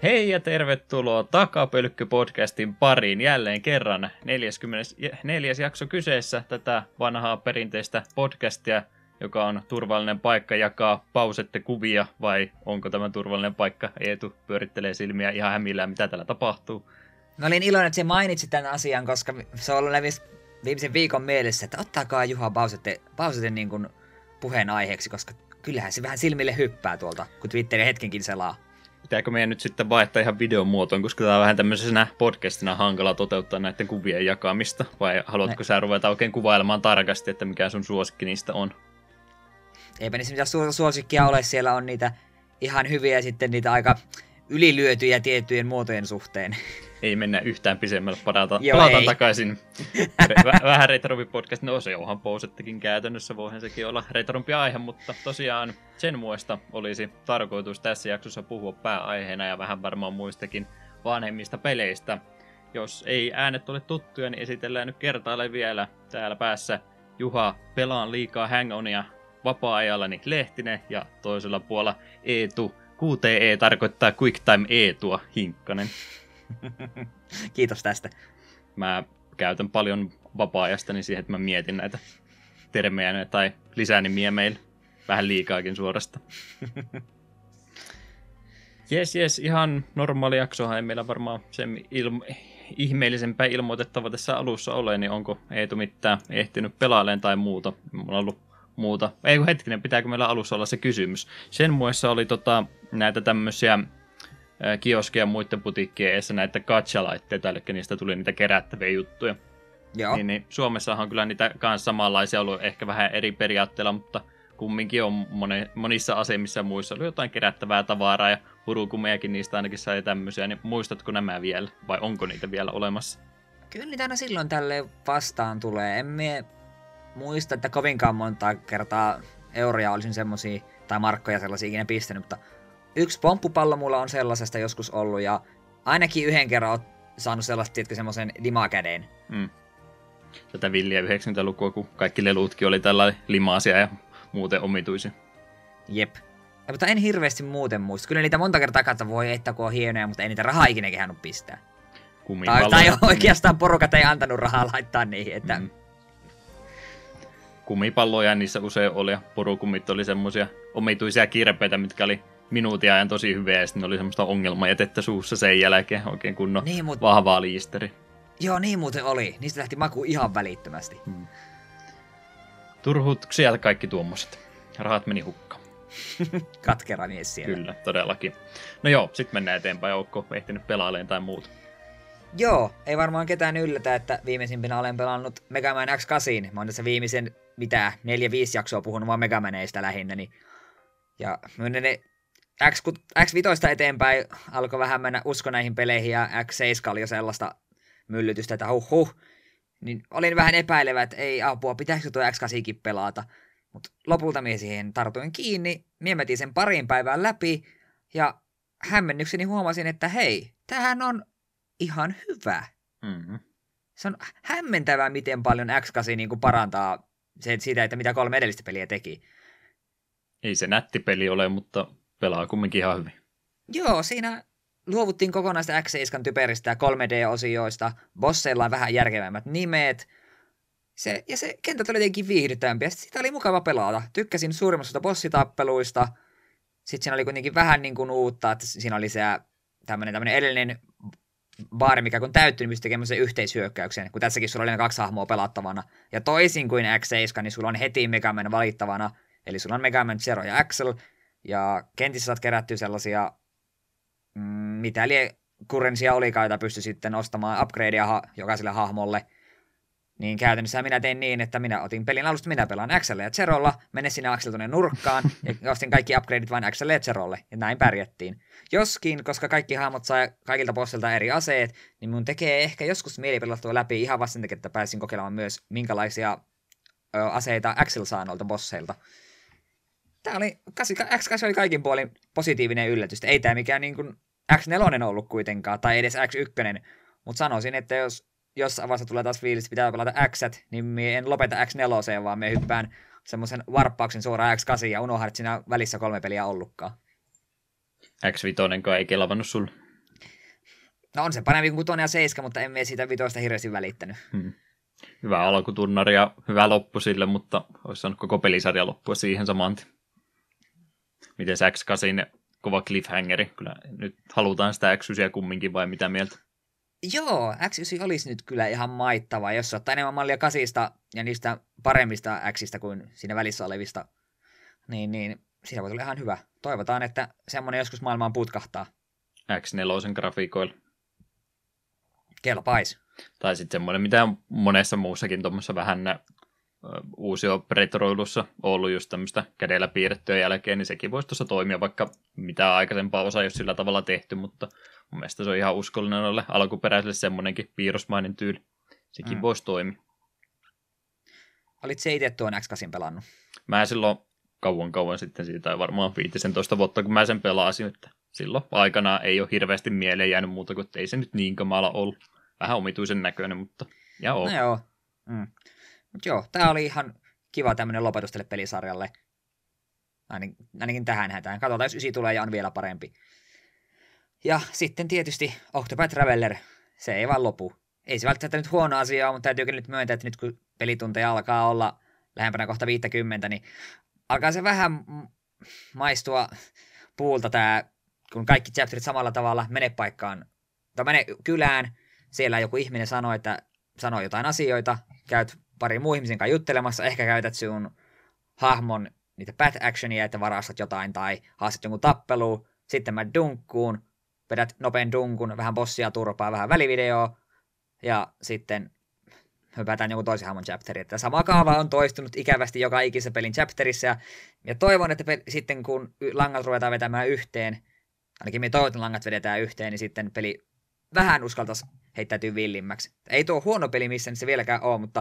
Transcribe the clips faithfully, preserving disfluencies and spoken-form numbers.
Hei ja tervetuloa Takapölkky-podcastin pariin jälleen kerran. neljäskymmenesneljäs jakso kyseessä tätä vanhaa perinteistä podcastia, joka on turvallinen paikka jakaa pausette-kuvia, vai onko tämä turvallinen paikka? Eetu pyörittelee silmiä ihan hämillään, mitä täällä tapahtuu. Mä olin iloinen, että se mainitsi tämän asian, koska se on ollut viimeisen viikon mielessä, että ottaakaa Juha pausette, pausette niin kuin puheen aiheeksi, koska kyllähän se vähän silmille hyppää tuolta, kun Twitterin hetkenkin selaa. Pitääkö meidän nyt sitten vaihtaa ihan videon muotoon, koska tämä on vähän tämmöisenä podcastina hankala toteuttaa näiden kuvien jakamista? Vai haluatko ne. sä ruveta oikein kuvailemaan tarkasti, että mikä sun suosikki niistä on? Eipä niissä mitään su- suosikkia ole, siellä on niitä ihan hyviä ja sitten niitä aika ylilyötyjä tiettyjen muotojen suhteen. Ei mennä yhtään pisemmälle, palataan, palataan takaisin. Vähän retrompi podcast, no se onhan pousettekin käytännössä, voihan sekin olla retrompi aihe, mutta tosiaan sen muista olisi tarkoitus tässä jaksossa puhua pääaiheena ja vähän varmaan muistakin vanhemmista peleistä. Jos ei äänet ole tuttuja, niin esitellään nyt kertaalleen vielä täällä päässä Juha Pelaan liikaa Hang-Onia vapaa-ajallani Lehtinen ja toisella puolella Eetu. Q T E tarkoittaa Quick Time Eetua Hinkkanen. Kiitos tästä. Mä käytän paljon vapaa-ajastani siihen, että mä mietin näitä termejä tai lisänimiä meillä. Vähän liikaakin suorasta. Jes, jes, ihan normaali jaksohan ei meillä varmaan sen ilmo- ihmeellisempää ilmoitettava tässä alussa ole, niin onko Eetu mitään ehtinyt pelailemaan tai muuta? Mulla on ollut muuta. Ei kun hetkinen, pitääkö meillä alussa olla se kysymys? Sen muissa oli tota, näitä tämmöisiä kioskeja muiden putiikkien edessä näitä gacha-laitteita, eli niistä tuli niitä kerättäviä juttuja. Joo. Niin, niin Suomessahan on kyllä niitä kanssa samanlaisia ollut ehkä vähän eri periaatteella, mutta kumminkin on moni, monissa asemissa ja muissa oli jotain kerättävää tavaraa ja purukumejakin niistä ainakin sai tämmöisiä, niin muistatko nämä vielä vai onko niitä vielä olemassa? Kyllä niitä aina silloin tälle vastaan tulee. En mie muista, että kovinkaan monta kertaa euroja olisin semmosia tai markkoja sellaisia ikinä pistänyt, mutta yksi pomppupallo mulla on sellaisesta joskus ollut, ja ainakin yhden kerran oot saanut sellaista, tiedätkö, semmoisen limakäden. Mm. Tätä villiä yhdeksänkymmentälukua, kun kaikki lelutkin oli tällainen limaisia ja muuten omituisia. Jep. Ja, mutta en hirveästi muuten muista. Kyllä niitä monta kertaa katsoa voi, että kun on hienoja, mutta ei niitä rahaa ikinä kehannut pistää. Tai, tai oikeastaan porukat ei antanut rahaa laittaa niihin, että mm. Kumipalloja niissä usein oli, ja porukumit oli semmosia omituisia kirpeitä, mitkä oli minuutin ajan tosi hyviä, ja sitten oli semmoista ongelmajätettä suussa sen jälkeen, oikein kunnon niin, mut... vahvaa liisteri. Joo, niin muuten oli. Niistä lähti maku ihan välittömästi. Hmm. Turhut sieltä kaikki tuommoiset. Rahat meni hukkaan. Katkera mies siellä. Kyllä, todellakin. No joo, sit mennään eteenpäin. Ootko ehtinyt pelailemaan tai muuta? Joo, ei varmaan ketään yllätä, että viimeisimpänä olen pelannut Mega Man X kahdeksan. Mä oon tässä viimeisen, mitä, neljä viisi jaksoa puhunut vaan Mega Maneista lähinnä. Niin... Ja ne X viisi eteenpäin alkoi vähän mennä usko näihin peleihin, ja X seitsemän oli jo sellaista myllytystä, että huh huh. Niin olin vähän epäilevä, että ei apua, pitääkö tuo X kahdeksan pelata. Mutta lopulta mie siihen tartuin kiinni, miemetin sen parin päivän läpi, ja hämmennykseni huomasin, että hei, tämähän on ihan hyvä. Mm-hmm. Se on hämmentävää, miten paljon X kahdeksan niin kuin parantaa se, siitä, että mitä kolme edellistä peliä teki. Ei se nätti peli ole, mutta pelaa kumminkin ihan hyvin. Joo, siinä luovuttiin kokonaista X seitsemän typeristä kolme D-osioista, bosseilla on vähän järkevämmät nimet, se, ja se kentät oli jotenkin viihdyttävämpi, ja sitä oli mukava pelata. Tykkäsin suurimmasta bossitappeluista, sitten siinä oli kuitenkin vähän niin kuin uutta, että siinä oli se tämmöinen, tämmöinen edellinen baari, mikä kun täyttyi, niin pystyi tekemään sen yhteishyökkäyksen, kun tässäkin sulla oli ne kaksi hahmoa pelattavana, ja toisin kuin X seitsemän, niin sulla on heti Mega Man valittavana, eli sulla on Mega Man Zero ja Axel, ja kentissä saat kerättyä sellaisia, mm, mitä lie currencya olikaan, joita pystyi sitten ostamaan upgradea ha- jokaiselle hahmolle. Niin käytännössä minä tein niin, että minä otin pelin alusta, minä pelaan Axelle ja Zerolla, menen sinne Axel tuonne nurkkaan, ja ostin kaikki upgradeit vain Axelle ja Zerolle, ja näin pärjättiin. Joskin, koska kaikki hahmot sai kaikilta bossilta eri aseet, niin mun tekee ehkä joskus mieli pelattua läpi ihan vasta sen takia, että pääsin kokeilemaan myös, minkälaisia ö, aseita Axel saa noilta bosseilta. Tämä oli, X kahdeksan oli kaikin puolin positiivinen yllätys. Ei tämä mikään niin kuin X neljä ollut kuitenkaan, tai edes X yksi, mutta sanoisin, että jos jossain vaiheessa tulee taas fiilis, että pitää pelata X, niin mie en lopeta X neljä, vaan me hyppään semmoisen varppauksen suoraan X kahdeksan ja unohdan, että siinä välissä kolme peliä ollutkaan. X viisi ei kelvannut sulle? No on se parempi kuin kutonen ja seiska, mutta emme siitä vitoista hirveästi välittänyt. Hmm. Hyvä alkutunnari ja hyvä loppu sille, mutta olisi saanut koko pelisarja loppua siihen saman. Miten X kahdeksan kova cliffhangeri? Kyllä nyt halutaan sitä X yhdeksän kumminkin vai mitä mieltä? Joo, X yhdeksän olisi nyt kyllä ihan maittava, jos ottaa enemmän mallia kasista ja niistä paremmista Xistä kuin siinä välissä olevista, niin, niin siinä voi tulla ihan hyvä. Toivotaan, että semmoinen joskus maailmaan putkahtaa. X neljä grafiikoilla. Kelpais. Tai sitten semmoinen, mitä on monessa muussakin tuommoissa vähän uusio retroilussa ollut just tämmöistä kädellä piirrettyä jälkeen, niin sekin voisi tuossa toimia, vaikka mitään aikaisempaa osaa ei ole sillä tavalla tehty, mutta mun mielestä se on ihan uskollinen noille alkuperäiselle semmoinenkin piirrosmainen tyyli. Sekin mm. voisi toimia. Olit se itse tuon X kahdeksan pelannut? Mä silloin kauan kauan sitten, siitä ei varmaan viisitoista vuotta, kun mä sen pelasin, että silloin aikana ei ole hirveästi mieleen jäänyt muuta, kuin ei se nyt niin kamala ollut. Vähän omituisen näköinen, mutta ja on. No joo. Mm. Mut joo, tää oli ihan kiva tämmönen lopetus tälle pelisarjalle. Ainakin, ainakin tähän hätään. Katsotaan, jos ysi tulee ja on vielä parempi. Ja sitten tietysti Octopath Traveler, se ei vaan lopu. Ei se välttämättä nyt huono asia ole, mutta täytyy nyt myöntää, että nyt kun pelitunteja alkaa olla lähempänä kohta viisikymmentä, niin alkaa se vähän maistua puulta tää, kun kaikki chapterit samalla tavalla mene paikkaan, tai mene kylään, siellä joku ihminen sanoo, että sanoo jotain asioita, käyt pari muun ihmisen kanssa juttelemassa, ehkä käytät sun hahmon niitä path actionia, että varastat jotain tai haastat jonkun tappeluun, sitten mä dunkkuun, vedät nopean dunkun, vähän bossia turpaa, vähän välivideoa, ja sitten hypätään jonkun toisen hahmon chapteriin. Että sama kaava on toistunut ikävästi joka ikisessä pelin chapterissa, ja, ja toivon, että pe- sitten kun langat ruvetaan vetämään yhteen, ainakin me toivon, että langat vedetään yhteen, niin sitten peli vähän uskaltaisi heittäytyä villimmäksi. Ei tuo huono peli, missä se vieläkään ole, mutta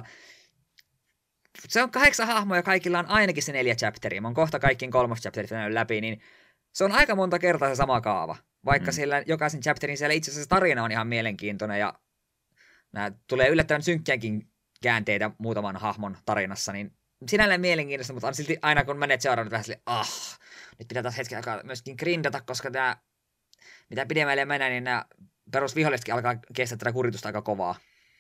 se on kahdeksan hahmoja, kaikilla on ainakin se neljä chapteria. Mä oon kohta kaikkiin kolmas chapterit läpi, niin se on aika monta kertaa se sama kaava. Vaikka mm. siellä jokaisen chapterin siellä itse asiassa tarina on ihan mielenkiintoinen ja nämä tulee yllättävän synkkiäkin käänteitä muutaman hahmon tarinassa, niin sinällään mielenkiintoista, mutta on silti aina kun menet seuraavat vähän silleen, ah, nyt pitää taas hetken aikaa myöskin grindata, koska tämä, mitä pidemmälle mennään, niin nämä perusvihollisetkin alkaa kestää tätä kuritusta aika kovaa.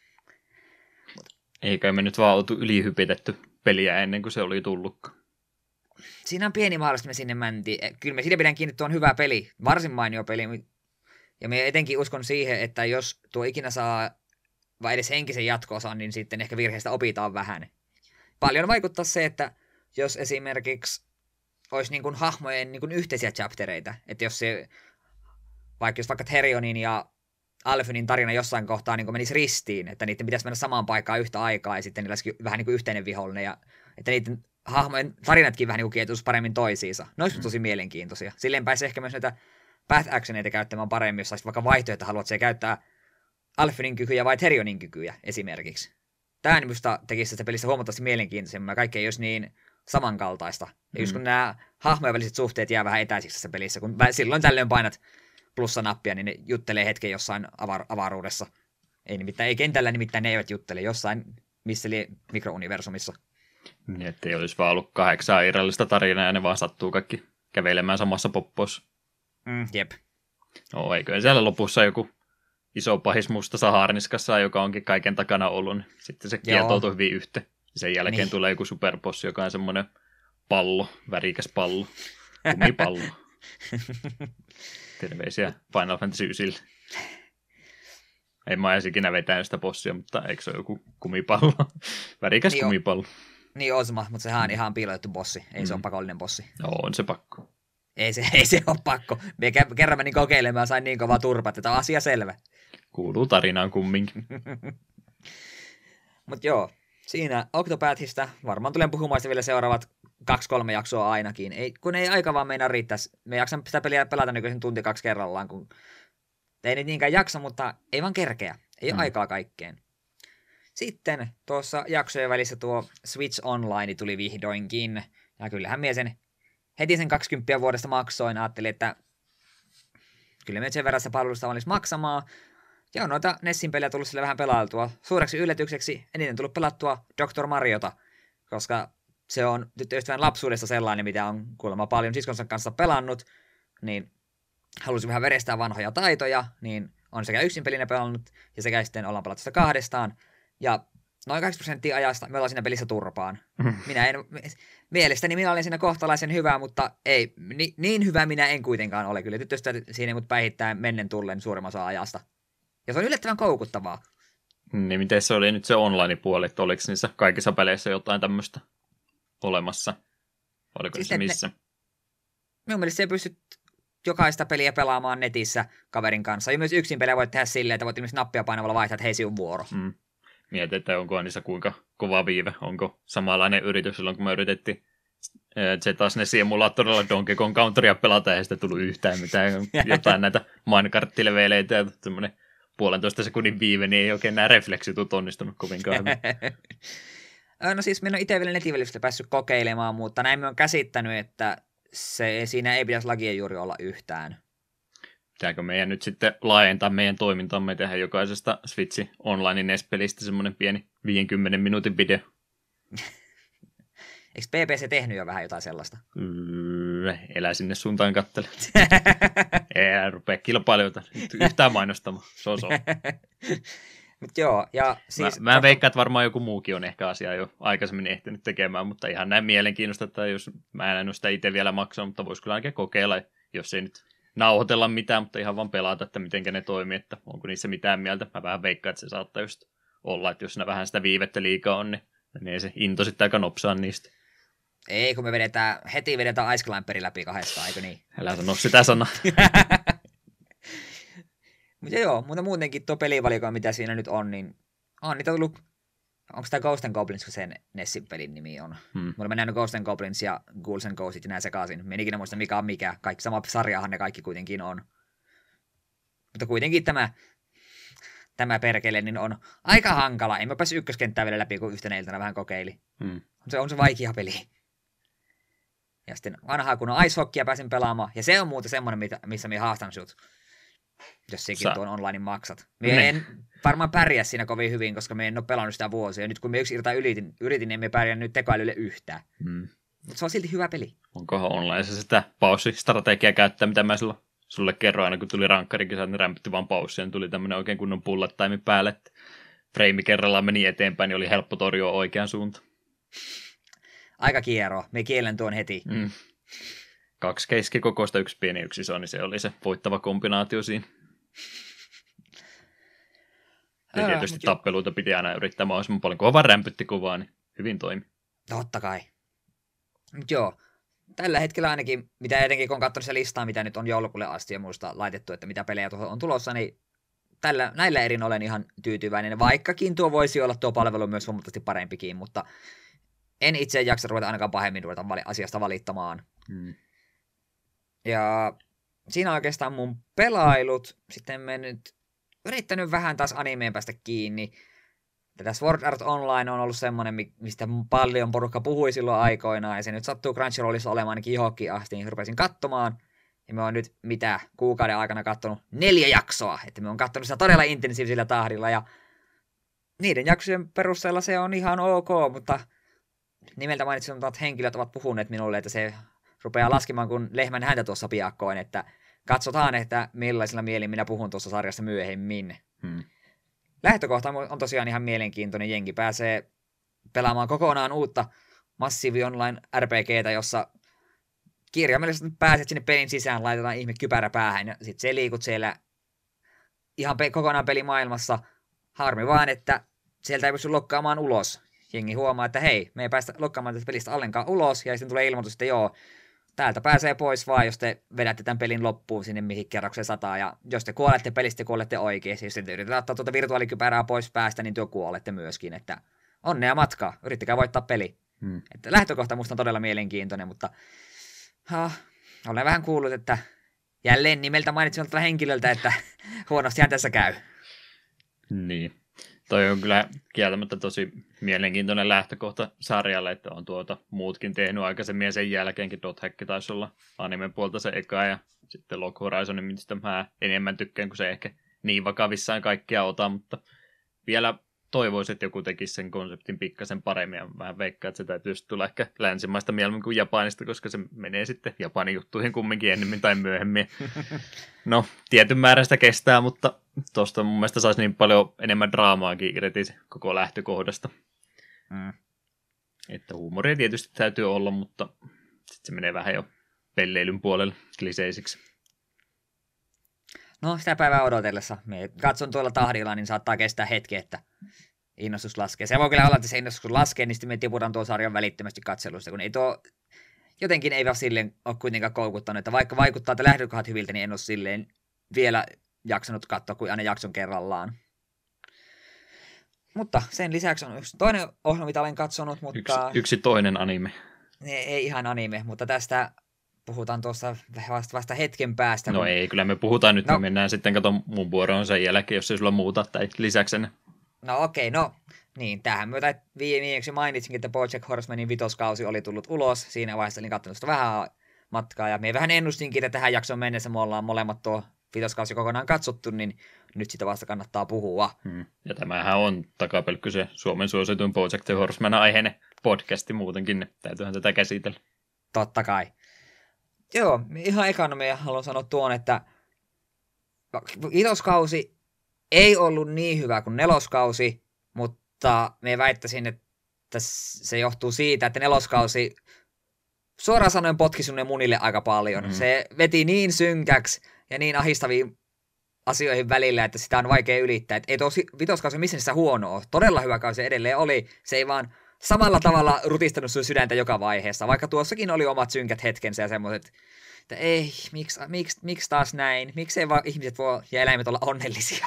Eikä me nyt vaan oltu ylihypitetty peliä ennen kuin se oli tullutkaan. Siinä on pieni mahdollista, me sinne mentiin. Kyllä me siitä pidän kiinni, tuo on hyvä peli, varsin mainio peli. Ja me etenkin uskon siihen, että jos tuo ikinä saa vai edes henkisen jatko-osan, niin sitten ehkä virheistä opitaan vähän. Paljon vaikuttaa se, että jos esimerkiksi olisi niin kuin hahmojen niin kuin yhteisiä chaptereita, että jos se, vaikka jos vaikka Therionin ja Alfynin tarina jossain kohtaa niin menisi ristiin, että niiden pitäisi mennä samaan paikkaan yhtä aikaa ja sitten niillä olisi vähän niin kuin yhteinen vihollinen ja että niiden hahmojen tarinatkin vähän niin kuin kietuisi paremmin toisiinsa. Ne olisi tosi mielenkiintoisia. Silleen pääsi ehkä myös näitä path actioneita käyttämään paremmin, jos saisit vaikka vaihtoehto, haluat se käyttää Alfynin kykyjä vai Therionin kykyjä esimerkiksi. Tämä minusta tekisi sitä pelissä huomattavasti mielenkiintoisemmin ja kaikki ei olisi niin samankaltaista. Ja just kun nämä hahmojen väliset suhteet jää vähän etäisiksi tässä pelissä, kun silloin tällöin painat plussa-nappia, niin ne juttelee hetken jossain avar- avaruudessa. Ei, nimittäin, ei kentällä nimittäin ne eivät juttele jossain missä li- mikrouniversumissa. Niin, ettei olisi vaan ollut kahdeksan irrallista tarinaa ja ne vaan sattuu kaikki kävelemään samassa poppossa. Mm, jep. No, eikö siellä lopussa joku iso pahis mustassa harniskassa, joka onkin kaiken takana ollut, niin sitten se kietoutuu hyvin yhteen. Sen jälkeen niin tulee joku superbossi, joka on semmoinen pallo, värikäs pallo, kumipallo. Terveisiä Final Fantasy yhdeksän. En mä edes ikinä vetänyt sitä bossia, mutta eikö se ole joku kumipallo? Värikäs niin kumipallo. On, niin Osma, mutta sehän on ihan piilotettu bossi. Ei mm. se ole pakollinen bossi. No, on se pakko. Ei se, ei se ole pakko. Me kerran menin kokeilemaan ja sain niin kovaa turpaa, että tämä on asia selvä. Kuuluu tarinaan kumminkin. Mutta joo, siinä Octopathista varmaan tulen puhumaan sitä vielä seuraavat kaksi kolme jaksoa ainakin. Ei, kun ei aika vaan meinaa riittäisi. Me jaksan sitä peliä pelata nykyisin tunti kaksi kerrallaan, kun ei nyt niinkään jaksa, mutta ei vaan kerkeä. Ei mm. ole aikaa kaikkeen. Sitten tuossa jaksojen välissä tuo Switch Online tuli vihdoinkin. Ja kyllähän mie sen heti sen kaksikymmentä vuodesta maksoin. Ajattelin, että kyllä me sen verran sitä palvelusta valmis maksamaan. Ja on noita Nessin pelejä tullut sille vähän pelailtua. Suureksi yllätykseksi eniten tullut pelattua doktor Mariota, koska se on tyttöystävän lapsuudessa sellainen, mitä on kuulemma paljon siskonsa kanssa pelannut, niin halusin vähän verestää vanhoja taitoja, niin on sekä yksin pelinä pelannut, ja sekä sitten ollaan pelattu sitä kahdestaan. Ja noin kahdeksankymmentä prosenttia ajasta me ollaan siinä pelissä turpaan. Mm. Minä en, mielestäni minä olen siinä kohtalaisen hyvä, mutta ei, ni, niin hyvä minä en kuitenkaan ole. Kyllä tyttöstä siinä mut päihittää mennen tullen suurimman osa ajasta. Ja se on yllättävän koukuttavaa. Niin miten se oli nyt se online-puoli, että oliko niissä kaikissa peleissä jotain tämmöistä olemassa? Oliko siis se missä? Ne, minun mielestä se pystyt jokaista peliä pelaamaan netissä kaverin kanssa. Ja myös yksin pelejä voit tehdä silleen, että voit esimerkiksi nappia painavalla vaihtaa, että hei, sinun vuoro. Mm. Mietin, että onko niissä kuinka kova viive. Onko samanlainen yritys silloin, kun me yritettiin Z-SNESin emulaattorilla Donkey Kong Countrya pelata, ja sitten tullut yhtään mitään. Jotain näitä minecart-leveleitä ja semmoinen puolentoista sekunnin viive, niin ei oikein nämä refleksit onnistunut kovinkaan. No siis minä olen itse vielä netin välistä päässyt kokeilemaan, mutta näin minä olen käsittänyt, että se, siinä ei pitäisi lagia juuri olla yhtään. Pitääkö meidän nyt sitten laajentaa meidän toimintamme, tehdä jokaisesta Switch Online N E S-pelistä semmoinen pieni viidenkymmenen minuutin video? Eikö P P C tehnyt jo vähän jotain sellaista? Öö, elä sinne suuntaan kattele. Ei rupea kilpailijoita yhtään mainostamaan. So, so. Mut joo, ja siis... Mä, mä veikkaan, että varmaan joku muukin on ehkä asiaa jo aikaisemmin ehtinyt tekemään, mutta ihan näin mielenkiinnosta, että jos mä en ole sitä itse vielä maksanut, mutta vois kyllä ainakin kokeilla, jos ei nyt nauhoitella mitään, mutta ihan vaan pelata, että miten ne toimii, että onko niissä mitään mieltä. Mä vähän veikkaan, että se saattaa just olla, että jos siinä vähän sitä viivettä liikaa on, niin, niin se into sitten aika nopsaa niistä. Ei, kun me vedetään, heti vedetään Ice Climberin läpi kahdestaan, eikö niin? Älä sano sitä sanaa. Mutta joo, mutta muutenkin tuo pelivalikoima, mitä siinä nyt on, niin on niitä tullut, onko tämä Ghost and Goblins, kun sen Nessin pelin nimi on? Hmm. Me olemme nähnyt Ghost and Goblins ja Ghouls and Ghostit ja nämä sekaisin. Me en ikinä muista mikä on mikä. Kaikki sama sarjahan ne kaikki kuitenkin on. Mutta kuitenkin tämä, tämä perkele niin on aika hankala. En mä päässyt ykköskenttää vielä läpi, kun yhtenä iltana vähän kokeili. Hmm. Se on se vaikea peli. Ja sitten vanhaa kun on Ice Hockeya pääsin pelaamaan. Ja se on muuten semmoinen, missä minä haastan sut. Jos sekin Sa- tuon online maksat. Me en varmaan pärjää siinä kovin hyvin, koska me en ole pelannut sitä vuosia. Ja nyt kun me yksi irtaa yritin, yritin niin me pärjää nyt tekoälylle yhtään. Hmm. Mutta se on silti hyvä peli. Onkohan online se sitä paussistrategiaa käyttää, mitä mä sulle, sulle kerroin, aina kun tuli rankkarikisat, niin rämpytti vaan paussia, niin tuli tämmöinen oikein kunnon bullet time päälle, että frame kerrallaan meni eteenpäin, niin oli helppo torjua oikean suuntaan. Aika kiero. Me kielen tuon heti. Mm. Kaksi keskikokoista, yksi pieni, yksi iso, niin se oli se voittava kombinaatio siinä. Ja tietysti Ää, tappeluita piti aina yrittää mahdollisimman paljon, kun vaan rämpytti kovaa, niin hyvin toimi. Totta kai. Mut joo, tällä hetkellä ainakin, mitä etenkin kun on katsonut se listaa, mitä nyt on joulukuulle asti ja muista laitettu, että mitä pelejä tuohon on tulossa, niin tällä, näillä erin olen ihan tyytyväinen. Vaikkakin tuo voisi olla tuo palvelu myös huomattavasti parempikin, mutta en itse jaksa ruveta ainakaan pahemmin ruveta vali- asiasta valittamaan. Hmm. Ja siinä on oikeastaan mun pelailut. Sitten me nyt yrittänyt vähän taas animeen päästä kiinni. Tätä Sword Art Online on ollut semmoinen, mistä paljon porukka puhui silloin aikoinaan. Ja se nyt sattuu Crunchyrollissa olemaan ainakin johonkin asti, niin rupesin katsomaan. Ja me oon nyt mitä kuukauden aikana katsonut neljä jaksoa. Että me oon katsonut sitä todella intensiivisellä tahdilla. Ja niiden jaksojen perusteella se on ihan ok, mutta nimeltä mainitsemat henkilöt ovat puhuneet minulle, että se rupeaa laskemaan kuin lehmän häntä tuossa piakkoin, että katsotaan, että millaisilla mielin minä puhun tuossa sarjassa myöhemmin. Hmm. Lähtökohta on tosiaan ihan mielenkiintoinen. Jengi pääsee pelaamaan kokonaan uutta Massive Online R P G:tä, jossa kirjaimellisesti pääset sinne pelin sisään, laitetaan ihme kypärä päähän ja sit se liikut siellä ihan pe- kokonaan pelimaailmassa. Harmi vaan, että sieltä ei pysty lokkaamaan ulos. Jengi huomaa, että hei, me ei päästä lokkaamaan tästä pelistä ollenkaan ulos, ja sitten tulee ilmoitus, että joo, täältä pääsee pois vaan, jos te vedätte tämän pelin loppuun sinne mihin kerrokseen sataa, ja jos te kuolette pelistä, te kuolette oikein. Siis jos te yritetään ottaa tuota virtuaalikypärää pois päästä, niin te kuolette myöskin, että onnea matkaa, yrittäkää voittaa peli. Hmm. Että lähtökohta musta on todella mielenkiintoinen, mutta ha, olen vähän kuullut, että jälleen nimeltä mainitsemalta henkilöltä, että huonostihan tässä käy. Niin. Toi on kyllä kieltämättä tosi mielenkiintoinen lähtökohta sarjalle, että on tuota muutkin tehnyt aikaisemmin ja sen jälkeenkin Dot Hack taisi olla animen puolta se eka ja sitten Log Horizonin, mistä mä enemmän tykkään, kun se ehkä niin vakavissaan kaikkea ota, mutta vielä toivoisin, että joku tekisi sen konseptin pikkasen paremmin. Ja mä veikkaan, että se täytyy tulla ehkä länsimaista mieluummin kuin Japanista, koska se menee sitten Japanin juttuihin kumminkin ennemmin tai myöhemmin. No, tietyn määrän sitä kestää, mutta tuosta mun mielestä saisi niin paljon enemmän draamaakin irti koko lähtökohdasta. Mm. Että huumoria tietysti täytyy olla, mutta sitten se menee vähän jo pelleilyn puolelle kliseisiksi. No, sitä päivää odotellessa. Me katson tuolla tahdilla, niin saattaa kestää hetki, että innostus laskee. Se voi kyllä olla, että se innostus laskee, niin sitten me tiputan tuon sarjan välittömästi katselusta, kun ei tuo, jotenkin ei vaan silleen ole kuitenkaan koukuttanut, että vaikka vaikuttaa, että lähdökohdat hyviltä, niin en ole silleen vielä jaksanut katsoa kuin aina jakson kerrallaan. Mutta sen lisäksi on yksi toinen ohjelma, mitä olen katsonut, mutta... Yksi, yksi toinen anime. Ei, ei ihan anime, mutta tästä puhutaan tuossa vasta, vasta hetken päästä. No kun... ei, kyllä me puhutaan nyt, no. Me mennään sitten, kato mun vuoroon sen jälkeen, jos ei sulla muuta tai lisäksenne. No okei, okay, no niin, tähän myötä viimeksi mainitsinkin, että BoJack Horsemanin vitoskausi oli tullut ulos. Siinä vaiheessa olin katsonut sitä vähän matkaa, ja me vähän ennustinkin, että tähän jakson mennessä me ollaan molemmat tuo vitoskausi kokonaan katsottu, niin nyt sitä vasta kannattaa puhua. Hmm. Ja tämähän on takapelkky se Suomen suosituin BoJack the Horseman aiheinen podcasti muutenkin, niin täytyyhän tätä käsitellä. Totta kai. Joo, ihan ekana me haluan sanoa tuon, että vitoskausi ei ollut niin hyvä kuin neloskausi, mutta me väittäisin, että se johtuu siitä, että neloskausi suoraan sanoen potki sunne munille aika paljon. Mm. Se veti niin synkäksi ja niin ahistaviin asioihin välillä, että sitä on vaikea ylittää. Et ei tuo vitoskausi missään huonoa. Todella hyvä kausi edelleen oli. Se ei vaan samalla tavalla rutistanut sun sydäntä joka vaiheessa, vaikka tuossakin oli omat synkät hetkensä ja semmoiset, että ei, miksi, miksi, miksi taas näin? Miksi ei vaan ihmiset voi ja eläimet olla onnellisia?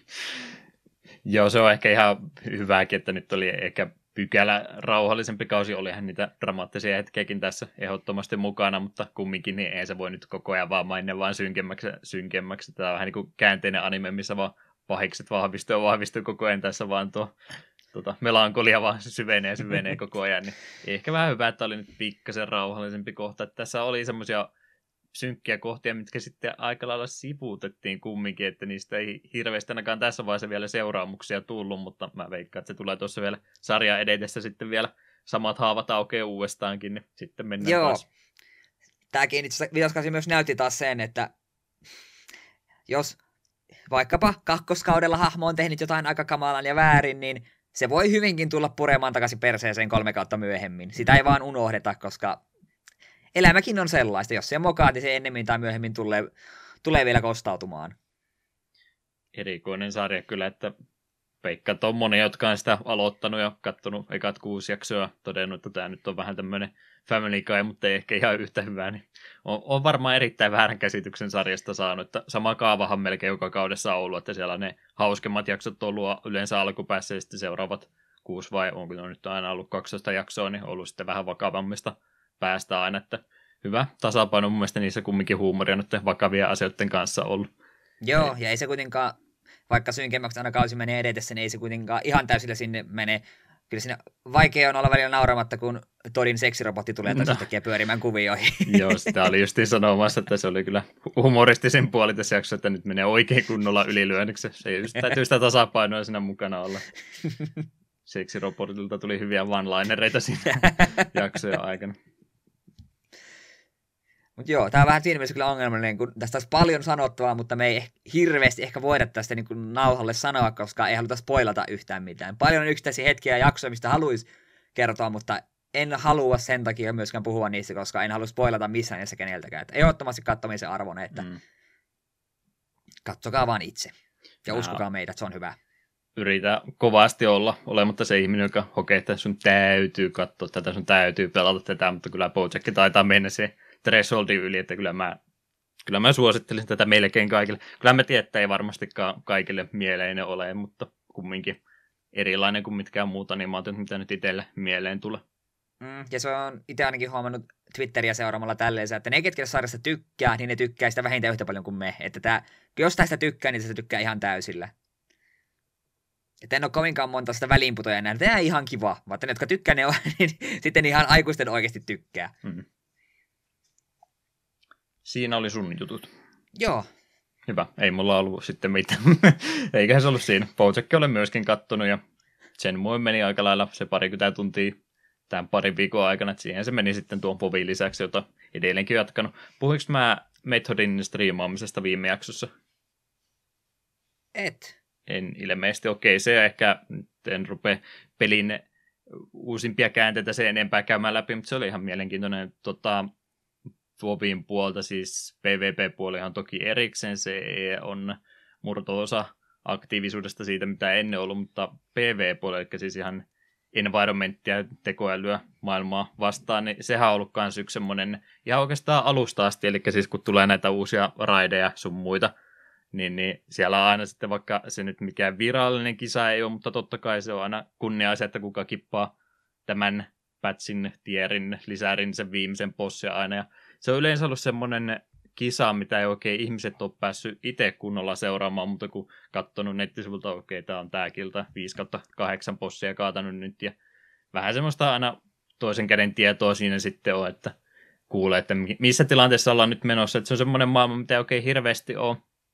Joo, se on ehkä ihan hyvääkin, että nyt oli ehkä pykälä rauhallisempi kausi. Olihan niitä dramaattisia hetkiäkin tässä ehdottomasti mukana, mutta kumminkin niin ei se voi nyt koko ajan vaan mainita vaan synkemmäksi ja synkemmäksi. Tämä on vähän niin kuin käänteinen anime, missä vaan pahikset vahvistuu ja vahvistuu koko ajan tässä vaan tuo tota, melankolia vaan syvenee ja syvenee koko ajan. Niin ehkä vähän hyvä, että oli nyt pikkasen rauhallisempi kohta. Että tässä oli semmoisia synkkiä kohtia, mitkä sitten aika lailla sivuutettiin kumminkin, että niistä ei hirveästi ainakaan tässä vaiheessa vielä seuraamuksia tullut, mutta mä veikkaan, että se tulee tuossa vielä sarjan edetessä sitten vielä samat haavat aukeaa uudestaankin, niin sitten mennään Joo. taas. Tämäkin itse asiassa vitoskausi myös näytti taas sen, että jos vaikkapa kakkoskaudella hahmo on tehnyt jotain aika kamalan ja väärin, niin se voi hyvinkin tulla puremaan takaisin perseeseen kolme kautta myöhemmin. Sitä ei vaan unohdeta, koska elämäkin on sellaista. Jos se mokaa, niin se ennemmin tai myöhemmin tulee, tulee vielä kostautumaan. Erikoinen sarja kyllä, että Peikka on moni, jotka on sitä aloittanut ja katsonut ekat kuusi jaksoa, todennut, että tämä nyt on vähän tämmöinen Family Guy, mutta ei ehkä ihan yhtä hyvää. Niin on, on varmaan erittäin väärän käsityksen sarjasta saanut, että sama kaavahan melkein joka kaudessa on ollut, että siellä ne hauskemmat jaksot on ollut yleensä alkupäässä ja sitten seuraavat kuusi vai onko ne nyt aina ollut kaksitoista jaksoa, niin on ollut sitten vähän vakavammista päästä aina, että hyvä tasapaino mun mielestä niissä kumminkin huumoria nyt vakavia asioiden kanssa ollut. Joo, ja ei se kuitenkaan, vaikka synkemmäksi aina kausi menee edetessä, niin ei se kuitenkaan ihan täysillä sinne mene. Kyllä siinä vaikea on olla välillä nauramatta, kun Todin seksirobotti tulee no. takia pyörimään kuvioihin. Joo, sitä oli justiin sanomassa, että se oli kyllä humoristisin puoli tässä jaksossa, että nyt menee oikein kunnolla ylilyönniksi. Se just täytyy sitä tasapainoa siinä mukana olla. Seksirobotilta tuli hyviä one-linereita siinä jaksojen aikana. Mutta joo, tämä on vähän siinä mielessä kyllä ongelmallinen, kun tästä olisi paljon sanottavaa, mutta me ei hirveästi ehkä voida tästä niin kuin nauhalle sanoa, koska ei haluta spoilata yhtään mitään. Paljon on yksittäisiä hetkiä ja jaksoja, mistä haluaisi kertoa, mutta en halua sen takia myöskään puhua niistä, koska en halua spoilata missään niissä keneltäkään. Että ehdottomasti katsomisen arvoinen, että mm. katsokaa vaan itse ja no. uskokaa meitä, että se on hyvä. Yritä kovasti olla olematta se ihminen, joka hokee, että sun täytyy katsoa tätä, sun täytyy pelata tätä, mutta kyllä BoJack taitaa mennä se thresholdin yli, että kyllä mä, kyllä mä suosittelisin tätä melkein kaikille. Kyllä mä tiedän, että ei varmastikaan kaikille mieleinen ole, mutta kumminkin erilainen kuin mitkään muut animaatiot, mitä nyt itselle mieleen tulee. Mm, ja se on itse ainakin huomannut Twitteriä seuraamalla tälleen, että ne, ketkä sarjasta tykkää, niin ne tykkää sitä vähintään yhtä paljon kuin me. Että tää, jos tästä tykkää, niin se tykkää ihan täysillä. Että en ole kovinkaan monta sitä väliinputoja nähnyt. Tämä on ihan kiva, mutta ne, jotka tykkää, ne on, niin sitten ihan aikuisten oikeasti tykkää. Mm. Siinä oli sun jutut. Joo. Hyvä, ei mulla ollut sitten mitään. Eiköhän se ollut siinä. BoJack olen myöskin kattonut ja sen muun meni aika lailla se parikymmentä tuntia tämän parin viikon aikana, että siihen se meni sitten tuon Povin lisäksi, jota edelleenkin jatkanut. Puhuinko mä Methodin striimaamisesta viime jaksossa? Et. En ilmeisesti. Okei, se ehkä en rupea pelin uusimpia käänteitä sen enempää käymään läpi, mutta se oli ihan mielenkiintoinen. Tota, Povin puolta, siis PvP-puoli on toki erikseen, se on murto-osa aktiivisuudesta siitä, mitä ennen ollut, mutta PvP-puoli, eli siis ihan environmenttia, tekoälyä maailmaa vastaan, niin sehän on ollut myös yksi semmoinen ihan oikeastaan alusta asti, eli siis kun tulee näitä uusia raideja sun muita, niin, niin siellä on aina sitten, vaikka se nyt mikään virallinen kisa ei ole, mutta totta kai se on aina kunnia se, että kuka kippaa tämän patchin, tierin, lisärin, sen viimeisen bossin aina, ja se on yleensä ollut semmoinen kisa, mitä ei oikein ihmiset ole päässyt itse kunnolla seuraamaan, mutta kun katsonut nettisivulta, okei, okay, tämä on tämä kilta, viisi kautta kahdeksan bossia kaatanut nyt, ja vähän semmoista aina toisen käden tietoa siinä sitten on, että kuulee, että missä tilanteessa ollaan nyt menossa, että se on semmoinen maailma, mitä ei oikein hirveästi ole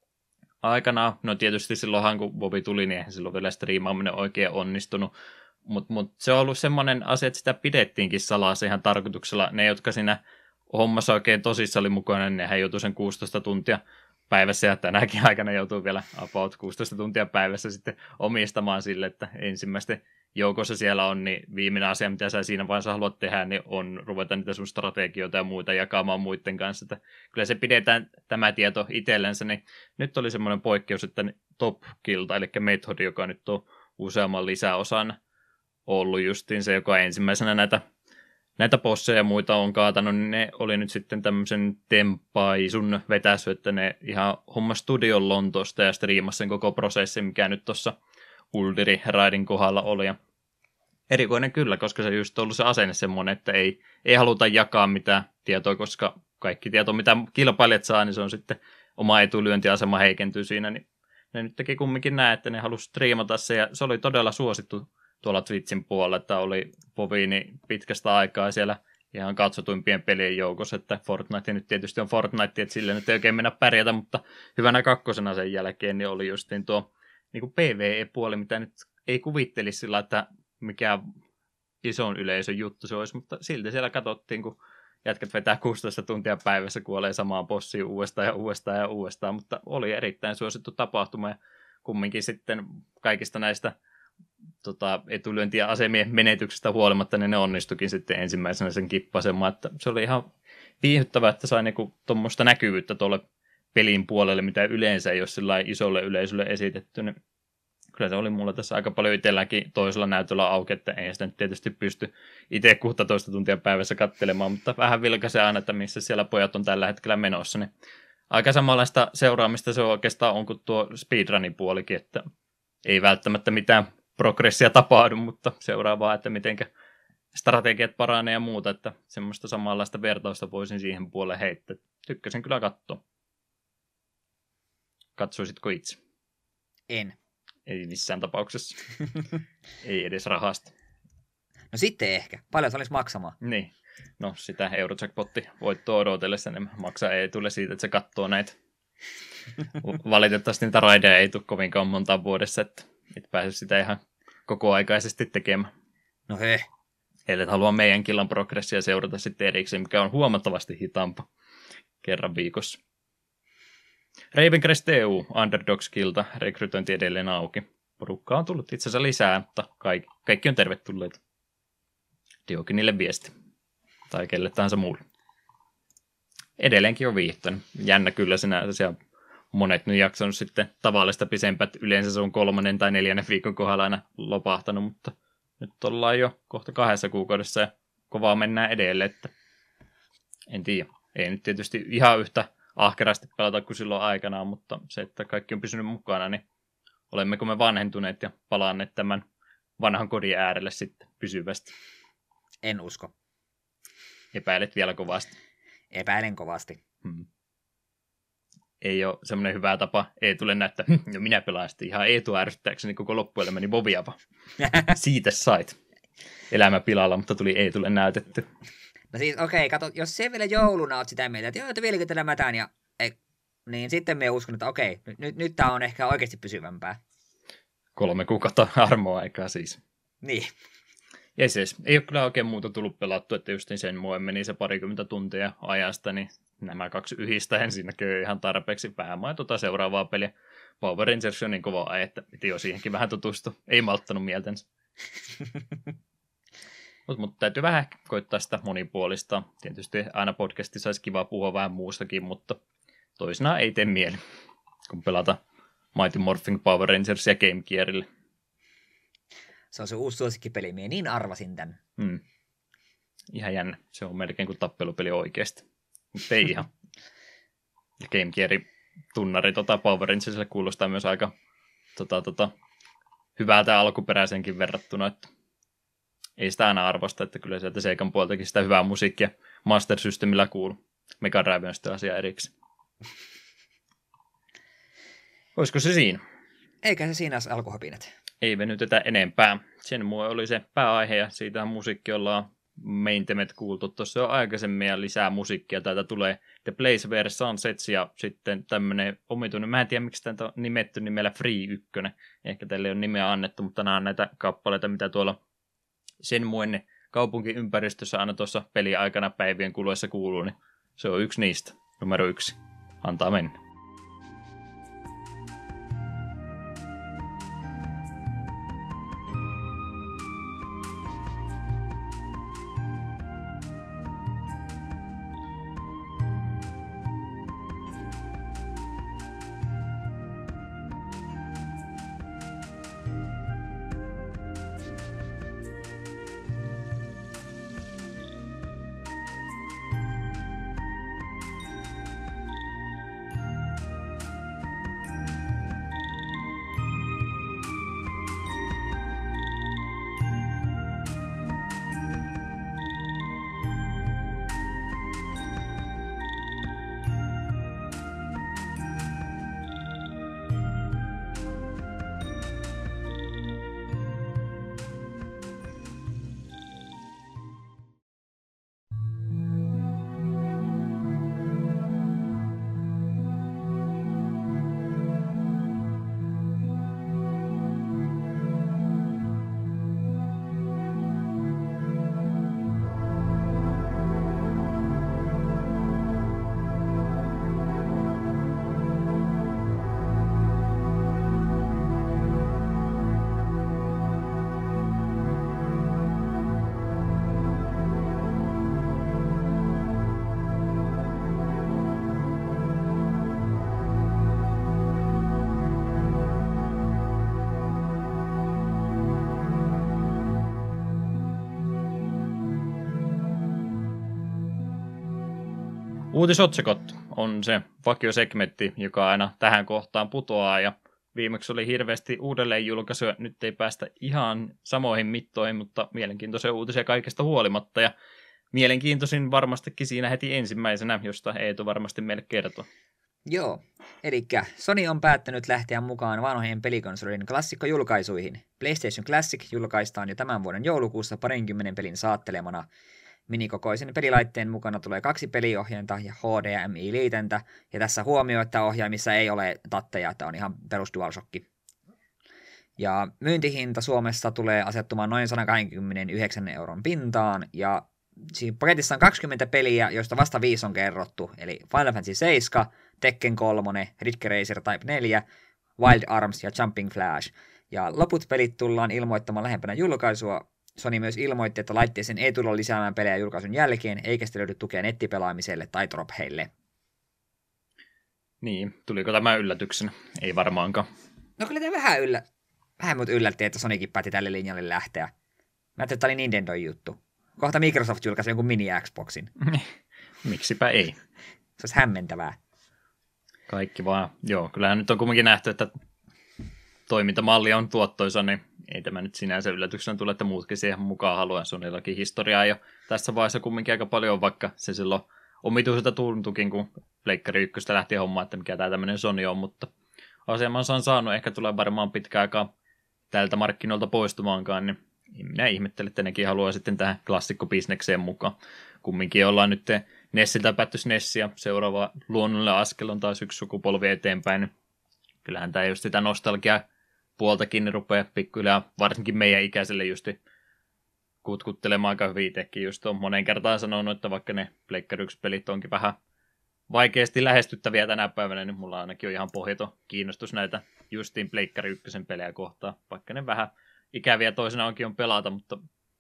aikanaan, no tietysti silloinhan kun Bobi tuli, niin eihän silloin vielä striimaaminen oikein onnistunut, mutta mut se on ollut semmoinen asia, että sitä pidettiinkin salaa ihan tarkoituksella, ne jotka siinä hommassa oikein tosissa oli mukana, niin hän joutui sen kuusitoista tuntia päivässä, ja tänäkin aikana joutuu vielä about kuusitoista tuntia päivässä sitten omistamaan sille, että ensimmäisten joukossa siellä on, niin viimeinen asia, mitä sä siinä vaiheessa haluat tehdä, niin on ruveta niitä sun strategioita ja muita jakamaan muiden kanssa. Että kyllä se pidetään tämä tieto itsellensä, niin nyt oli semmoinen poikkeus, että Top Kilta, eli Method, joka nyt on useamman lisäosan ollut justiin se, joka ensimmäisenä näitä näitä bosseja ja muita on kaatanut, niin ne oli nyt sitten tämmöisen tempaisun vetäsy, että ne ihan homma studion Lontoosta ja striimasi sen koko prosessin, mikä nyt tuossa Uldiri Raidin kohdalla oli. Ja erikoinen kyllä, koska se just ollut se asenne semmoinen, että ei, ei haluta jakaa mitään tietoa, koska kaikki tieto, mitä kilpailijat saa, niin se on sitten oma etulyöntiasema heikentyy siinä, niin ne nyt teki kumminkin näin, että ne halusi striimata se, ja se oli todella suosittu tuolla Twitchin puolella, että oli Povini pitkästä aikaa siellä ihan katsotuimpien pelien joukossa, että Fortnite nyt tietysti on Fortnite, että sille nyt ei oikein mennä pärjätä, mutta hyvänä kakkosena sen jälkeen niin oli justiin tuo niin kuin PvE-puoli, mitä nyt ei kuvittelisi sillä, että mikä ison yleisön juttu se olisi, mutta silti siellä katsottiin, kun jätkät vetää kuusitoista tuntia päivässä, kuolee samaan bossiin uudestaan ja uudestaan ja uudestaan, mutta oli erittäin suosittu tapahtuma, ja kumminkin sitten kaikista näistä tota, etulyönti- ja asemien menetyksestä huolimatta, niin ne onnistukin sitten ensimmäisenä sen kippasemaan, että se oli ihan viihyttävää, että sai niinku tuommoista näkyvyyttä tuolle pelin puolelle, mitä yleensä ei ole sillä isolle yleisölle esitetty, niin kyllä se oli mulla tässä aika paljon itselläkin toisella näytöllä auki, että ei sitä nyt tietysti pysty itse kuusitoista tuntia päivässä katselemaan, mutta vähän vilkaisee aina, että missä siellä pojat on tällä hetkellä menossa, niin aika samanlaista seuraamista se on oikeastaan on kuin tuo speedrunin puolikin, että ei välttämättä mitään progressia tapahdu, mutta seuraa vaan, että mitenkä strategiat paranee ja muuta, että semmoista samanlaista vertausta voisin siihen puolelle heittää. Tykkäsin kyllä katsoa. Katsoisitko itse? En. Ei missään tapauksessa. Ei edes rahasta. No sitten ehkä. Paljon se olisi maksamaan. Niin. No sitä Eurojackpotti voittoa odotellessa, niin maksaa ei tule siitä, että se katsoo näitä. Valitettavasti niitä raideja ei tule kovinkaan monta vuodessa, että et pääse sitä ihan kokoaikaisesti tekemään. No he. Eli halua meidän killan progressia seurata sitten erikseen, mikä on huomattavasti hitaampaa kerran viikossa. Ravencrest E U, Underdogs-kilta, rekrytointi edelleen auki. Porukkaa on tullut itse asiassa lisää, mutta kaikki, kaikki on tervetulleita. Diokinille viesti. Tai kelle tahansa muulle. Edelleenkin on viihtynyt. Jännä kyllä se näytä. Siellä monet nyt jaksanut sitten tavallista pisempät. Yleensä se on kolmannen tai neljännen viikon kohdalla aina lopahtanut, mutta nyt ollaan jo kohta kahdessa kuukaudessa ja kovaa mennään edelleen, että en tiedä. Ei nyt tietysti ihan yhtä ahkerasti pelata kuin silloin aikanaan, mutta se, että kaikki on pysynyt mukana, niin olemmeko me vanhentuneet ja palanneet tämän vanhan kodin äärelle sitten pysyvästi. En usko. Epäilet vielä kovasti. Epäilen kovasti. Hmm. Ei ole semmoinen hyvä tapa. Ei tule näyttää, no minä pelaan sitten ihan Eetu ärsyttääkseni koko loppuelämäni Bobiava. Siitä sait. Elämä pilalla, mutta tuli Eetulle näytetty. No siis okei, okay, kato, jos se vielä jouluna oot sitä mieltä, että joo, että vieläkö tällä mätään, ja, ei, niin sitten me uskon, että okei, nyt, nyt, nyt tää on ehkä oikeasti pysyvämpää. Kolme kuukautta armoa aikaa siis. Niin. Jes, jes. Ei ole kyllä oikein muuta tullut pelattu, että just sen muoen meni se parikymmentä tuntia ajasta, niin nämä kaksi yhdistäen siinä kyllä ihan tarpeeksi päämaan tuota seuraavaa peliä. Power Rangers on niin kova aja, että piti jo siihenkin vähän tutustua. Ei malttanut mieltänsä. Mutta mut täytyy vähän koittaa sitä monipuolista. Tietysti aina podcastissa olisi kiva puhua vähän muustakin, mutta toisinaan ei tee mieli, kun pelata Mighty Morphin Power Rangers ja Game Gearille. Se on se uusi suosikkipeli, minä niin arvasin tän. Hmm. Ihan jännä. Se on melkein kuin tappelupeli oikeasti. Mutta ei ihan. Ja Game Gearin tunnari tota Power Rangersille kuulostaa myös aika tota, tota, hyvältä alkuperäisenkin verrattuna, että ei sitä aina arvosta, että kyllä sieltä Seikan puoltakin sitä hyvää musiikkia Master Systemillä kuuluu. Mega Drive on sitten asia erikseen. Olisiko se siinä? Eikä se siinä olisi alkuhopinat. Ei venytetä enempää. Sen muu oli se pääaihe ja siitä musiikki ollaan maintemet kuultu tuossa jo aikaisemmin ja lisää musiikkia. Täältä tulee The Place Where Sun Sets ja sitten tämmöinen omituinen. Mä en tiedä, miksi tämä on nimetty nimellä Free yksi. Ehkä teille ei ole nimeä annettu, mutta nämä on näitä kappaleita, mitä tuolla sen muun kaupunkiympäristössä aina tuossa peliaikana päivien kuluessa kuuluu. Niin se on yksi niistä. Numero yksi. Antaa mennä. Uutisotsikot on se vakiosegmentti, joka aina tähän kohtaan putoaa, ja viimeksi oli hirveästi uudelleenjulkaisuja. Nyt ei päästä ihan samoihin mittoihin, mutta mielenkiintoisia uutisia kaikesta huolimatta, ja mielenkiintoisin varmastikin siinä heti ensimmäisenä, josta Eetu varmasti meille kertoo. Joo, eli Sony on päättänyt lähteä mukaan vanhojen pelikonsolien klassikkojulkaisuihin. PlayStation Classic julkaistaan jo tämän vuoden joulukuussa parinkymmenen pelin saattelemana. Minikokoisen pelilaitteen mukana tulee kaksi peliohjainta ja H D M I-liitäntä, ja tässä huomio, että ohjaimissa ei ole tatteja, että on ihan perus DualShock. Ja myyntihinta Suomessa tulee asettumaan noin sata kaksikymmentäyhdeksän euron pintaan, ja siinä paketissa on kaksikymmentä peliä, joista vasta viisi on kerrottu, eli Final Fantasy seitsemän, Tekken kolme, Ridge Racer Type neljä, Wild Arms ja Jumping Flash. Ja loput pelit tullaan ilmoittamaan lähempänä julkaisua. Sony myös ilmoitti, että laitteeseen ei tulla lisäämään pelejä julkaisun jälkeen, eikä sitä löydy tukea nettipelaamiselle tai dropheille. Niin, tuliko tämä yllätyksenä? Ei varmaankaan. No kyllä tämä vähän, yllä... vähän mut yllätti, että Sonykin päätti tälle linjalle lähteä. Mä ajattelin, että tämä oli Nintendon juttu. Kohta Microsoft julkaisi jonkun mini-Xboxin. Miksipä ei. Se olisi hämmentävää. Kaikki vaan. Joo, kyllähän nyt on kumminkin nähty, että toimintamalli on tuottoisa, niin ei tämä nyt sinänsä yllätyksenä tule, että muutkin siihen mukaan haluaa. Sonyllakin historiaa jo tässä vaiheessa kumminkin aika paljon, vaikka se silloin omituiselta tuntukin, kun Pleikkari ykköstä lähti hommaan, että mikä tämä tämmöinen Sony on, mutta asemansa on saanut, ehkä tulee varmaan pitkä aikaa tältä markkinoilta poistumaankaan, niin minä ihmettelen, että nekin haluaa sitten tähän klassikkobisnekseen mukaan. Kumminkin ollaan nyt Nessiltä päätty S N E S ja seuraava luonnollinen askel on taas yksi sukupolvi eteenpäin, niin kyllähän tämä just sitä nostalgiaa puoltakin ne rupeaa pikkuhiljaa, varsinkin meidän ikäiselle justi kutkuttelemaan aika hyvin itsekin. Just on moneen kertaan sanonut, että vaikka ne Pleikkari yksi pelit onkin vähän vaikeasti lähestyttäviä tänä päivänä, niin mulla ainakin on ihan pohjaton kiinnostus näitä justiin Pleikkari ykkösen pelejä kohtaan. Vaikka ne vähän ikäviä toisena onkin on pelata, mutta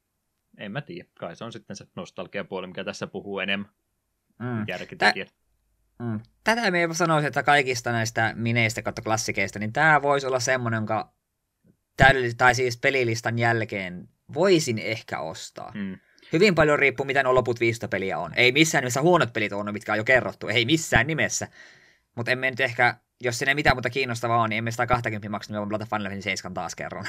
en mä tiedä. Kai se on sitten se nostalgiapuoli, mikä tässä puhuu enemmän. Mm. Järkitekijät. Mm. Tätä me sanoisin, että kaikista näistä mineistä kautta klassikeista, niin tämä voisi olla semmoinen, jonka täydellisesti, tai siis pelilistan jälkeen voisin ehkä ostaa. Mm. Hyvin paljon riippuu, mitä nuo loput viisitoista peliä on. Ei missään nimessä huonot pelit on, mitkä on jo kerrottu. Ei missään nimessä. Mutta emme nyt ehkä, jos sinne ei mitään muuta kiinnostavaa on, niin emme sitä kaksikymmentä maksa, niin me voimme pelata Final Fantasy seitsemän taas kerran.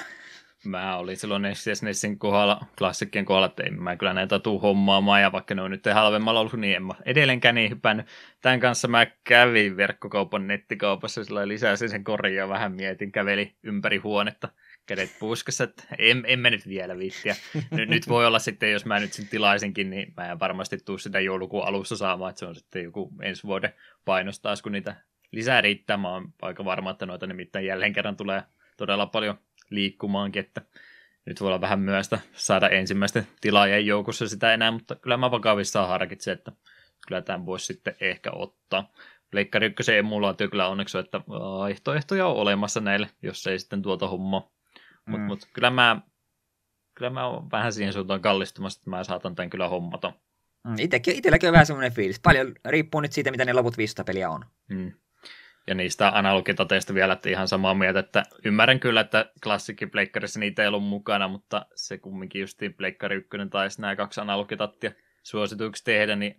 Mä olin silloin Nessin kohdalla, klassikkien kohdalla, että en mä kyllä näitä tuu hommaamaan, ja vaikka ne on nyt halvemmalla ollut, niin en mä edelleenkään niin hypännyt. Tämän kanssa mä kävin verkkokaupan nettikaupassa, sillä lisäsin sen korin ja vähän mietin, käveli ympäri huonetta, kädet puskassa, että en, en mä nyt vielä viittiä. Nyt, nyt voi olla sitten, jos mä nyt sen tilaisinkin, niin mä en varmasti tuu sitä joulukuun alussa saamaan, että se on sitten joku ensi vuoden painos taas, kun niitä lisää riittää. Mä oon aika varma, että noita nimittäin jälleen kerran tulee todella paljon liikkumaankin, että nyt voi olla vähän myöstä saada ensimmäisten tilaajien joukossa sitä enää, mutta kyllä mä vakavissaan harkitsen, että kyllä tämän voisi sitten ehkä ottaa. Pleikkari ykkösen emulaatio kyllä onneksi on, että vaihtoehtoja on olemassa näille, jos ei sitten tuota hommaa. Mutta mm. mut, kyllä mä kyllä mä oon vähän siihen suuntaan kallistumassa, että mä saatan tämän kyllä hommata. Mm, itekin, itelläkin on vähän semmoinen fiilis. Paljon riippuu nyt siitä, mitä ne loput viisitoista peliä on. Mm. Ja niistä analogitateista vielä, että ihan samaa mieltä, että ymmärrän kyllä, että klassikki pleikkarissa niitä ei ollut mukana, mutta se kumminkin justiin pleikkari ykkönen taisi nämä kaksi analogitattia suosituiksi tehdä, niin,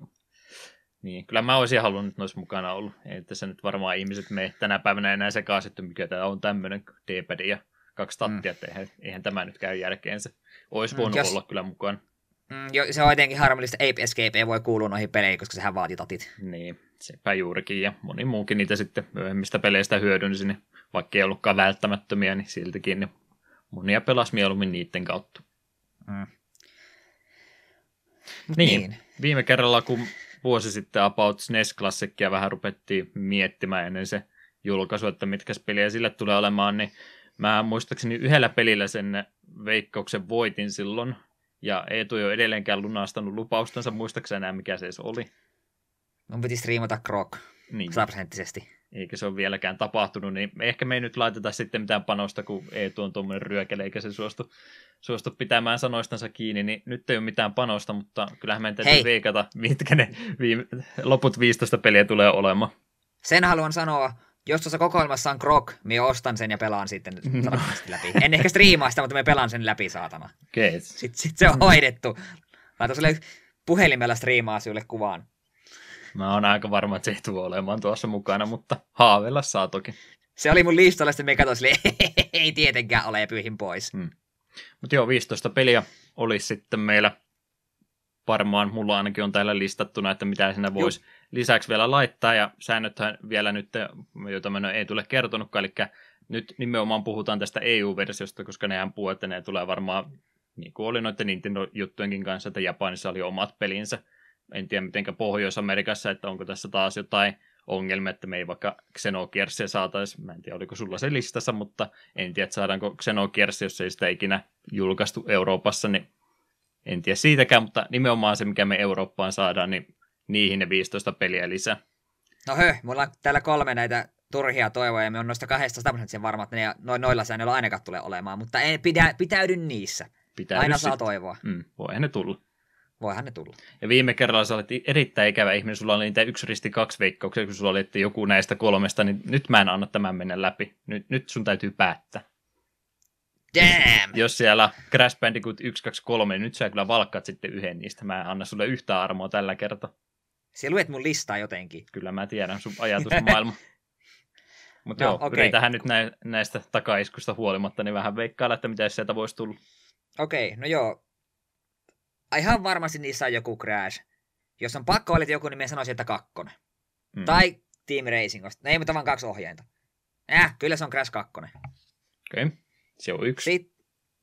niin kyllä mä olisin halunnut, että ne olisi mukana ollut. Ei tässä nyt varmaan ihmiset me tänä päivänä enää sekaisin, mikä tämä on tämmöinen D-pad ja kaksi tattia, mm. että eihän, eihän tämä nyt käy järkeensä. Olisi voinut Jos... olla kyllä mukana. Mm, jo, se on jotenkin harmillista, Ape Escape ei voi kuulua noihin peleihin, koska sehän vaati tatit. Niin, sepä juurikin, ja moni muukin niitä sitten myöhemmistä peleistä hyödynsi, niin vaikka ei ollutkaan välttämättömiä, niin siltikin niin monia pelasi mieluummin niiden kautta. Mm. Niin, niin, viime kerralla, kun vuosi sitten About S N E S-klassikkia vähän rupettiin miettimään ennen se julkaisu, että mitkä pelejä sille tulee olemaan, niin mä muistaakseni yhdellä pelillä sen veikkauksen voitin silloin, ja Eetu ei ole edelleenkään lunastanut lupaustansa, muistaakseni enää mikä se edes oli. Mun piti striimata Krog niin. sataprosenttisesti. Eikä se ole vieläkään tapahtunut, niin ehkä me ei nyt laiteta sitten mitään panosta, kun Eetu on tuommoinen ryökele, eikä se suostu, suostu pitämään sanoistansa kiinni, niin nyt ei ole mitään panosta, mutta kyllähän meidän täytyy veikata, mitkä ne viime, loput viisitoista peliä tulee olemaan. Sen haluan sanoa, jos tuossa kokoelmassa on Krog, minä ostan sen ja pelaan sitten sataprosenttisesti läpi. En ehkä striimaa sitä, mutta me pelaan sen läpi, saatana. Okay. Sitten sit se on hoidettu. Laita sulle puhelimella striimaa sinulle kuvaan. Mä oon aika varma, että se ei tule olemaan tuossa mukana, mutta haaveilla saa toki. Se oli mun listalla, sitten me katsoin, ei tietenkään ole ja pyyhin pois. Hmm. Mutta joo, viisitoista peliä olisi sitten meillä varmaan, mulla ainakin on täällä listattuna, että mitä siinä voisi lisäksi vielä laittaa, ja säännöthän vielä nyt, joita mä ei tule kertonutkaan, eli nyt nimenomaan puhutaan tästä E U-versiosta, koska nehän puhuu, että ne tulee varmaan, niin kuin oli noiden Nintendo-juttujenkin kanssa, että Japanissa oli omat pelinsä. En tiedä, mitenkä Pohjois-Amerikassa, että onko tässä taas jotain ongelmia, että me ei vaikka Xenogearsia saataisi, mä en tiedä, oliko sulla se listassa, mutta en tiedä, että saadaanko Xenogearsia, jos ei sitä ikinä julkaistu Euroopassa, niin en tiedä siitäkään, mutta nimenomaan se, mikä me Eurooppaan saadaan, niin niihin ne viisitoista peliä lisää. No hö, mulla on täällä kolme näitä turhia toivoja, ja me on noista kahdesta sataprosenttisen varma, että ne no, noilla säännöillä ainakaan tulee olemaan, mutta en pidä, pitäydy niissä. Pitäydy Aina sit. Saa toivoa. Mm, voihan ne tulla. Voihan ne tulla. Ja viime kerralla sä olet erittäin ikävä ihminen, sulla oli niitä yksi risti kaksi veikkauksia, kun sulla oli että joku näistä kolmesta, niin nyt mä en anna tämän mennä läpi. Nyt, nyt sun täytyy päättää. Damn! Jos siellä Crash Bandicoot yksi, kaksi, kolme, niin nyt sä kyllä valkkaat sitten yhden niistä. Mä en anna sulle yhtään armoa tällä kertaa. Sä luet mun listaa jotenkin. Kyllä mä tiedän sun ajatusmaailma. Mutta no, joo, okay. Yritetään nyt näistä takaiskusta huolimatta niin vähän veikkailla, että mitä sieltä voisi tulla. Okei, okay, no joo. Ihan varmasti niissä on joku Crash. Jos on pakko valita joku, niin minä sanoisin, että kakkonen. Mm. Tai Team Racing. No ei, mutta vaan kaksi ohjainta. Äh, kyllä se on Crash kakkonen. Okei, okay. Se on yksi. Sitten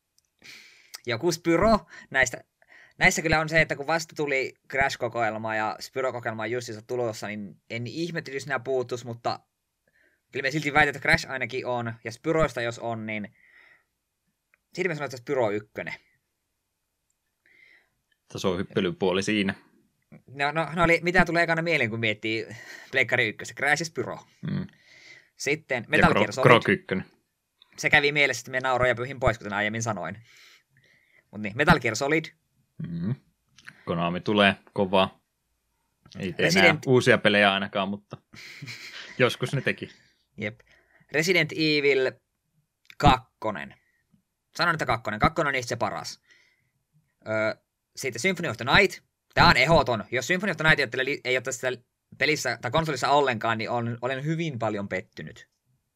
joku Spyro. Näistä, näissä kyllä on se, että kun vasta tuli Crash-kokoelma ja Spyro-kokoelma on justiinsa tulossa, niin en ihmettely, jos nämä puuttuisi, mutta Kyllä me silti väitän, että Crash ainakin on, ja Spyroista jos on, niin silti me sanoin, että Spyro on ykkönen. Tasohyppelypuoli siinä. No, no, no oli, mitä tulee ekana mieleen, kun miettii Pleikkari ykköstä, Crash ja Spyro. Mm. Sitten Metal Gear Solid. Krok ykkönen. Se kävi mielessä, että me nauroin ja pyyhin pois, kuten aiemmin sanoin. Mut niin, Metal Gear Solid. Mm. Konami tulee kovaa. Ei tee Resident... enää uusia pelejä ainakaan, mutta joskus ne teki. Jep. Resident Evil kakkonen. Sanon, että kakkonen. Kakkonen on niistä se paras. Öö, sitten Symphony of the Night. Tämä on ehdoton. Jos Symphony of the Night ei ole tässä pelissä tai konsolissa ollenkaan, niin on, olen hyvin paljon pettynyt.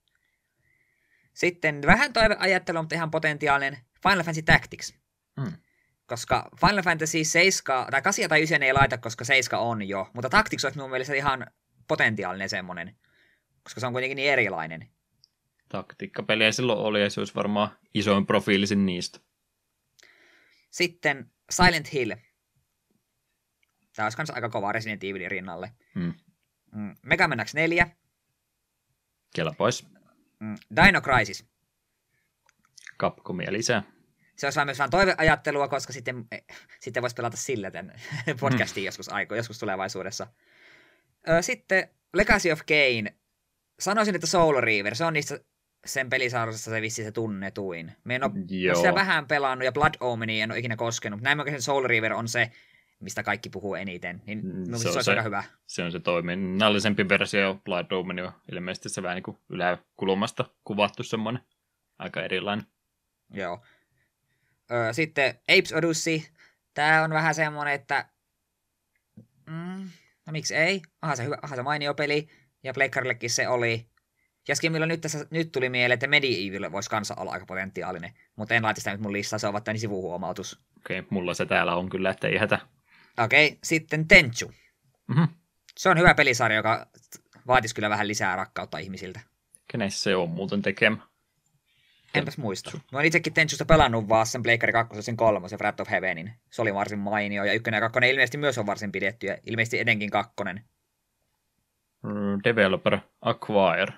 Sitten vähän toiveajattelu, mutta ihan potentiaalinen Final Fantasy Tactics. Hmm. Koska Final Fantasy seitsemän, tai kahdeksan tai yhdeksän ei laita, koska seitsemän on jo. Mutta Tactics olisi minun mielestä ihan potentiaalinen semmoinen. Koska se on kuitenkin niin erilainen. Taktiikkapeliä silloin oli, ja se olisi varmaan isoin profiilisin niistä. Sitten Silent Hill. Tämä olisi myös aika kova Resident Evilin rinnalle. Hmm. Mega Man X neljä. Kela pois. Dino Crisis. Capcomia lisää. Se olisi myös vähän toiveajattelua, koska sitten, eh, sitten voisi pelata sillä tämän podcastiin hmm. joskus, aiko, joskus tulevaisuudessa. Sitten Legacy of Kain. Sanoisin, että Soul Reaver. Se on niistä sen pelisarjassa se vissi se tunnetuin. Me en ole sitä vähän pelannut ja Blood Omenia en ole ikinä koskenut. Näin oikein Soul Reaver on se, mistä kaikki puhuu eniten. Niin se, se on se, aika hyvä. Se on se toiminnallisempi versio. Blood Omenia on ilmeisesti se vähän niin kuin yläkulmasta kuvattu semmoinen aika erilainen. Joo. Ö, sitten Apes Odyssey. Tää on vähän semmoinen, että mm, no miksi ei? Aha se, hyvä, aha se mainio peli. Ja Pleikkarillekin se oli. Joskin milloin nyt, tässä, nyt tuli mieleen, että Medieval voisi kanssa olla aika potentiaalinen. Mutta en laita sitä nyt mun listaa, se on vain sivuhuomautus. Okei, okay, mulla se täällä on kyllä, että ei hätä. Okei, okay, sitten Tenchu. Mm-hmm. Se on hyvä pelisarja, joka vaatisi kyllä vähän lisää rakkautta ihmisiltä. Kenessä se on muuten tekemä? Enpäs muista. Mä oon itsekin Tenchusta pelannut vaan sen Pleikkari kakkosen, sen kolmosen, Wrath of Heavenin. Se oli varsin mainio, ja ykkönen ja kakkonen ilmeisesti myös on varsin pidetty, ja ilmeisesti edenkin kakkonen. Developer Acquire.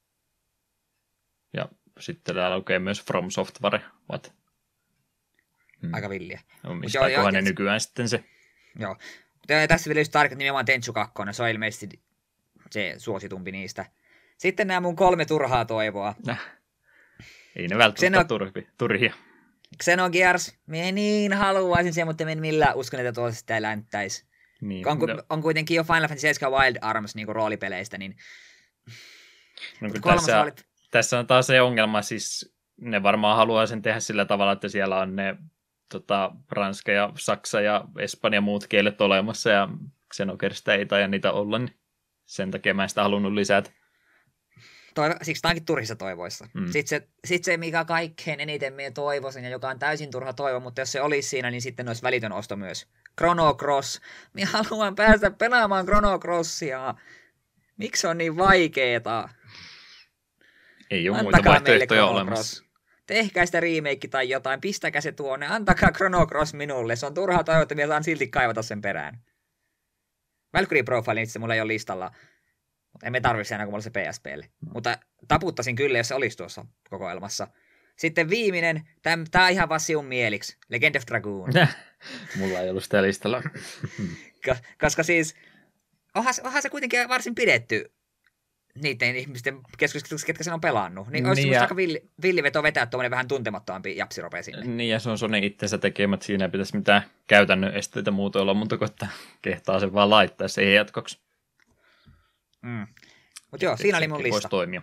Ja sitten täällä lukee myös From Software. What? Hmm. Aika villiä. No, mistä kohan ne nykyään sitten se? Joo. Tässä vielä just tarkka nimenomaan Tenchu kaksi. Se on ilmeisesti se suositumpi niistä. Sitten nämä mun kolme turhaa toivoa. Näh. Ei ne välttämättä Xeno... turhi, turhia. Xenogears. Minä niin haluaisin sen, mutta en millään uskon, että tuossa sitä länttäisi. Niin, on, no. on kuitenkin jo Final Fantasy seitsemän Wild Arms niinku roolipeleistä, niin no, tässä, oli... tässä on taas se ongelma, siis ne varmaan haluaa sen tehdä sillä tavalla, että siellä on ne tota, Ranska ja Saksa ja Espanja muut kielet olemassa, ja Xenogearsta ei taida niitä olla, niin sen takia mä en sitä halunnut lisätä. Toivo, siksi tämä onkin turhissa toivoissa. Mm. Sitten, se, sitten se, mikä kaikkein eniten minä toivoisin, ja joka on täysin turha toivo, mutta jos se olisi siinä, niin sitten olisi välitön osto myös. Chrono Cross. Minä haluan päästä pelaamaan Chrono Crossia. Miksi on niin vaikeeta? Ei ole muita vaihtoehtoja olemassa. Tehkää sitä remake tai jotain, pistäkää se tuonne, antakaa Chrono Cross minulle. Se on turhaa toivoa, että minä saan silti kaivata sen perään. Valkyrie Profile itse mulla ei ole listalla. Mutta emme tarvitse enää, kun mulla se P S P:lle. Mutta taputtaisin kyllä, jos se olisi tuossa kokoelmassa. Sitten viimeinen, tämä on ihan vaan siun mieliksi. Legend of Dragoon. Mulla ei ollut sitä listalla. Koska siis, onhan, onhan se kuitenkin varsin pidetty niiden ihmisten keskustelussa, ketkä sen on pelannut. Niin olisi niin ja... aika villi, villiveto vetää tuommoinen vähän tuntemattomampi japsirope sinne. Niin ja se on Sony itsensä tekemät. Siinä ei pitäisi mitään käytännön esteitä muuta olla, mutta kun kehtaa sen vaan laittaa, se ei jatkoksi. Mm. Mutta joo, siinä oli mun lista. Toimia.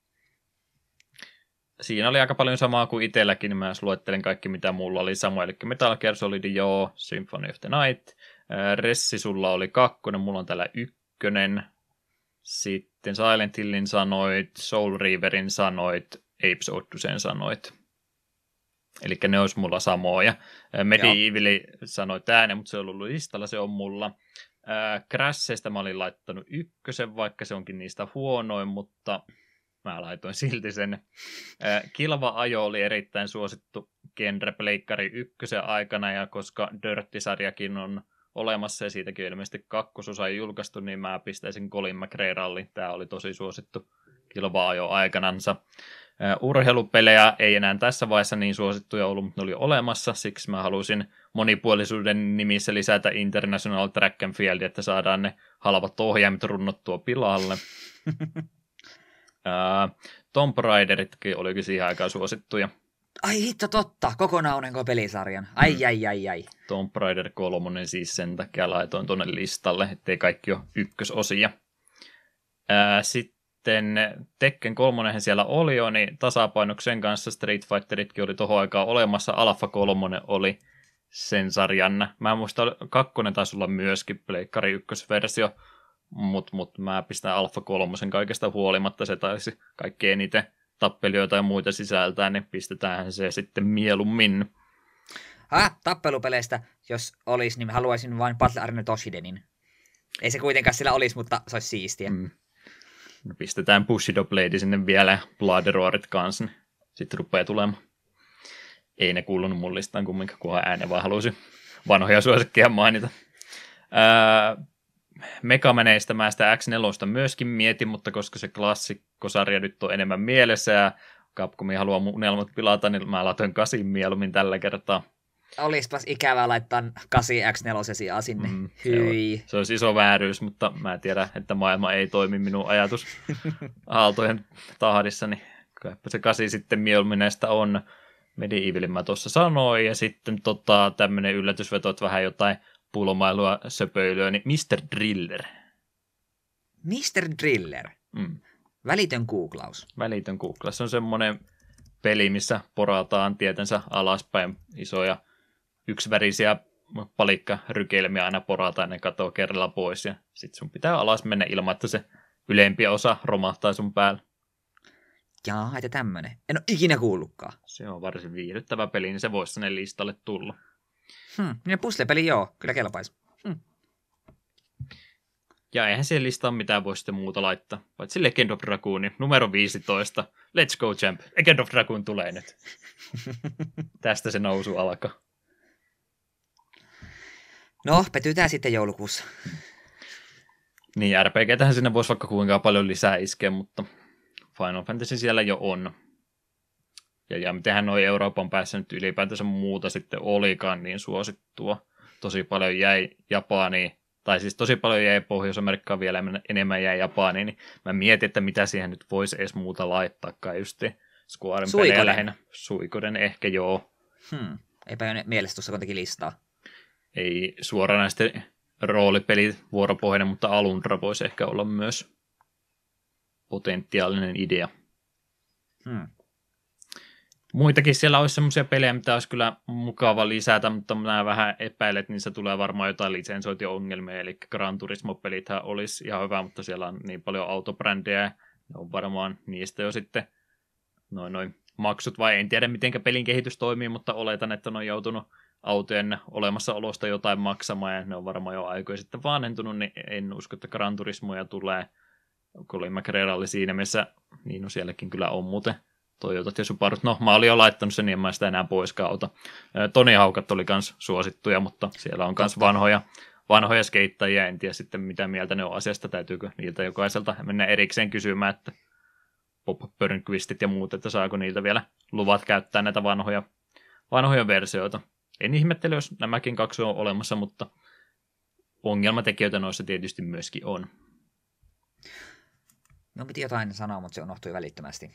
Siinä oli aika paljon samaa kuin itselläkin, niin mä luettelen kaikki, mitä mulla oli sama. Eli Metal Gear Solid, joo, Symphony of the Night. Ressi sulla oli kakkonen, mulla on täällä ykkönen. Sitten Silent Hillin sanoit, Soul Reaverin sanoit, Apes Odysseyn sanoit. Eli ne olisi mulla samoja. Medieval sanoit äänen, mutta se on ollut listalla, se on mulla. Crashista mä olin laittanut ykkösen, vaikka se onkin niistä huonoin, mutta mä laitoin silti sen. Kilva-ajo oli erittäin suosittu genre Pleikkari ykkösen aikana, ja koska Dirt-sarjakin on olemassa ja siitäkin ilmeisesti kakkososa julkaistu, niin mä pistäisin Colin McRae Rallyn. Tää oli tosi suosittu kilvaa jo aikanansa. Urheilupelejä ei enää tässä vaiheessa niin suosittuja ollut, mutta ne oli olemassa, siksi mä halusin monipuolisuuden nimissä lisätä International Track and Field, että saadaan ne halvat ohjaimet runnottua pilalle. Tomb Raideritkin olikin siihen aikaan suosittuja. Ai hitto totta, kokonaan unen pelisarjan. Ai, mm. ai, ai, ai. Tomb Raider kolmonen siis sen takia laitoin tuonne listalle, ettei kaikki ole ykkösosia. Ää, sitten Tekken kolmonenhan siellä oli jo, niin tasapainoksen kanssa Street Fighteritkin oli tohon aikaan olemassa. Alpha kolmonen oli sen sarjan. Mä en muista, kakkonen taisi olla myöskin Pleikkari ykkösversio, mutta mut mä pistän Alpha kolmosen kaikesta huolimatta. Se taisi kaikkein eniten tappelijoita ja muita sisältää, niin pistetään se sitten mieluummin. Ah, tappelupeleistä, jos olisi, niin haluaisin vain Battle Arena Toshidenin. Ei se kuitenkaan sillä olisi, mutta se olisi siistiä. Mm. No pistetään Bushido Blade sinne vielä ja Blood Roarit kanssa, niin sitten rupeaa tulemaan. Ei ne kuulunut mun listaan kumminkaan, kunhan ääne vaan halusi vanhoja suosikkeja mainita. Ää, Megamaneista mä sitä X neljä myöskin mietin, mutta koska se klassikkosarja nyt on enemmän mielessä ja Capcomin haluaa unelmat pilata, niin mä laitoin kasin mieluummin tällä kertaa. Olispas ikävää laittaa kasi X neljä sinne. Mm, Hyi. Se, on, se olisi iso vääryys, mutta mä tiedän, että maailma ei toimi minun ajatus aaltojen tahdissa, niin kaipa se kasi sitten mieluummin näistä on. Medievalin mä tuossa sanoin, ja sitten tota, tämmöinen yllätysveto, että vähän jotain pulmailua, söpöilyä, niin mister Driller. mister Driller? Mm. Välitön googlaus. Välitön googlaus. Se on semmoinen peli, missä porataan tietensä alaspäin isoja yksivärisiä palikkarykelmiä aina porataan, ne katoo kerralla pois, ja sitten sun pitää alas mennä ilman, että se ylempi osa romahtaa sun päällä. Jaa, että tämmönen. En ole ikinä kuullutkaan. Se on varsin viihdyttävä peli, niin se voisi sinne listalle tulla. Hmm, niin puzzle-peli joo, kyllä kelpaisi. Hmm. Ja eihän siihen listaan mitään voi sitten muuta laittaa, paitsi Legend of Dragoon, numero viisitoista. Let's go champ, Legend of Dragoon tulee nyt. Tästä se nousu alkaa. No, petytään sitten joulukuussa. Niin, R P G:tähän sinne voisi vaikka kuinka paljon lisää iskeä, mutta Final Fantasy siellä jo on. Ja, ja mitenhän noi Euroopan päässä nyt ylipäätänsä muuta sitten olikaan niin suosittua. Tosi paljon jäi Japaniin, tai siis tosi paljon jäi Pohjois-Amerikkaan vielä enemmän jäi Japaniin, niin mä mietin, että mitä siihen nyt voisi edes muuta laittaakaan justi. Squaren pelejä lähinnä. Suikoden ehkä joo. Hmm. Eipä ole mielessä tuossa kuitenkin listaa. Ei suoranaisesti roolipelit vuoropohjainen, mutta Alundra voisi ehkä olla myös potentiaalinen idea. Hmm. Muitakin siellä olisi semmoisia pelejä, mitä olisi kyllä mukava lisätä, mutta mä vähän epäilen, että niissä tulee varmaan jotain lisensointiongelmia, eli Gran Turismo-pelithän olisi ihan hyvä, mutta siellä on niin paljon autobrändejä, ne on varmaan niistä jo sitten noin noin maksut, vai en tiedä miten pelin kehitys toimii, mutta oletan, että ne on joutunut autojen olemassaolosta jotain maksamaan, ja ne on varmaan jo aikoja sitten vanhentunut, niin en usko, että Gran Turismoja tulee. Colin McRae oli siinä mielessä, niin no sielläkin kyllä on muuten Toyotat ja Subarut. No, mä olin jo laittanut sen, niin en mä sitä enää poiskaan ota. Tony Haukat oli kans suosittuja, mutta siellä on kans vanhoja, vanhoja skeittajia. En tiedä sitten, mitä mieltä ne on asiasta. Täytyykö niiltä jokaiselta mennä erikseen kysymään, että Bob Burnquistit ja muut, että saako niiltä vielä luvat käyttää näitä vanhoja, vanhoja versioita. En ihmettele, jos nämäkin kaksi on olemassa, mutta ongelmatekijöitä noissa tietysti myöskin on. No piti jotain sanoa, mutta se unohtui välittömästi.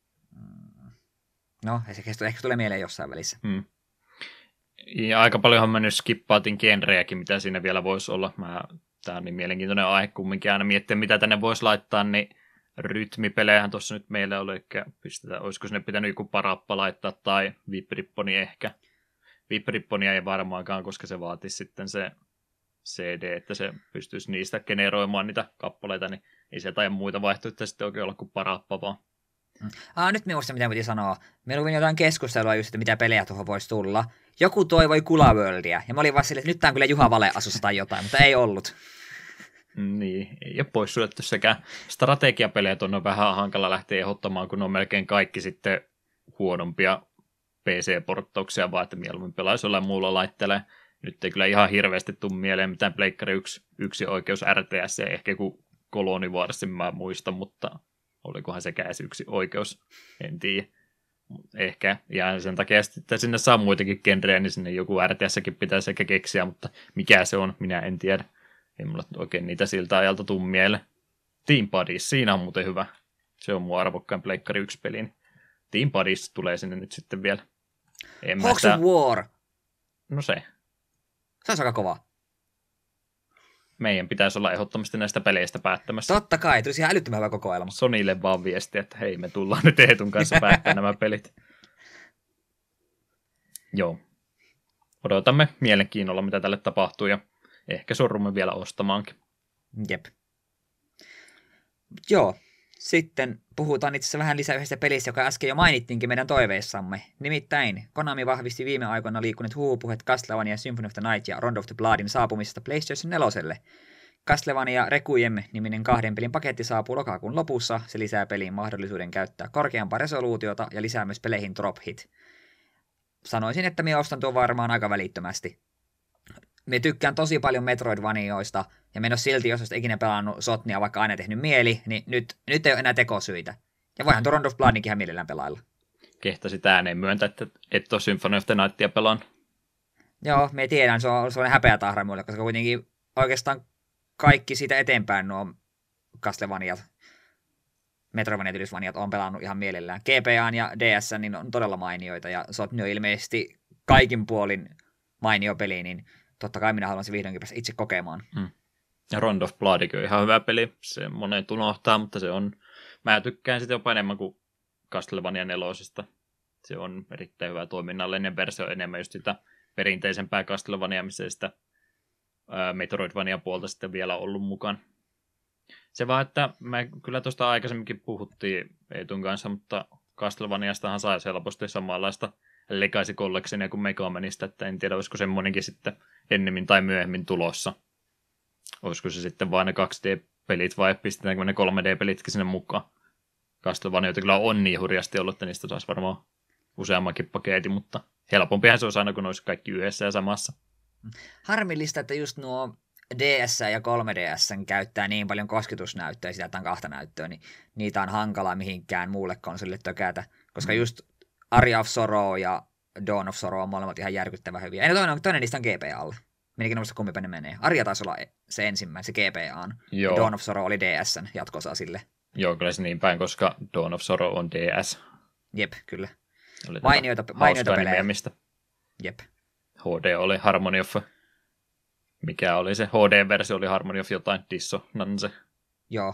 No, se kesto, ehkä tulee mieleen jossain välissä. Hmm. Ja aika paljonhan mä nyt skippaatin genrejäkin, mitä siinä vielä voisi olla. Mä, tää on niin mielenkiintoinen aihe kumminkin aina miettiä, mitä tänne voisi laittaa, niin rytmipelejähän tuossa nyt meillä oli, eli pistetään, olisiko sinne pitänyt joku Parappa laittaa, tai Vipripponi ehkä. Vipripponia ei varmaankaan, koska se vaatisi sitten se C D, että se pystyisi niistä generoimaan niitä kappaleita, niin ei sieltä tai muita vaihtoehtoja sitten oikein olla kuin Parappa vaan. Ah, nyt minusta mitä piti sanoa. Meillä oli jotain keskustelua just, että mitä pelejä tuohon voisi tulla. Joku toivoi Kula Worldia, ja mä olin vaan silleen, että nyt tää on kyllä Juha Vale-asussa tai jotain, mutta ei ollut. Niin, ei ole poissuljettu sekä strategiapelejä tuonne on vähän hankala lähteä ehdottamaan, kun on melkein kaikki sitten huonompia P C-porttauksia, vaan että mieluummin pelaisi jollain muulla laitteella. Nyt ei kyllä ihan hirveästi tule mieleen mitään Pleikkari yksi, yksi oikeus R T S ja ehkä joku kolonivaarsin mä muistan, mutta olikohan sekä edes yksi oikeus, en tiedä. Ehkä, ja sen takia että sinne saa muitakin genrejä, niin sinne joku R T S:kin pitäisi ehkä keksiä, mutta mikä se on, minä en tiedä. Ei mulla oikein niitä siltä ajalta tuu mieleen. Team Buddies, siinä on muuten hyvä. Se on mun arvokkain Pleikkari yksi peli. Niin Team Buddies tulee sinne nyt sitten vielä. Hawks of War! No se. Se on aika kova. Meidän pitäisi olla ehdottomasti näistä peleistä päättämässä. Totta kai, tulisi ihan älyttömän hyvä kokoelma. Sonille vaan viesti, että hei, me tullaan nyt Eetun kanssa päättää nämä pelit. Joo. Odotamme mielenkiinnolla, mitä tälle tapahtuu, ja ehkä sorrumme vielä ostamaankin. Jep. Joo. Sitten puhutaan itse asiassa vähän lisää yhdestä pelistä, joka äsken jo mainittiinkin meidän toiveissamme. Nimittäin Konami vahvisti viime aikoina liikkuneet huhupuheet Castlevania Symphony of the Night ja Round of the Bloodin saapumisesta PlayStation neljälle. Castlevania Requiem-niminen kahden pelin paketti saapuu lokakuun lopussa. Se lisää peliin mahdollisuuden käyttää korkeampaa resoluutiota ja lisää myös peleihin drop hit. Sanoisin, että minä ostan tuon varmaan aika välittömästi. Me tykkään tosi paljon Metroidvanioista, ja me en ole silti, jos olisit ikinä pelannut Sotnia, vaikka aina tehnyt mieli, niin nyt, nyt ei ole enää tekosyitä. Ja voihan tuon Round of Bloodinkin ihan mielellään pelailla. Kehtasit ääneen myöntä, että et ole Symphony of the Nightia pelaan. Joo, me tiedän, se on, se on häpeä tahra mulle, koska kuitenkin oikeastaan kaikki siitä eteenpäin nuo Castlevaniat, Metroidvania-tylisvaniat on pelannut ihan mielellään. G P A ja D S niin on todella mainioita, ja Sotni on ilmeisesti kaikin puolin mainio peli, niin totta kai minä haluan se vihdoinkin päästä itse kokemaan. Hmm. Ja Round of Bloodikin on ihan hyvä peli. Se monet unohtaa, mutta se on... Mä tykkään sitä jopa enemmän kuin Castlevania nelosesta. Se on erittäin hyvä toiminnallinen versio, enemmän just sitä perinteisempää Castlevania, missä sitä ää, Metroidvania puolta sitten vielä ollut mukaan. Se vaan, että me kyllä tuosta aikaisemminkin puhuttiin Eetun kanssa, mutta Castlevaniastahan sai helposti samanlaista Legacy Collectionia kuin Mega Manista, että en tiedä, olisiko semmoinenkin sitten ennemmin tai myöhemmin tulossa. Olisiko se sitten vain ne kaksi D-pelit vai pistetäänkö ne kolme D-pelitkin sinne mukaan. Castlevaniaita kyllä on niin hurjasti ollut, että niistä saisi varmaan useammankin paketin, mutta helpompihan se olisi aina, kun olisi kaikki yhdessä ja samassa. Harmillista, että just nuo D S ja kolme D S käyttää niin paljon kosketusnäyttöä, sitä että on kahta näyttöä, niin niitä on hankala mihinkään muulle konsolille tökätä, koska mm. just Aria of Sorrow ja Dawn of Sorrow on molemmat ihan järkyttävän hyviä. Ja toinen, toinen niistä on G P A:lla. Menikin muista kumpi ne menee. Aria taisi olla se ensimmäinen, se G P A:n. Ja Dawn of Sorrow oli D S:n jatko-osa sille. Joo, kyllä se niin päin, koska Dawn of Sorrow on D S. Jep, kyllä. Mainioita, mainioita pelejä. Mistä Jep. H D oli Harmony of... Mikä oli se? H D-versio oli Harmony of jotain, Dissonance. Joo.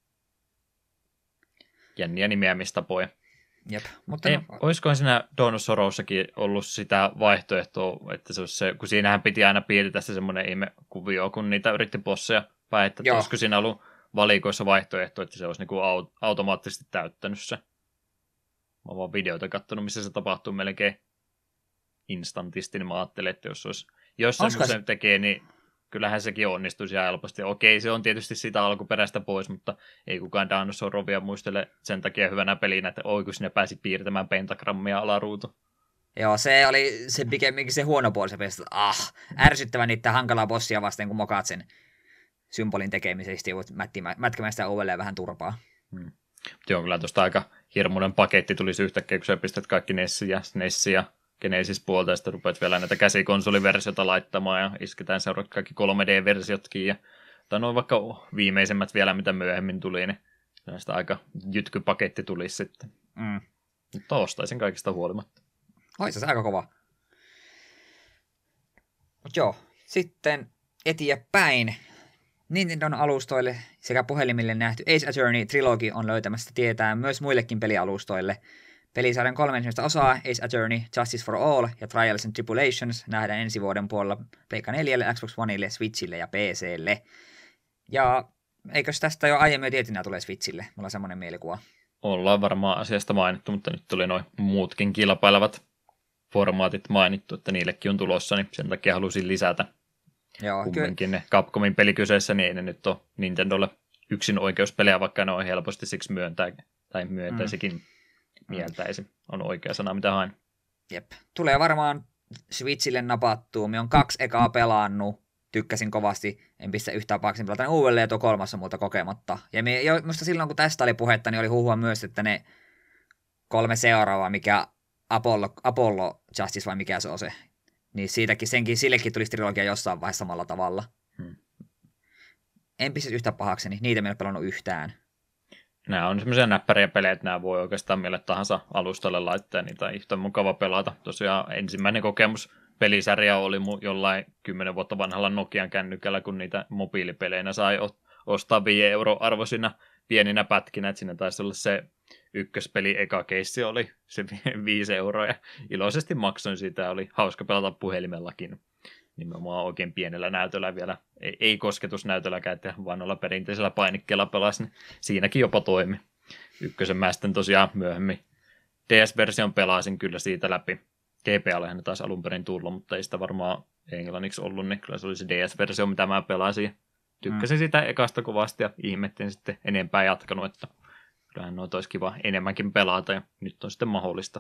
Jänniä nimeämistapoja. Jep, mutta Ei, no... Olisikohan siinä Dawn of Sorrowssakin ollut sitä vaihtoehtoa, että se olisi se, kun siinähän piti aina piirtää se semmoinen ihme kuvio, kun niitä yritti bosseja päin, että olisiko siinä ollut valikoissa vaihtoehto, että se olisi niinku aut- automaattisesti täyttänyt se. Mä oon vaan videoita katsonut, missä se tapahtuu melkein instantisti, niin mä ajattelin, että jos, olisi, jos se se tekee, niin kyllähän sekin onnistuisi ihan helposti. Okei, se on tietysti sitä alkuperäistä pois, mutta ei kukaan Dawn of Sorrowia muistele sen takia hyvänä pelinä, että oi kun sinne pääsi piirtämään pentagrammia alaruutu. Joo, se oli se pikemminkin se huono puoli, se peli, ah, ärsyttävän niitä hankalaa bossia vasten, kun mokaat sen symbolin tekemisestä ja voit mätkemään sitä uudelleen vähän turpaa. Hmm. Joo, kyllä tuosta aika hirmuinen paketti tulisi yhtäkkiä, kun sä pistät kaikki Nessi ja Snessi ja Genesis puolta, ja sitten rupeat vielä näitä käsikonsoliversiota laittamaan, ja isketään seuraavat kaikki kolme D-versiotkin, ja tai noin vaikka viimeisemmät vielä, mitä myöhemmin tuli, niin näistä aika jytkypaketti tulisi sitten. Mm. Mutta ostaisin kaikista huolimatta. Oi, se on aika kova. Mut joo, sitten eteenpäin. Nintendon alustoille sekä puhelimille nähty Ace Attorney Trilogy on löytämässä tietää myös muillekin pelialustoille. Pelisarjan kolme ensimmäistä osaa, Ace Attorney, Justice for All ja Trials and Tribulations, nähdään ensi vuoden puolella Pleikka neljälle, Xbox Oneille, Switchille ja P C:lle. Ja eikös tästä jo aiemmin tietynä tulee Switchille? Mulla on semmoinen mielikuva. Ollaan varmaan asiasta mainittu, mutta nyt tuli noin muutkin kilpailevat formaatit mainittu, että niillekin on tulossa, niin sen takia halusin lisätä. Joo, kumminkin ne Capcomin peli kyseessä, niin ei ne nyt ole Nintendolle yksin oikeuspelejä, vaikka ne on helposti siksi myöntää, tai myöntäisikin. Mm. Mieltäisi on oikea sana, mitä haen. Jep. Tulee varmaan Switchille napattua. Me on kaksi ekaa pelannut. tykkäsin kovasti, en pistä yhtään paksin pelata uudelleen, ja tuo kolmas on multa kokematta. Ja me, jo, musta silloin, kun tästä oli puhetta, niin oli huhua myös, että ne kolme seuraavaa, mikä Apollo, Apollo Justice vai mikä se on se, niin siitäkin, senkin, sillekin tulisi trilogia jossain vaiheessa samalla tavalla. Hmm. En pistä yhtään pahakseni, niitä me ei ole pelannut yhtään. Nämä on semmoisia näppäriä pelejä, että nämä voi oikeastaan mille tahansa alustalle laittaa, niitä on yhtä mukava pelata. Tosiaan ensimmäinen kokemus pelisarja oli jollain kymmenen vuotta vanhalla Nokian kännykällä, kun niitä mobiilipeleinä sai ostaa viisi euro arvoisina pieninä pätkinä, että siinä taisi olla se ykköspeli, eka keissi oli se viisi euroa, ja iloisesti maksoin siitä, oli hauska pelata puhelimellakin. Nimenomaan oikein pienellä näytöllä vielä, ei, ei kosketusnäytölläkään, että vanhalla perinteisellä painikkeella pelasi, niin siinäkin jopa toimi. Ykkösen mä sitten tosiaan myöhemmin D S-version pelasin kyllä siitä läpi. G P A:lle taas alun perin tullut, mutta ei sitä varmaan englanniksi ollut, niin kyllä se oli se D S-versio, mitä mä pelasin. Tykkäsin mm. sitä ekasta kovasti ja ihmettiin sitten enempää jatkanut, että kyllähän noita olisi kiva enemmänkin pelata ja nyt on sitten mahdollista.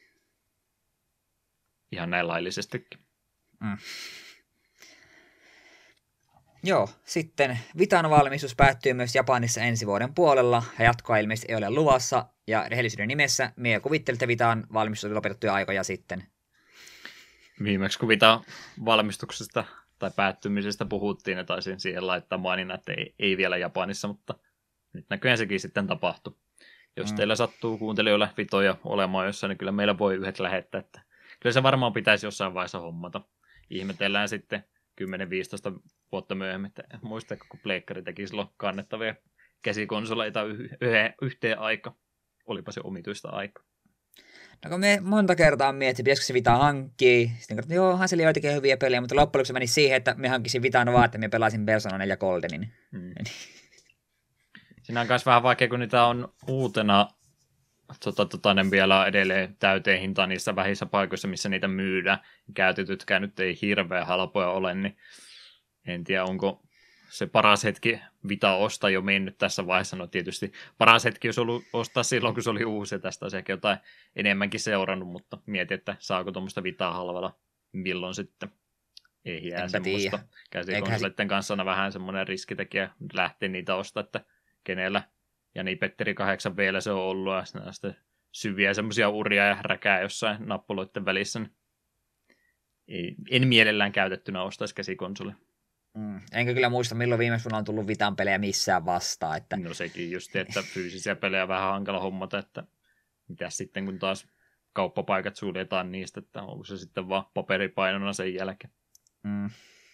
Ihan näin laillisestikin. Mm. Joo, sitten Vitan valmistus päättyy myös Japanissa ensi vuoden puolella, ja jatkoa ilmeisesti ei ole luvassa, ja rehellisyyden nimessä me kuvittelitte Vitan valmistus oli lopetettu jo aikoja sitten. Viimeksi kun Vitan valmistuksesta tai päättymisestä puhuttiin, ja taisin siihen laittaa mainina, että ei, ei vielä Japanissa, mutta nyt näköjään sekin sitten tapahtui. Jos mm. teillä sattuu kuuntelijoilla Vitoja olemaan jossain, niin kyllä meillä voi yhdet lähettää, että kyllä se varmaan pitäisi jossain vaiheessa hommata. Ihmetellään sitten kymmenen viisitoista vuotta myöhemmin, että muistatko, kun Pleikkari teki silloin kannettavia käsikonsoleita yh- yhteen aika. Olipa se omituista aika. No kun me monta kertaa miettii, pitäisikö se Vita hankkii. Sitten katsoin, joo, onhan siellä joitakin hyviä pelejä, mutta loppujen lopuksi meni siihen, että me hankkisin Vitan vaan, että me pelasin Persona neljä Goldenin. Hmm. Siinä on myös vähän vaikea, kun niitä on uutena tota, tota, ne vielä edelleen täyteen hintaan niissä vähissä paikoissa, missä niitä myydään. Käytetytkään nyt ei hirveän halpoja ole, niin en tiedä, onko se paras hetki Vita ostaa jo mennyt tässä vaiheessa. No tietysti paras hetki olisi ollut ostaa silloin, kun se oli uusi, ja tästä olisi ehkä jotain enemmänkin seurannut, mutta mietin, että saako tuommoista Vitaa halvalla milloin sitten. Ei jää semmoista. Käsikonsoleiden kanssa on vähän semmoinen riskitekijä lähteä niitä ostaa, että kenellä. Ja niin Petteri kahdeksan vielä se on ollut, ja sitten syviä semmoisia uria ja räkää jossain nappuloiden välissä. Niin ei, en mielellään käytettynä ostaisi käsikonsoli. Mm. Enkä kyllä muista, milloin viimeksi vuonna on tullut Vitan pelejä missään vastaan. Että... No sekin just, että fyysisiä pelejä vähän hankala hommata, että mitäs sitten kun taas kauppapaikat suljetaan niistä, että onko se sitten vaan paperipainona sen jälkeen. Mm.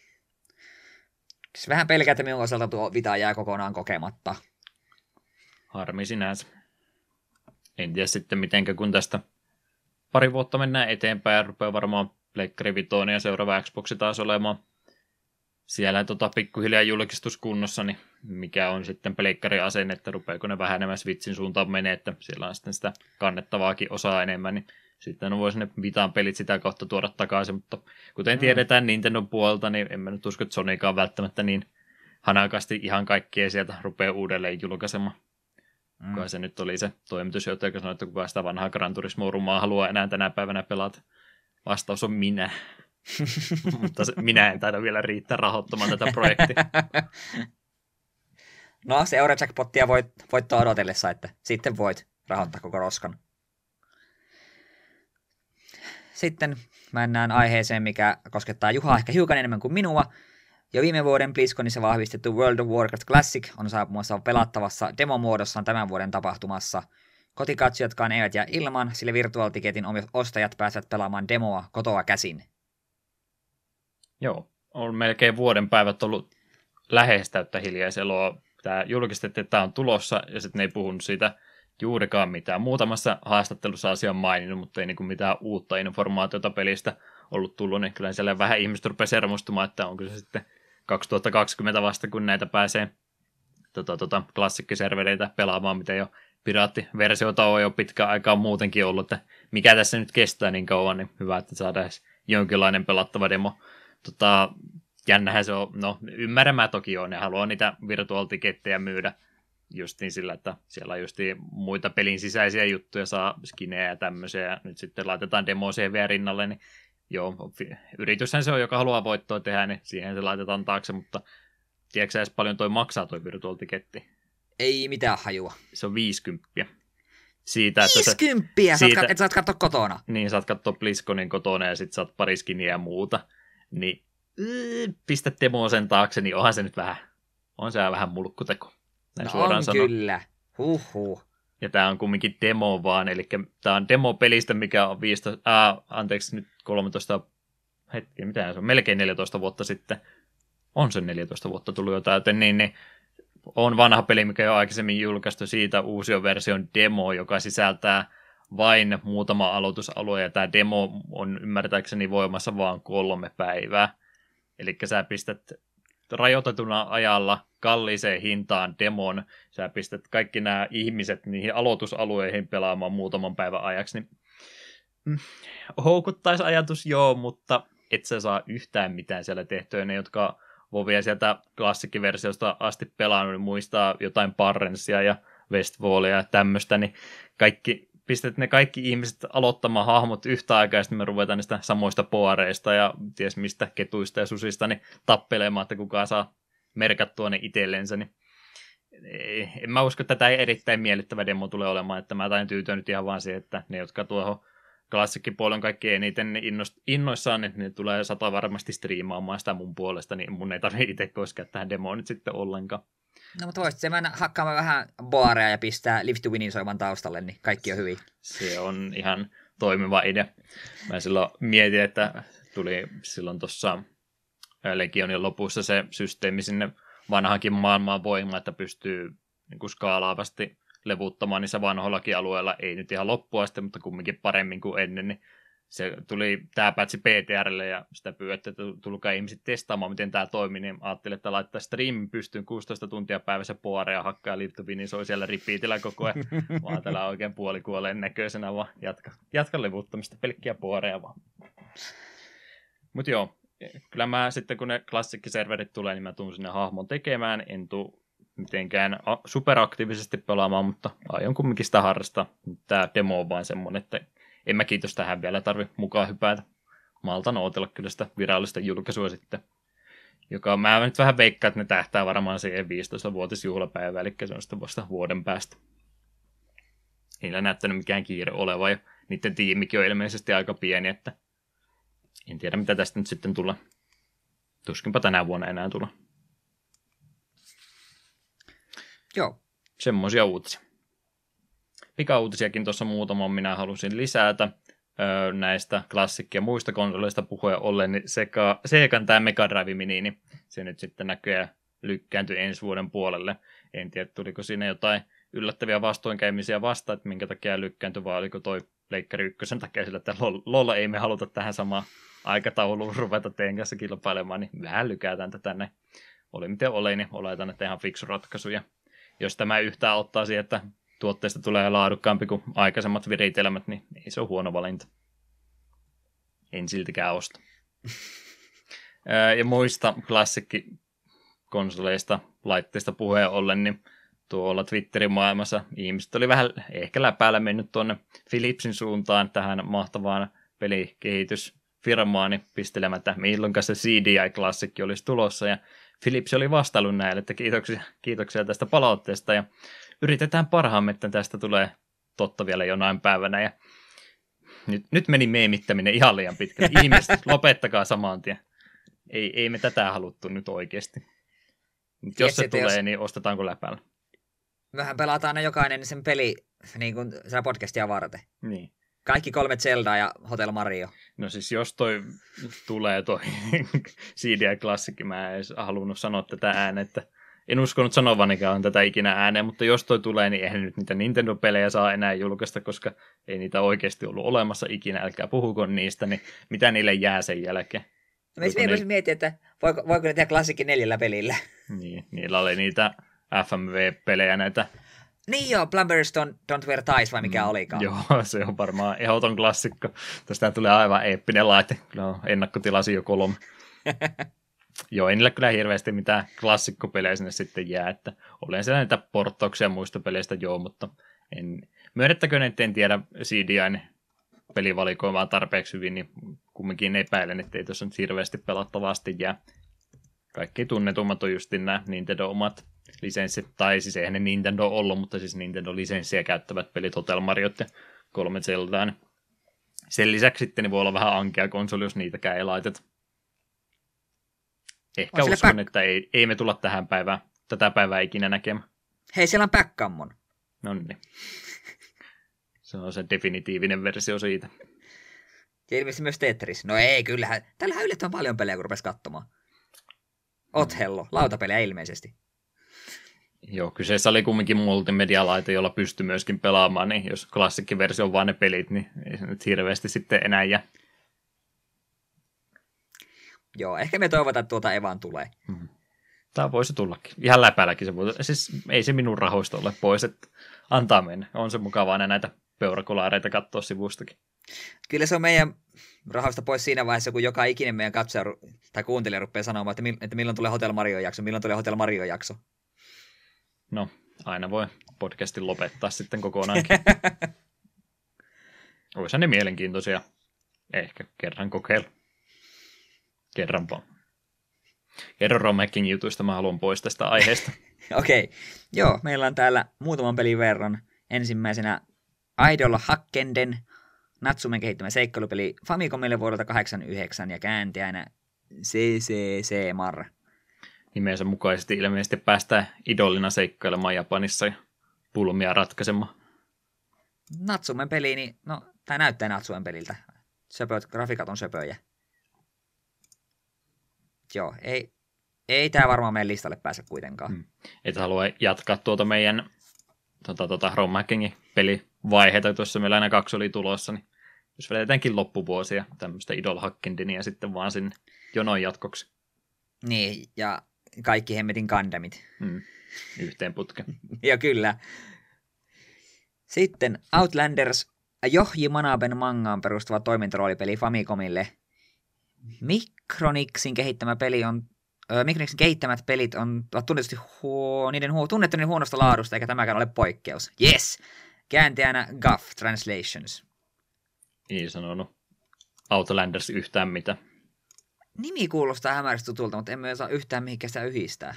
Vähän pelkää, että minun osalta tuo Vita jää kokonaan kokematta. Harmi sinänsä. En tiedä sitten mitenkä, kun tästä pari vuotta mennään eteenpäin ja rupeaa varmaan Pleikkari Vitoinen ja seuraava Xboxi taas olemaan siellä tota, pikkuhiljaa julkistuskunnossa, niin mikä on sitten Pleikkari asenne, että rupeako ne vähän enemmän Switchin suuntaan menee, että siellä on sitten sitä kannettavaakin osaa enemmän, niin sitten voisi ne Vitaan pelit sitä kautta tuoda takaisin, mutta kuten mm. tiedetään Nintendon puolelta, niin en mä nyt usko, että Sonykaan välttämättä niin hanakasti ihan kaikkea sieltä rupeaa uudelleen julkaisemaan. Mm. Kuka se nyt oli se toimitusjohtaja, joka sanoi, että kuka sitä vanhaa Gran Turismo-rumaa haluaa enää tänä päivänä pelata. Vastaus on minä. Mutta se, minä en taida vielä riittää rahoittamaan tätä projektia. No, se Eurojackpottia voit, voittaa odotellessa, että sitten voit rahoittaa koko roskan. Sitten mennään aiheeseen, mikä koskettaa Juhaa ehkä hiukan enemmän kuin minua. Jo viime vuoden BlizzConissa vahvistettu World of Warcraft Classic on saapumassa pelattavassa demomuodossaan tämän vuoden tapahtumassa. Kotikatsojatkaan eivät jää ilman, sillä Virtual Ticketin ostajat pääsevät pelaamaan demoa kotoa käsin. Joo, on melkein vuoden päivät ollut lähes täyttä hiljaiseloa. Tämä julkistettiin, että tämä on tulossa, ja sitten ne ei puhunut siitä juurikaan mitään. Muutamassa haastattelussa asia on maininnut, mutta ei niinku mitään uutta informaatiota pelistä ollut tullut, niin kyllä siellä vähän ihmiset rupesi hermostumaan, että onko se sitten kaksituhattakaksikymmentä vasta, kun näitä pääsee tota, tota, klassikkiservereitä pelaamaan, mitä jo piraattiversiota on jo pitkään aikaa muutenkin ollut, että mikä tässä nyt kestää niin kauan, niin hyvä, että saadaan jonkinlainen pelattava demo. Tota, jännähän se on, no ymmärrän mä toki on, ne haluaa niitä virtual tickettejä myydä justiin sillä, että siellä on justiin muita pelin sisäisiä juttuja, saa skinejä ja tämmöisiä, ja nyt sitten laitetaan demo C V rinnalle, niin joo, yrityshän se on, joka haluaa voittoa tehdä, niin siihen se laitetaan taakse, mutta tiedätkö sä edes paljon toi maksaa toi virtual tiketti? Ei mitään hajua. Se on viisikymppiä. Siitä, että viisikymppiä? Sä, siitä, et saat katsoa kotona. Niin, saat katsoa BlizzConin kotona ja sit saat pari skiniä ja muuta. Niin äh, pistä demoa sen taakse, niin onhan se nyt vähän, on se vähän mulkkuteko. Näin no suoraan on sanon. kyllä. Huhhuh. Ja tää on kumminkin demo vaan, eli tää on demo pelistä, mikä on viisitoista, äh, anteeksi nyt kolmetoista, hetki, mitä se on, melkein neljätoista vuotta sitten. On se neljätoista vuotta tullut jotain, joten niin, niin on vanha peli, mikä on aikaisemmin julkaistu, siitä uusi version demo, joka sisältää vain muutama aloitusalue, ja tämä demo on ymmärtääkseni voimassa vaan kolme päivää. Eli sä pistät rajoitetuna ajalla kalliiseen hintaan demon, sä pistät kaikki nämä ihmiset niihin aloitusalueihin pelaamaan muutaman päivän ajaksi, niin mm, houkuttaisi ajatus joo, mutta et sä saa yhtään mitään siellä tehtyä. Ne, jotka Vovia sieltä klassikkiversiosta asti pelannut, niin muistaa jotain Parrensia ja Westfallia ja tämmöistä, niin kaikki, pistät ne kaikki ihmiset aloittamaan hahmot yhtä aikaa, ja sitten me ruvetaan niistä samoista poareista ja ties mistä ketuista ja susista niin tappelemaan, että kukaan saa merkattua ne itsellensä, niin ei, en mä usko, että tämä erittäin miellyttävä demo tulee olemaan, että mä tain tyytyä nyt ihan vaan siihen, että ne, jotka tuohon klassikkipuolella on kaikki eniten innoissaan, niin ne tulee sata varmasti striimaamaan sitä mun puolesta, niin mun ei tarvitse itse koskea tähän demoon nyt sitten ollenkaan. No mutta voisit se mennä hakkaamaan vähän boarea ja pistää Live to Winin soivan taustalle, niin kaikki on hyvin. Se on ihan toimiva idea. Mä silloin mietin, että tuli silloin tuossa Legionin lopussa se systeemi sinne vanhankin maailmaan voimaan, että pystyy niin kuin skaalaavasti levuttamaan niissä vanhoillakin alueilla, ei nyt ihan loppuun asti, mutta kumminkin paremmin kuin ennen, niin se tuli tämä päätsi P T R:lle ja sitä pyydettiin, että tulkaa ihmiset testaamaan, miten tämä toimii, niin ajattelin, että laittaa stream pystyyn kuusitoista tuntia päivässä poarea hakkaa ja liittuvin, niin se oli siellä repeatillä koko ajan. Vaan täällä oikein puolikuolleen näköisenä, vaan jatka, jatka levuttamista, pelkkiä poarea vaan. Mutta joo, kyllä mä sitten kun ne klassikkiserverit tulee, niin mä tuun sinne hahmon tekemään, en tuu mitenkään superaktiivisesti pelaamaan, mutta aion kumminkin sitä harrastaa. Tämä demo on vain semmoinen, että en mä kiitos tähän vielä tarvi mukaan hypätä. Maltan ootella kyllä sitä virallista julkaisua sitten, joka mä nyt vähän veikkaan, että ne tähtää varmaan siihen viisitoista-vuotisjuhlapäivään, eli se on sitten vasta vuoden päästä. Ei niillä näyttänyt mikään kiire oleva, ja niiden tiimikin on ilmeisesti aika pieni, että en tiedä mitä tästä nyt sitten tulee. Tuskinpa tänä vuonna enää tulla. Joo. Semmoisia uutisia. Pikauutisiakin tuossa muutaman minä halusin lisätä öö, näistä klassikkia muista konsoleista puhuen ollen, niin Sega, Segan tämä Mega Drive Mini, niin se nyt sitten näköjään lykkääntyi ensi vuoden puolelle. En tiedä, tuliko siinä jotain yllättäviä vastoinkäymisiä vasta, että minkä takia lykkääntyi, vai oliko toi Pleikkari ykkösen takia sillä, että lol, lol ei me haluta tähän samaan aikatauluun ruveta teidän kanssa kilpailemaan, niin vähän lykätään tätä näin. Oli miten oli, niin oletan, että ihan fiksu ratkaisu. Ja jos tämä yhtään ottaa siihen, että tuotteesta tulee laadukkaampi kuin aikaisemmat viritelmät, niin ei se ole huono valinta. En siltikään osta. Ja muista klassikkikonsoleista, laitteista puheen ollen, niin tuolla Twitterin maailmassa ihmiset oli vähän ehkä läpäällä mennyt tuonne Philipsin suuntaan tähän mahtavaan pelikehitysfirmaan, niin pistelemättä milloinka se C D I-klassikki olisi tulossa, ja Philips oli vastaillut näille, että kiitoksia, kiitoksia tästä palautteesta, ja yritetään parhaamme, että tästä tulee totta vielä jonain päivänä, ja nyt, nyt meni meemittäminen ihan liian pitkälle. Ihmiset, lopettakaa saman tien. Ei, ei me tätä haluttu nyt oikeasti. Nyt jos se tulee, jos... niin ostetaanko läpällä? Vähän pelataan ne jokainen sen peli niin kuin sitä podcastia varten. Niin. Kaikki kolme Zelda ja Hotel Mario. No siis jos toi tulee toi C D I-klassikki, mä en edes halunnut sanoa tätä ääneen, että en uskonut sanovanikään tätä ikinä ääneen, mutta jos toi tulee, niin eihän nyt niitä Nintendo-pelejä saa enää julkaista, koska ei niitä oikeasti ollut olemassa ikinä, älkää puhuko niistä, niin mitä niille jää sen jälkeen? No me ne... miettiä, että voiko, voiko ne tehdä klassikki neljällä pelillä? Niin, niillä oli niitä F M V-pelejä näitä. Niin joo, Plumbers Don't, Don't Wear Ties vai mikä mm, olikaan. Joo, se on varmaan ehdoton klassikko. Tästä tulee aivan eeppinen laite. Kyllä on ennakkotilasi jo kolme. Joo, ei niillä kyllä hirveästi mitään klassikkopelejä sinne sitten jää. Että olen siellä niitä porttauksia muista peleistä, joo, mutta en... myönnettäköön, että en tiedä C D I:n pelivalikoimaa tarpeeksi hyvin, niin kumminkin epäilen, että ei tuossa nyt hirveästi pelattavasti jää. Kaikki tunnetummat on just nämä Nintendo-omat lisenssit, tai siis eihän ne Nintendo ollut, mutta siis Nintendo-lisenssiä käyttävät pelit Hotel Mariot ja kolme Zeldaa. Sen lisäksi sitten niin voi olla vähän ankea konsoli, jos niitäkään ei laiteta. Ehkä on uskon, back... että ei, ei me tulla tähän päivään, tätä päivää ikinä näkemään. Hei, siellä on Backgammon. No niin. Se on se definitiivinen versio siitä. Ja ilmeisesti myös Tetris. No ei, kyllähän. Tällähän yllättävän paljon pelejä, kun rupesi katsomaan. Othello, lautapelejä ilmeisesti. Joo, kyseessä oli kumminkin multimedia-laite, jolla pystyi myöskin pelaamaan, niin jos klassikkiversio on vaan ne pelit, niin ei se nyt hirveästi sitten enää jää. Joo, ehkä me toivotaan, että tuota Evan tulee. Hmm. Tämä voisi tullakin. Ihan läpälläkin se voi. Siis ei se minun rahoista ole pois, että antaa mennä. On se mukavaa näitä peurakolaareita katsoa sivustakin. Kyllä se on meidän rahoista pois siinä vaiheessa, kun joka ikinen meidän katsoja tai kuuntelija rupeaa sanomaan, että, mi- että milloin tulee Hotel Mario jakso, milloin tulee Hotel Mario jakso. No, aina voi podcastin lopettaa sitten kokonaankin. Olisihan ne mielenkiintoisia. Ehkä kerran kokeilla. Kerranpa. Kerro Romhacking jutuista, mä haluan pois tästä aiheesta. Okei, okay. Joo, meillä on täällä muutaman pelin verran. Ensimmäisenä Idol Hackenden, Natsumen kehittämä seikkailupeli Famicomille vuodelta kahdeksankymmentäyhdeksän ja kääntäjänä C C C Marra. Nimensä mukaisesti ilmeisesti päästään idolina seikkailemaan Japanissa ja pulmia ratkaisemaan. Natsumen peli, niin no, tää näyttää Natsumen peliltä. Söpöt, grafiikat on söpöjä. Joo, ei, ei tää varmaan meidän listalle pääse kuitenkaan. Hmm. Et halua jatkaa tuota meidän tuota, tuota Romhackingin pelivaiheita, tuossa meillä aina kaksi oli tulossa, niin jos vedetäänkin loppuvuosia tämmöistä Idol Hackendinia sitten vaan sinne jonon jatkoksi. Niin, ja kaikki hemmetin Gundamit. Hmm. Yhteen putken. Ja kyllä. Sitten Outlanders, Yohji Manaben mangaan perustuva toimintaroolipeli Famicomille. Micronixin kehittämä peli on, äh, Micronixin kehittämät pelit on, ovat tunnetusti huo, niiden huo, tunnettu niiden huonosta laadusta, eikä tämäkään ole poikkeus. Yes! Kääntäjänä G A F Translations. Ei sanonut Outlanders yhtään mitä. Nimi kuulostaa hämärästi tutulta, mutta emme osaa yhtään mihinkä sitä yhdistää.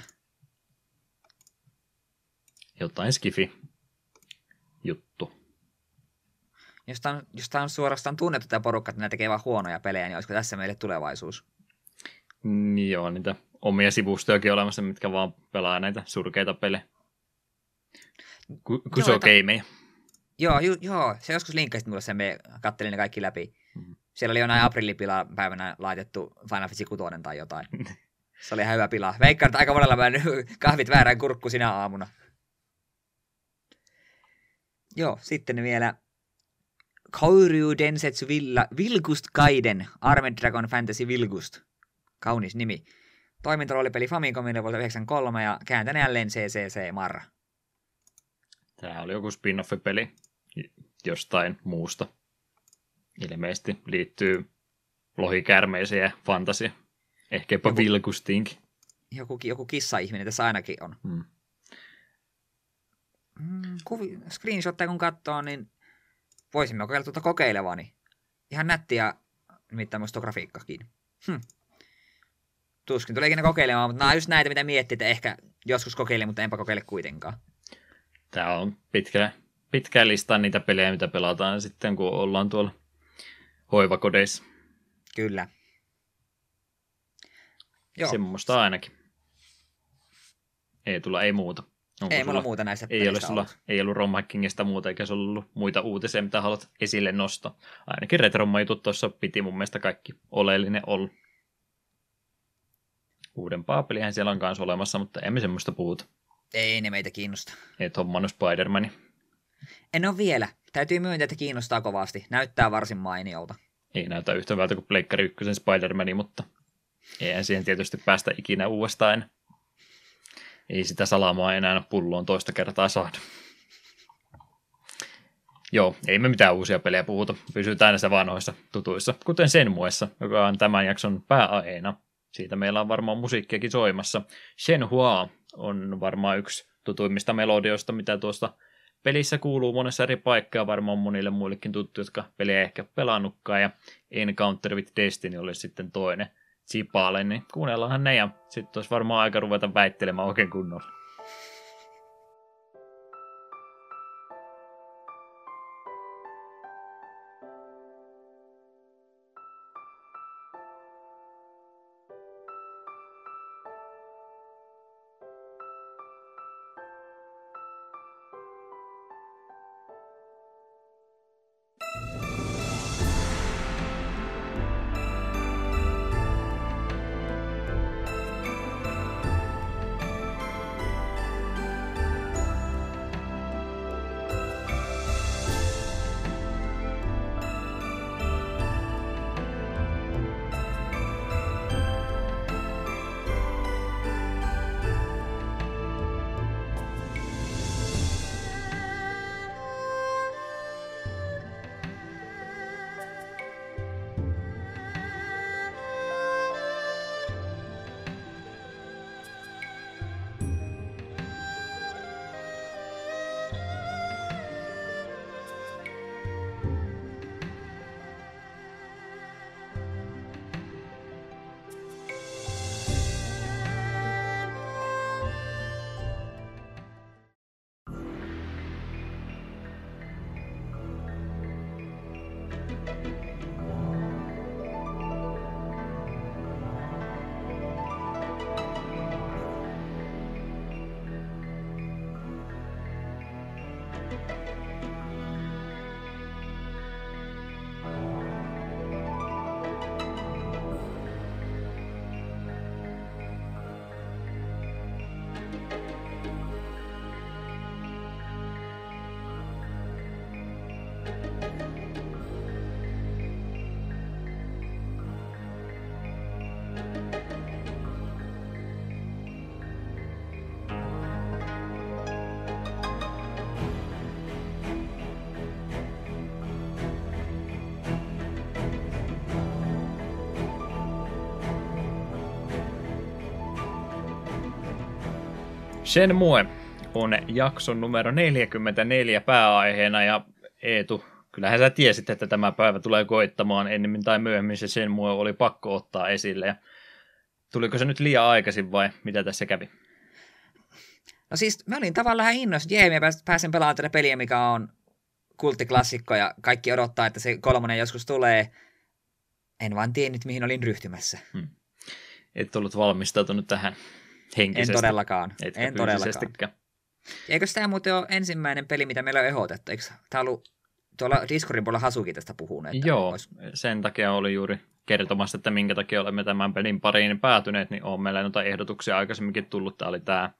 Jotain skifi juttu. Jos tämä on, jos tämä on suorastaan tunnettu tämä porukka, että nämä tekee vaan huonoja pelejä, niin olisiko tässä meille tulevaisuus? Mm, joo, niitä omia sivustojakin olemassa, mitkä vaan pelaa näitä surkeita pelejä. Kusogeimejä. Joo, ju, joo, se joskus linkkasit mulle sen, me kattelin ne kaikki läpi. Mm-hmm. Siellä oli jo näin aprillipila-päivänä laitettu Final Fantasy kuusi tai jotain. Se oli ihan hyvä pila. Veikkaan, että aika monella mä kahvit väärään kurkku sinä aamuna. Joo, sitten vielä Kouryu Densetsu Villa, Vilgust Gaiden, Armed Dragon Fantasy Vilgust. Kaunis nimi. Toimintaroolipeli Famicomille vuodelta yhdeksänkymmentäkolme ja kääntänä jälleen C C C Marra. Tämä oli joku spin-off-peli jostain muusta. Ilmeisesti liittyy lohikäärmeeseen ja fantasia. Ehkä jopa joku, Vilgustiinkin. Joku, joku kissa-ihminen tässä ainakin on. Hmm. Mm, kuvi, screenshotteja kun katsoo, niin voisimme kokeilla tuota kokeilevaa, niin ihan nättiä nimittäin muista grafiikkakin. Hm. Tuskin tulee ikinä kokeilemaan, mutta nämä on just näitä, mitä miettii, että ehkä joskus kokeile, mutta enpä kokeile kuitenkaan. Tämä on pitkä, pitkä lista niitä pelejä, mitä pelataan sitten, kun ollaan tuolla hoivakodeissa. Kyllä. Joo. Semmoista ainakin. Ei tulla, ei muuta. Onko ei sulla, mulla muuta näistä ei ole sulla, ei ollut Romhackingista muuta, eikä se ollut muita uutisia, mitä haluat esille nostaa. Ainakin Retromma-jutut tuossa piti mun mielestä kaikki oleellinen olla. Uudempaa pelihän siellä on kanssa olemassa, mutta emme semmoista puhuta. Ei ne meitä kiinnosta. Et hommannut Spider-Mani. En ole vielä. Täytyy myöntää, että kiinnostaa kovasti. Näyttää varsin mainiolta. Ei näytä yhtä hyvältä kuin Pleikkari ykkösen Spider-Mani, mutta eihän siihen tietysti päästä ikinä uudestaan. Ei sitä salamaa enää pulloon toista kertaa saada. Joo, ei me mitään uusia pelejä puhuta. Pysytään näissä vanhoissa tutuissa, kuten Senmuessa, joka on tämän jakson pääaiheena. Siitä meillä on varmaan musiikkiakin soimassa. Shenhua on varmaan yksi tutuimmista melodioista, mitä tuosta pelissä kuuluu monessa eri paikkaa, varmaan monille muillekin tuttu, jotka peliä ehkä pelannutkaan, ja Encounter with Destiny oli sitten toinen Zipale, niin kuunnellaanhan ne, ja sitten olisi varmaan aika ruveta väittelemään oikein kunnolla. Shenmue on jakson numero neljäkymmentäneljä pääaiheena, ja Eetu, kyllähän sä tiesit, että tämä päivä tulee koittamaan ennemmin tai myöhemmin, se Shenmue oli pakko ottaa esille. Ja tuliko se nyt liian aikaisin vai mitä tässä kävi? No siis mä olin tavallaan innoissa, jee, mä pääsen pelaamaan tätä peliä, mikä on kulttiklassikko ja kaikki odottaa, että se kolmonen joskus tulee. En vaan tiennyt, mihin olin ryhtymässä. Hmm. Et ollut valmistautunut tähän henkisesti. En todellakaan. Etkä en todellakaan. Eikö tämä muuten ole ensimmäinen peli, mitä meillä on ehdotettu? Eikö tämä ollut tuolla Discordin puolella Hasuki tästä puhuneet? Joo, olisi... sen takia oli juuri kertomassa, että minkä takia olemme tämän pelin pariin päätyneet, niin on meillä noita ehdotuksia aikaisemminkin tullut. Tämä oli tämä,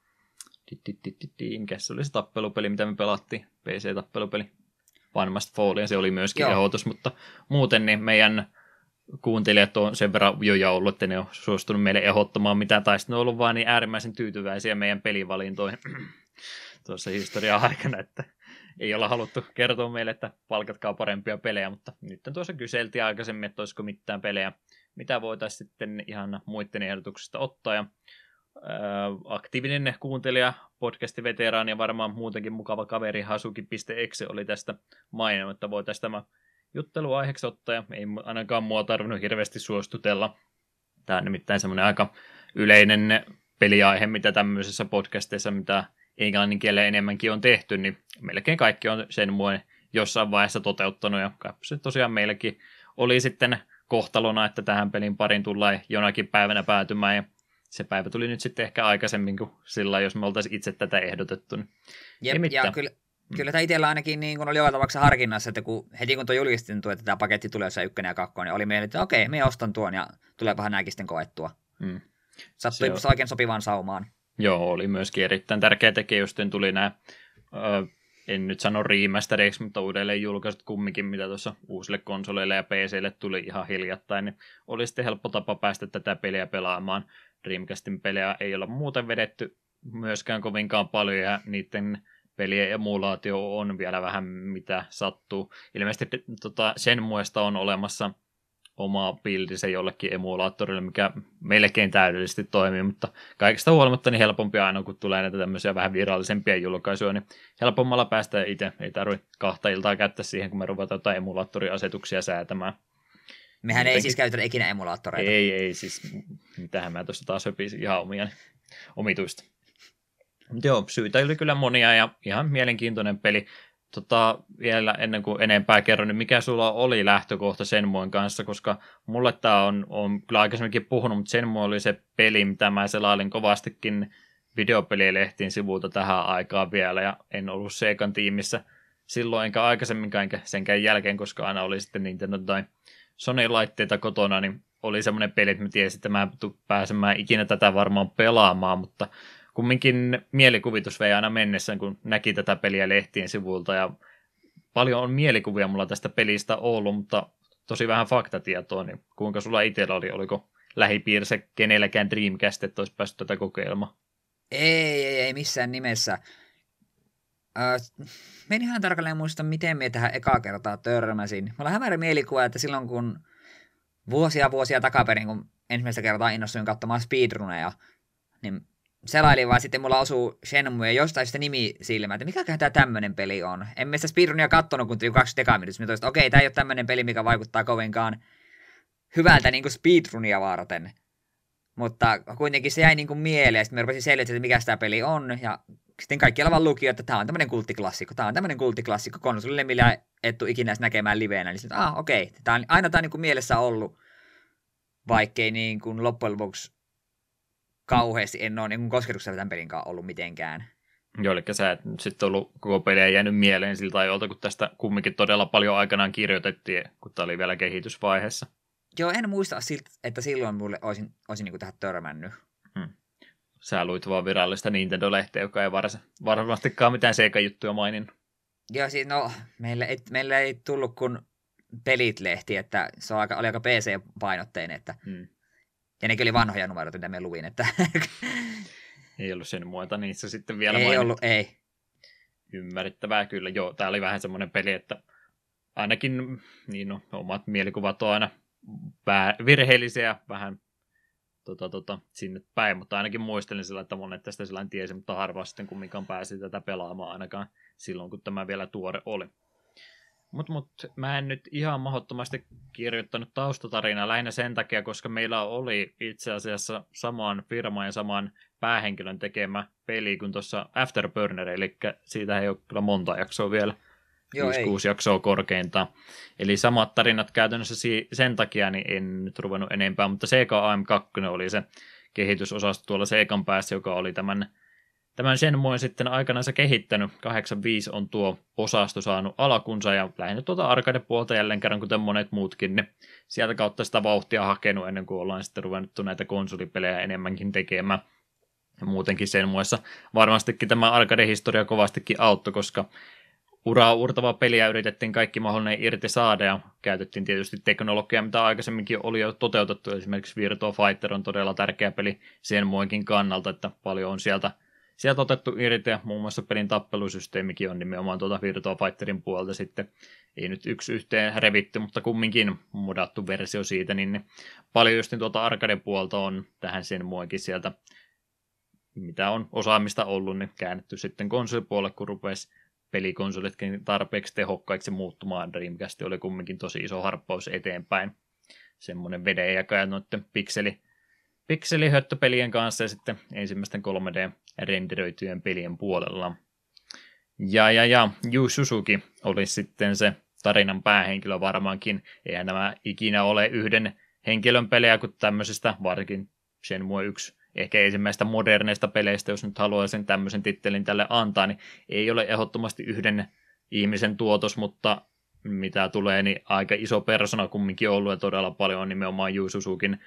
mikä se oli se tappelupeli, mitä me pelattiin, P C-tappelupeli, Vanmast Fall, ja se oli myöskin Joo. ehdotus, mutta muuten niin meidän kuuntelijat on sen verran jo joullut, että ne on suostunut meille ehdottamaan mitään, tai sitten ne on ollut vaan niin äärimmäisen tyytyväisiä meidän pelivalintoihin tuossa historian aikana, että ei olla haluttu kertoa meille, että palkatkaa parempia pelejä, mutta nyt tuossa kyseltiin aikaisemmin, että olisiko mitään pelejä, mitä voitaisiin sitten ihan muiden ehdotuksista ottaa, ja ää, aktiivinen kuuntelija, podcasti-veteraani ja varmaan muutenkin mukava kaveri Hasuki piste exe oli tästä maininnut, että voitaisiin tämä jutteluaiheeksi ottaa, ja ei ainakaan mua tarvinnut hirveästi suostutella. Tämä on nimittäin semmoinen aika yleinen peliaihe, mitä tämmöisessä podcasteissa, mitä englannin kielellä enemmänkin on tehty, niin melkein kaikki on sen muun jossain vaiheessa toteuttanut, ja se tosiaan meilläkin oli sitten kohtalona, että tähän pelin parin tullaan jonakin päivänä päätymään, ja se päivä tuli nyt sitten ehkä aikaisemmin kuin sillä, jos me oltaisiin itse tätä ehdotettu. Niin Jep, ja kyllä, kyllä tämä itsellä ainakin niin kun oli joka tapauksessa harkinnassa, että kun, heti kun tuo julkistin tuo, että tämä paketti tulee jossain ykkönen ja kakkonen, niin oli meille, että okei, me ostan tuon ja tuleepahan nämäkin sitten koettua. Mm. Sattui on... oikein sopivaan saumaan. Joo, oli myöskin erittäin tärkeä tekijä, just tuli nämä, ö, en nyt sano remastereiksi, mutta uudelleen julkaisut kumminkin, mitä tuossa uusille konsoleille ja P C:lle tuli ihan hiljattain, niin oli sitten helppo tapa päästä tätä peliä pelaamaan. Dreamcastin pelejä ei olla muuten vedetty myöskään kovinkaan paljon, ja niiden pelien emulaatio on vielä vähän mitä sattuu. Ilmeisesti tota, sen muista on olemassa oma buildi se jollekin emulaattorille, mikä melkein täydellisesti toimii, mutta kaikista huolimatta niin helpompi aina, kun tulee näitä tämmöisiä vähän virallisempia julkaisuja, niin helpommalla päästä itse. Ei tarvitse kahta iltaa käyttää siihen, kun me ruvetaan jotain emulaattoriasetuksia säätämään. Mehän Jotenkin... ei siis käytetä ikinä emulaattoreita. Ei, ei, siis mitähän mä tuossa taas höpisin ihan omia, omituista. Joo, syitä oli kyllä monia ja ihan mielenkiintoinen peli. Tota, vielä ennen kuin enempää kerron, niin mikä sulla oli lähtökohta Shenmuen kanssa, koska mulle tämä on, on kyllä aikaisemminkin puhunut, mutta Shenmue oli se peli, mitä mä selailin kovastikin videopelilehtiin sivulta tähän aikaan vielä, ja en ollut Segan tiimissä silloin, enkä aikaisemminkaan, enkä senkään jälkeen, koska aina oli sitten Nintendo tai Sony-laitteita kotona, niin oli semmoinen peli, että mä tiesin, että mä en pääsemään ikinä tätä varmaan pelaamaan, mutta kumminkin mielikuvitus vei aina mennessään, kun näki tätä peliä lehtien sivulta, ja paljon on mielikuvia mulla tästä pelistä ollut, mutta tosi vähän faktatietoa, niin kuinka sulla itsellä oli, oliko lähipiirissä kenelläkään Dreamcast, että olisi päässyt tätä kokeilemaan? Ei, ei, ei missään nimessä. Öö, mä en ihan tarkalleen muista, miten me tähän ekaa kertaa törmäsin. Mulla on hämärä mielikuva, että silloin kun vuosia vuosia takaperin, kun ensimmäistä kertaa innostuin katsomaan speedruneja, niin selailin vaan sitten mulla osuu Shenmue ja jostain sitä nimi silmään, että mikäköhän tää tämmönen peli on. En mä sitä speedrunia kattonut, kun tuli kaksikymmentä minuuttia. Mä toisin, että okei, tää ei ole tämmönen peli, mikä vaikuttaa kovinkaan hyvältä niin kuin speedrunia varten. Mutta kuitenkin se jäi niin kuin mieleen, sitten mä rupesin selvittämään, että mikä tämä peli on, ja sitten kaikkialla vaan luki, että tämä on tämmöinen kulttiklassikko, tämä on tämmöinen kulttiklassikko konsolille, millä et tule ikinä näkemään liveenä. Niin sitten, ah, okei, tää on, aina tämä on niin kuin mielessä ollut, vaikkei niin kuin loppujen lopuksi kauheasti en ole niin kosketuksessa tämän pelin kanssa ollut mitenkään. Joo, eli sä et sitten ollut koko peliä jäänyt mieleen siltä ajoilta, kun tästä kumminkin todella paljon aikanaan kirjoitettiin, kun tämä oli vielä kehitysvaiheessa. Joo, en muista, että silloin mulle olisin, olisin niin kuin tähän törmännyt. Hmm. Sä luit vaan virallista Nintendo-lehteä, joka ei varsin, varmastikaan mitään Sega-juttuja maininnut. Joo, siis no, meillä ei, meillä ei tullut kuin pelit-lehti, että se oli aika, oli aika P C-painotteinen, että hmm. ja nekin oli vanhoja numeroita, mitä me luin, että ei ollut sen muuta niissä sitten vielä ei mainittu. ollut, ei. Ymmärrettävää kyllä, joo, tää oli vähän semmoinen peli, että ainakin niin no, omat mielikuvat on aina virheellisiä vähän tota, tota, sinne päin, mutta ainakin muistelin sillä, että monet tästä sillä tiesi, mutta harva sitten kumminkaan pääsi tätä pelaamaan ainakaan silloin, kun tämä vielä tuore oli. Mutta mut, mä en nyt ihan mahdottomasti kirjoittanut taustatarinaa lähinnä sen takia, koska meillä oli itse asiassa saman firman ja saman päähenkilön tekemä peli kuin tuossa Afterburner, eli siitä ei ole kyllä monta jaksoa vielä. viisi kuusi jaksoa korkeintaan. Eli samat tarinat käytännössä sen takia niin en nyt ruvennut enempää, mutta Sega A M kaksi oli se kehitysosasto tuolla Segan päässä, joka oli tämän, tämän Shenmuen sitten aikanaan kehittänyt. kahdeksankymmentäviisi on tuo osasto saanut alkunsa ja lähinnä tuota arcade-puolta jälleen kerran, kuten monet muutkin, niin sieltä kautta sitä vauhtia hakenut ennen kuin ollaan sitten ruvennut näitä konsolipelejä enemmänkin tekemään. Ja muutenkin Shenmuessa varmastikin tämä arcade-historia kovastikin auttoi, koska uraa uurtavaa peliä yritettiin kaikki mahdollinen irti saada ja käytettiin tietysti teknologiaa, mitä aikaisemminkin oli jo toteutettu. Esimerkiksi Virtua Fighter on todella tärkeä peli Shenmuenkin kannalta, että paljon on sieltä, sieltä otettu irti ja muun muassa pelin tappelusysteemikin on nimenomaan tuota Virtua Fighterin puolta sitten. Ei nyt yksi yhteen revitty, mutta kumminkin modattu versio siitä, niin paljon just tuota arcade-puolta on tähän Shenmuenkin sieltä, mitä on osaamista ollut, niin käännetty sitten konsolipuolelle, kun rupesi pelikonsolitkin tarpeeksi tehokkaiksi muuttumaan. Dreamcast oli kumminkin tosi iso harppaus eteenpäin. Semmoinen vedenjakaja noiden pikseli, pikselihöttöpelien kanssa ja sitten ensimmäisten kolme D-renderöityjen pelien puolella. Ja, ja, ja Yu Suzuki oli sitten se tarinan päähenkilö varmaankin. Eihän nämä ikinä ole yhden henkilön pelejä kuin tämmöisestä, varsinkin Shenmue yksi. Ehkä ensimmäistä moderneista peleistä, jos nyt haluaisin tämmöisen tittelin tälle antaa, niin ei ole ehdottomasti yhden ihmisen tuotos, mutta mitä tulee, niin aika iso persona kumminkin ollut ja todella paljon on nimenomaan Yu Suzukin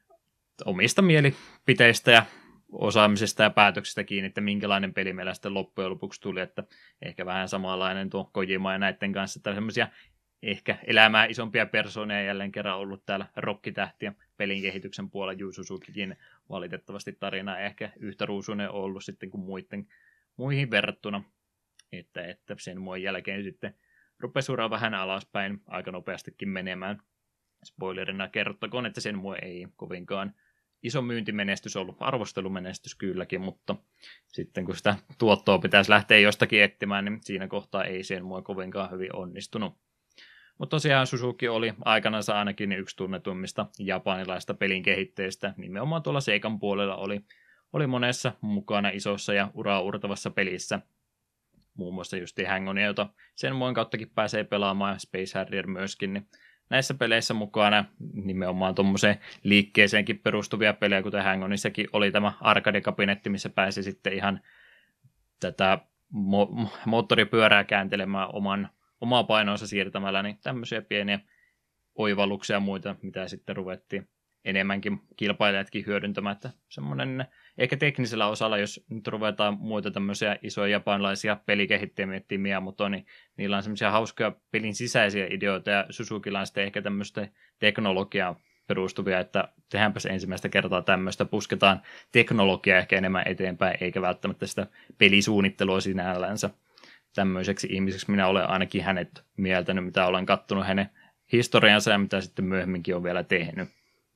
omista mielipiteistä ja osaamisesta ja päätöksistä kiinni, että minkälainen peli meillä sitten loppujen lopuksi tuli, että ehkä vähän samanlainen tuo Kojima ja näiden kanssa, että semmoisia ehkä elämää isompia persoonia jälleen kerran ollut täällä rokkitähtiä pelin kehityksen puolella. Yu Suzukikin valitettavasti tarina ehkä yhtä ruusuinen ollut sitten kuin muiden, muihin verrattuna, että, että sen muun jälkeen sitten rupesi uraa vähän alaspäin aika nopeastikin menemään. spoilerina kerrottakoon, että Shenmue ei kovinkaan iso myyntimenestys ollut, arvostelumenestys kylläkin, mutta sitten kun sitä tuottoa pitäisi lähteä jostakin etsimään, niin siinä kohtaa ei Shenmue kovinkaan hyvin onnistunut. Mutta tosiaan Suzuki oli aikanansa ainakin yksi tunnetuimmista japanilaista pelin kehittäjistä. Nimenomaan tuolla Seikan puolella oli, oli monessa mukana isossa ja uraa urtavassa pelissä. Muun muassa just Hang-Onia, jota Shenmuen kauttakin pääsee pelaamaan, ja Space Harrier myöskin. Niin näissä peleissä mukana nimenomaan tuommoiseen liikkeeseenkin perustuvia pelejä, kuten Hang-Onissakin oli tämä arcade-kabinetti, missä pääsi sitten ihan tätä mo- moottoripyörää kääntelemään oman omaa painoansa siirtämällä, niin tämmöisiä pieniä oivalluksia ja muita, mitä sitten ruvettiin enemmänkin kilpailijatkin hyödyntämään, että semmoinen ehkä teknisellä osalla, jos nyt ruvetaan muita tämmöisiä isoja japanilaisia pelikehittäjiä miettimään Miyamoto, niin niillä on semmoisia hauskoja pelin sisäisiä ideoita, ja Suzukilla on sitten ehkä tämmöistä teknologiaa perustuvia, että tehdäänpäs ensimmäistä kertaa tämmöistä, pusketaan teknologiaa ehkä enemmän eteenpäin, eikä välttämättä sitä pelisuunnittelua sinällänsä. Tämmöiseksi ihmiseksi minä olen ainakin hänet mieltänyt, mitä olen kattonut hänen historiansa ja mitä sitten myöhemminkin on vielä tehnyt.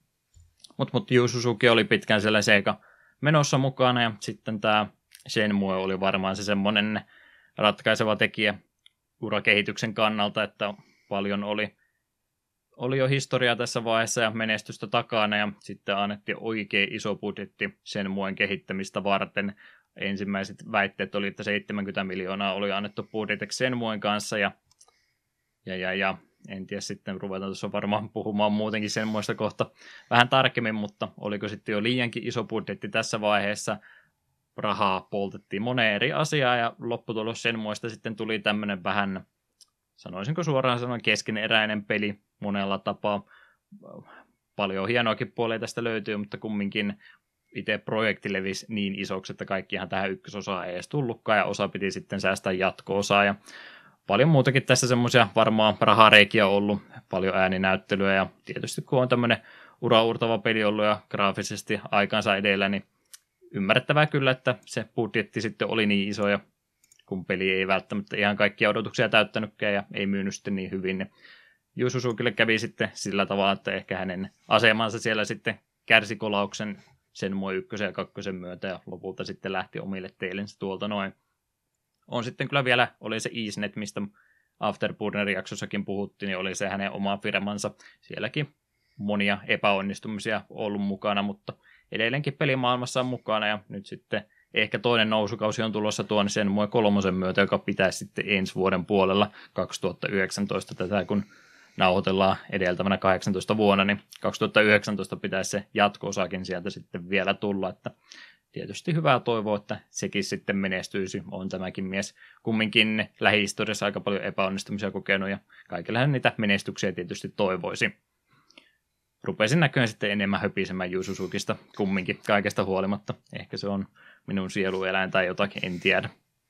Mutta mut Yu Suzuki oli pitkään siellä Sega menossa mukana, ja sitten tämä Shenmue oli varmaan se semmoinen ratkaiseva tekijä urakehityksen kannalta, että paljon oli, oli jo historiaa tässä vaiheessa ja menestystä takana, ja sitten annettiin oikein iso budjetti Shenmuen kehittämistä varten. Ensimmäiset väitteet oli, että seitsemänkymmentä miljoonaa oli annettu budjetiksi Shenmuen kanssa, ja, ja, ja, ja en tiedä, sitten ruvetaan tuossa varmaan puhumaan muutenkin Shenmuesta kohta vähän tarkemmin, mutta oliko sitten jo liiankin iso budjetti tässä vaiheessa, rahaa poltettiin moneen eri asiaan, ja lopputulos Shenmuesta sitten tuli tämmöinen vähän, sanoisinko suoraan sanoen, keskeneräinen peli monella tapaa. Paljon hienoakin puolia tästä löytyy, mutta kumminkin itse projekti levisi niin isoksi, että kaikkihan tähän ykkösosaan ei edes tullutkaan, ja osa piti sitten säästää jatko-osaa, ja paljon muutakin tässä semmoisia varmaan rahareikiä ollut, paljon ääninäyttelyä, ja tietysti kun on tämmöinen uraurtava peli ollut ja graafisesti aikansa edellä, niin ymmärrettävää kyllä, että se budjetti sitten oli niin iso, ja kun peli ei välttämättä ihan kaikkia odotuksia täyttänytkään ja ei myynyt sitten niin hyvin, niin Yu Suzukille kävi sitten sillä tavalla, että ehkä hänen asemansa siellä sitten kärsi kolauksen Shenmue ykkösen ja kakkosen myötä, ja lopulta sitten lähti omille teillensä tuolta noin. On sitten kyllä vielä, oli se Easenet, mistä Afterburner-jaksossakin puhuttiin, niin oli se hänen oma firmansa. Sielläkin monia epäonnistumisia ollut mukana, mutta edelleenkin pelimaailmassa on mukana, ja nyt sitten ehkä toinen nousukausi on tulossa tuon Shenmue kolmosen myötä, joka pitäisi sitten ensi vuoden puolella kaksituhattayhdeksäntoista tätä, kun nauhoitellaan edeltävänä kahdeksantoista vuonna, niin kaksituhattayhdeksäntoista pitäisi se jatko-osakin sieltä sitten vielä tulla, että tietysti hyvää toivoa, että sekin sitten menestyisi. On tämäkin mies kumminkin lähihistoriassa aika paljon epäonnistumisia kokenut, ja kaikillähän niitä menestyksiä tietysti toivoisi. Rupesin näköön sitten enemmän höpisemään Yu Suzukista kumminkin kaikesta huolimatta. Ehkä se on minun sielueläin tai jotakin, en tiedä.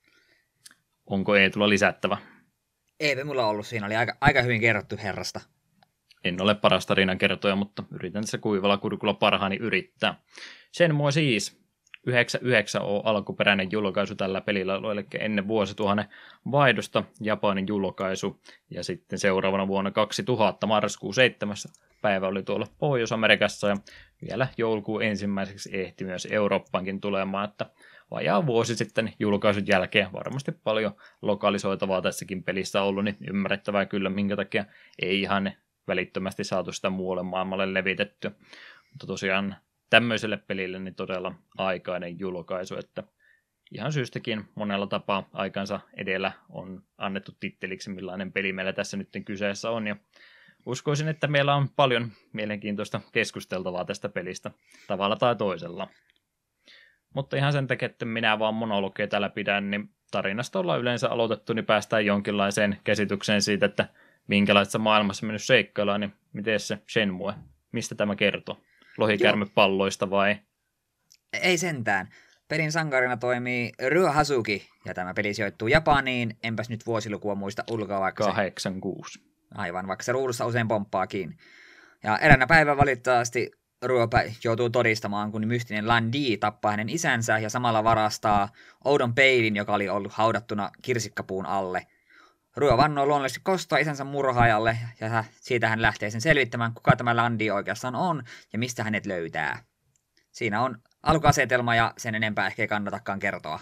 Onko Eetulla lisättävä? Eipä mulla ollut, siinä oli aika, aika hyvin kerrottu herrasta. En ole paras tarinan kertoja, mutta yritän tässä kuivalla kurkulla parhaani yrittää. Shenmue siis yhdeksänkymmentäyhdeksän on alkuperäinen julkaisu tällä pelillä, eli ennen vuosituhannen vaihdosta Japanin julkaisu, ja sitten seuraavana vuonna kaksituhatta marraskuun seitsemäs päivä oli tuolla Pohjois-Amerikassa, ja vielä joulukuun ensimmäiseksi ehti myös Eurooppaankin tulemaan, että vajaa vuosi sitten julkaisun jälkeen varmasti paljon lokalisoitavaa tässäkin pelissä ollut, niin ymmärrettävää kyllä, minkä takia ei ihan välittömästi saatu sitä muualle maailmalle levitettyä. Mutta tosiaan tämmöiselle pelille niin todella aikainen julkaisu, että ihan syystäkin monella tapaa aikansa edellä on annettu titteliksi, millainen peli meillä tässä nyt kyseessä on, ja uskoisin, että meillä on paljon mielenkiintoista keskusteltavaa tästä pelistä tavalla tai toisella. Mutta ihan sen takia, että minä vaan monologeja täällä pidän, niin tarinasta ollaan yleensä aloitettu, niin päästään jonkinlaiseen käsitykseen siitä, että minkälaisessa maailmassa mennyt seikkaillaan, niin miten se Shenmue, mistä tämä kertoo? Lohikärmepalloista vai? Ei sentään. Pelin sankarina toimii Ryo Hazuki, ja tämä peli sijoittuu Japaniin, enpäs nyt vuosilukua muista ulkoa vaikka kahdeksankymmentäkuusi. Aivan, vaikka se ruudussa usein pomppaakin. Ja eräänä päivänä valitettavasti Ryo joutuu todistamaan, kun mystinen Lan Di tappaa hänen isänsä ja samalla varastaa oudon peilin, joka oli ollut haudattuna kirsikkapuun alle. Ruo vannoo luonnollisesti kostoa isänsä murhaajalle, ja siitä hän lähtee sen selvittämään, kuka tämä Landi oikeastaan on, ja mistä hänet löytää. Siinä on alkuasetelma, ja sen enempää ehkä ei kannatakaan kertoa.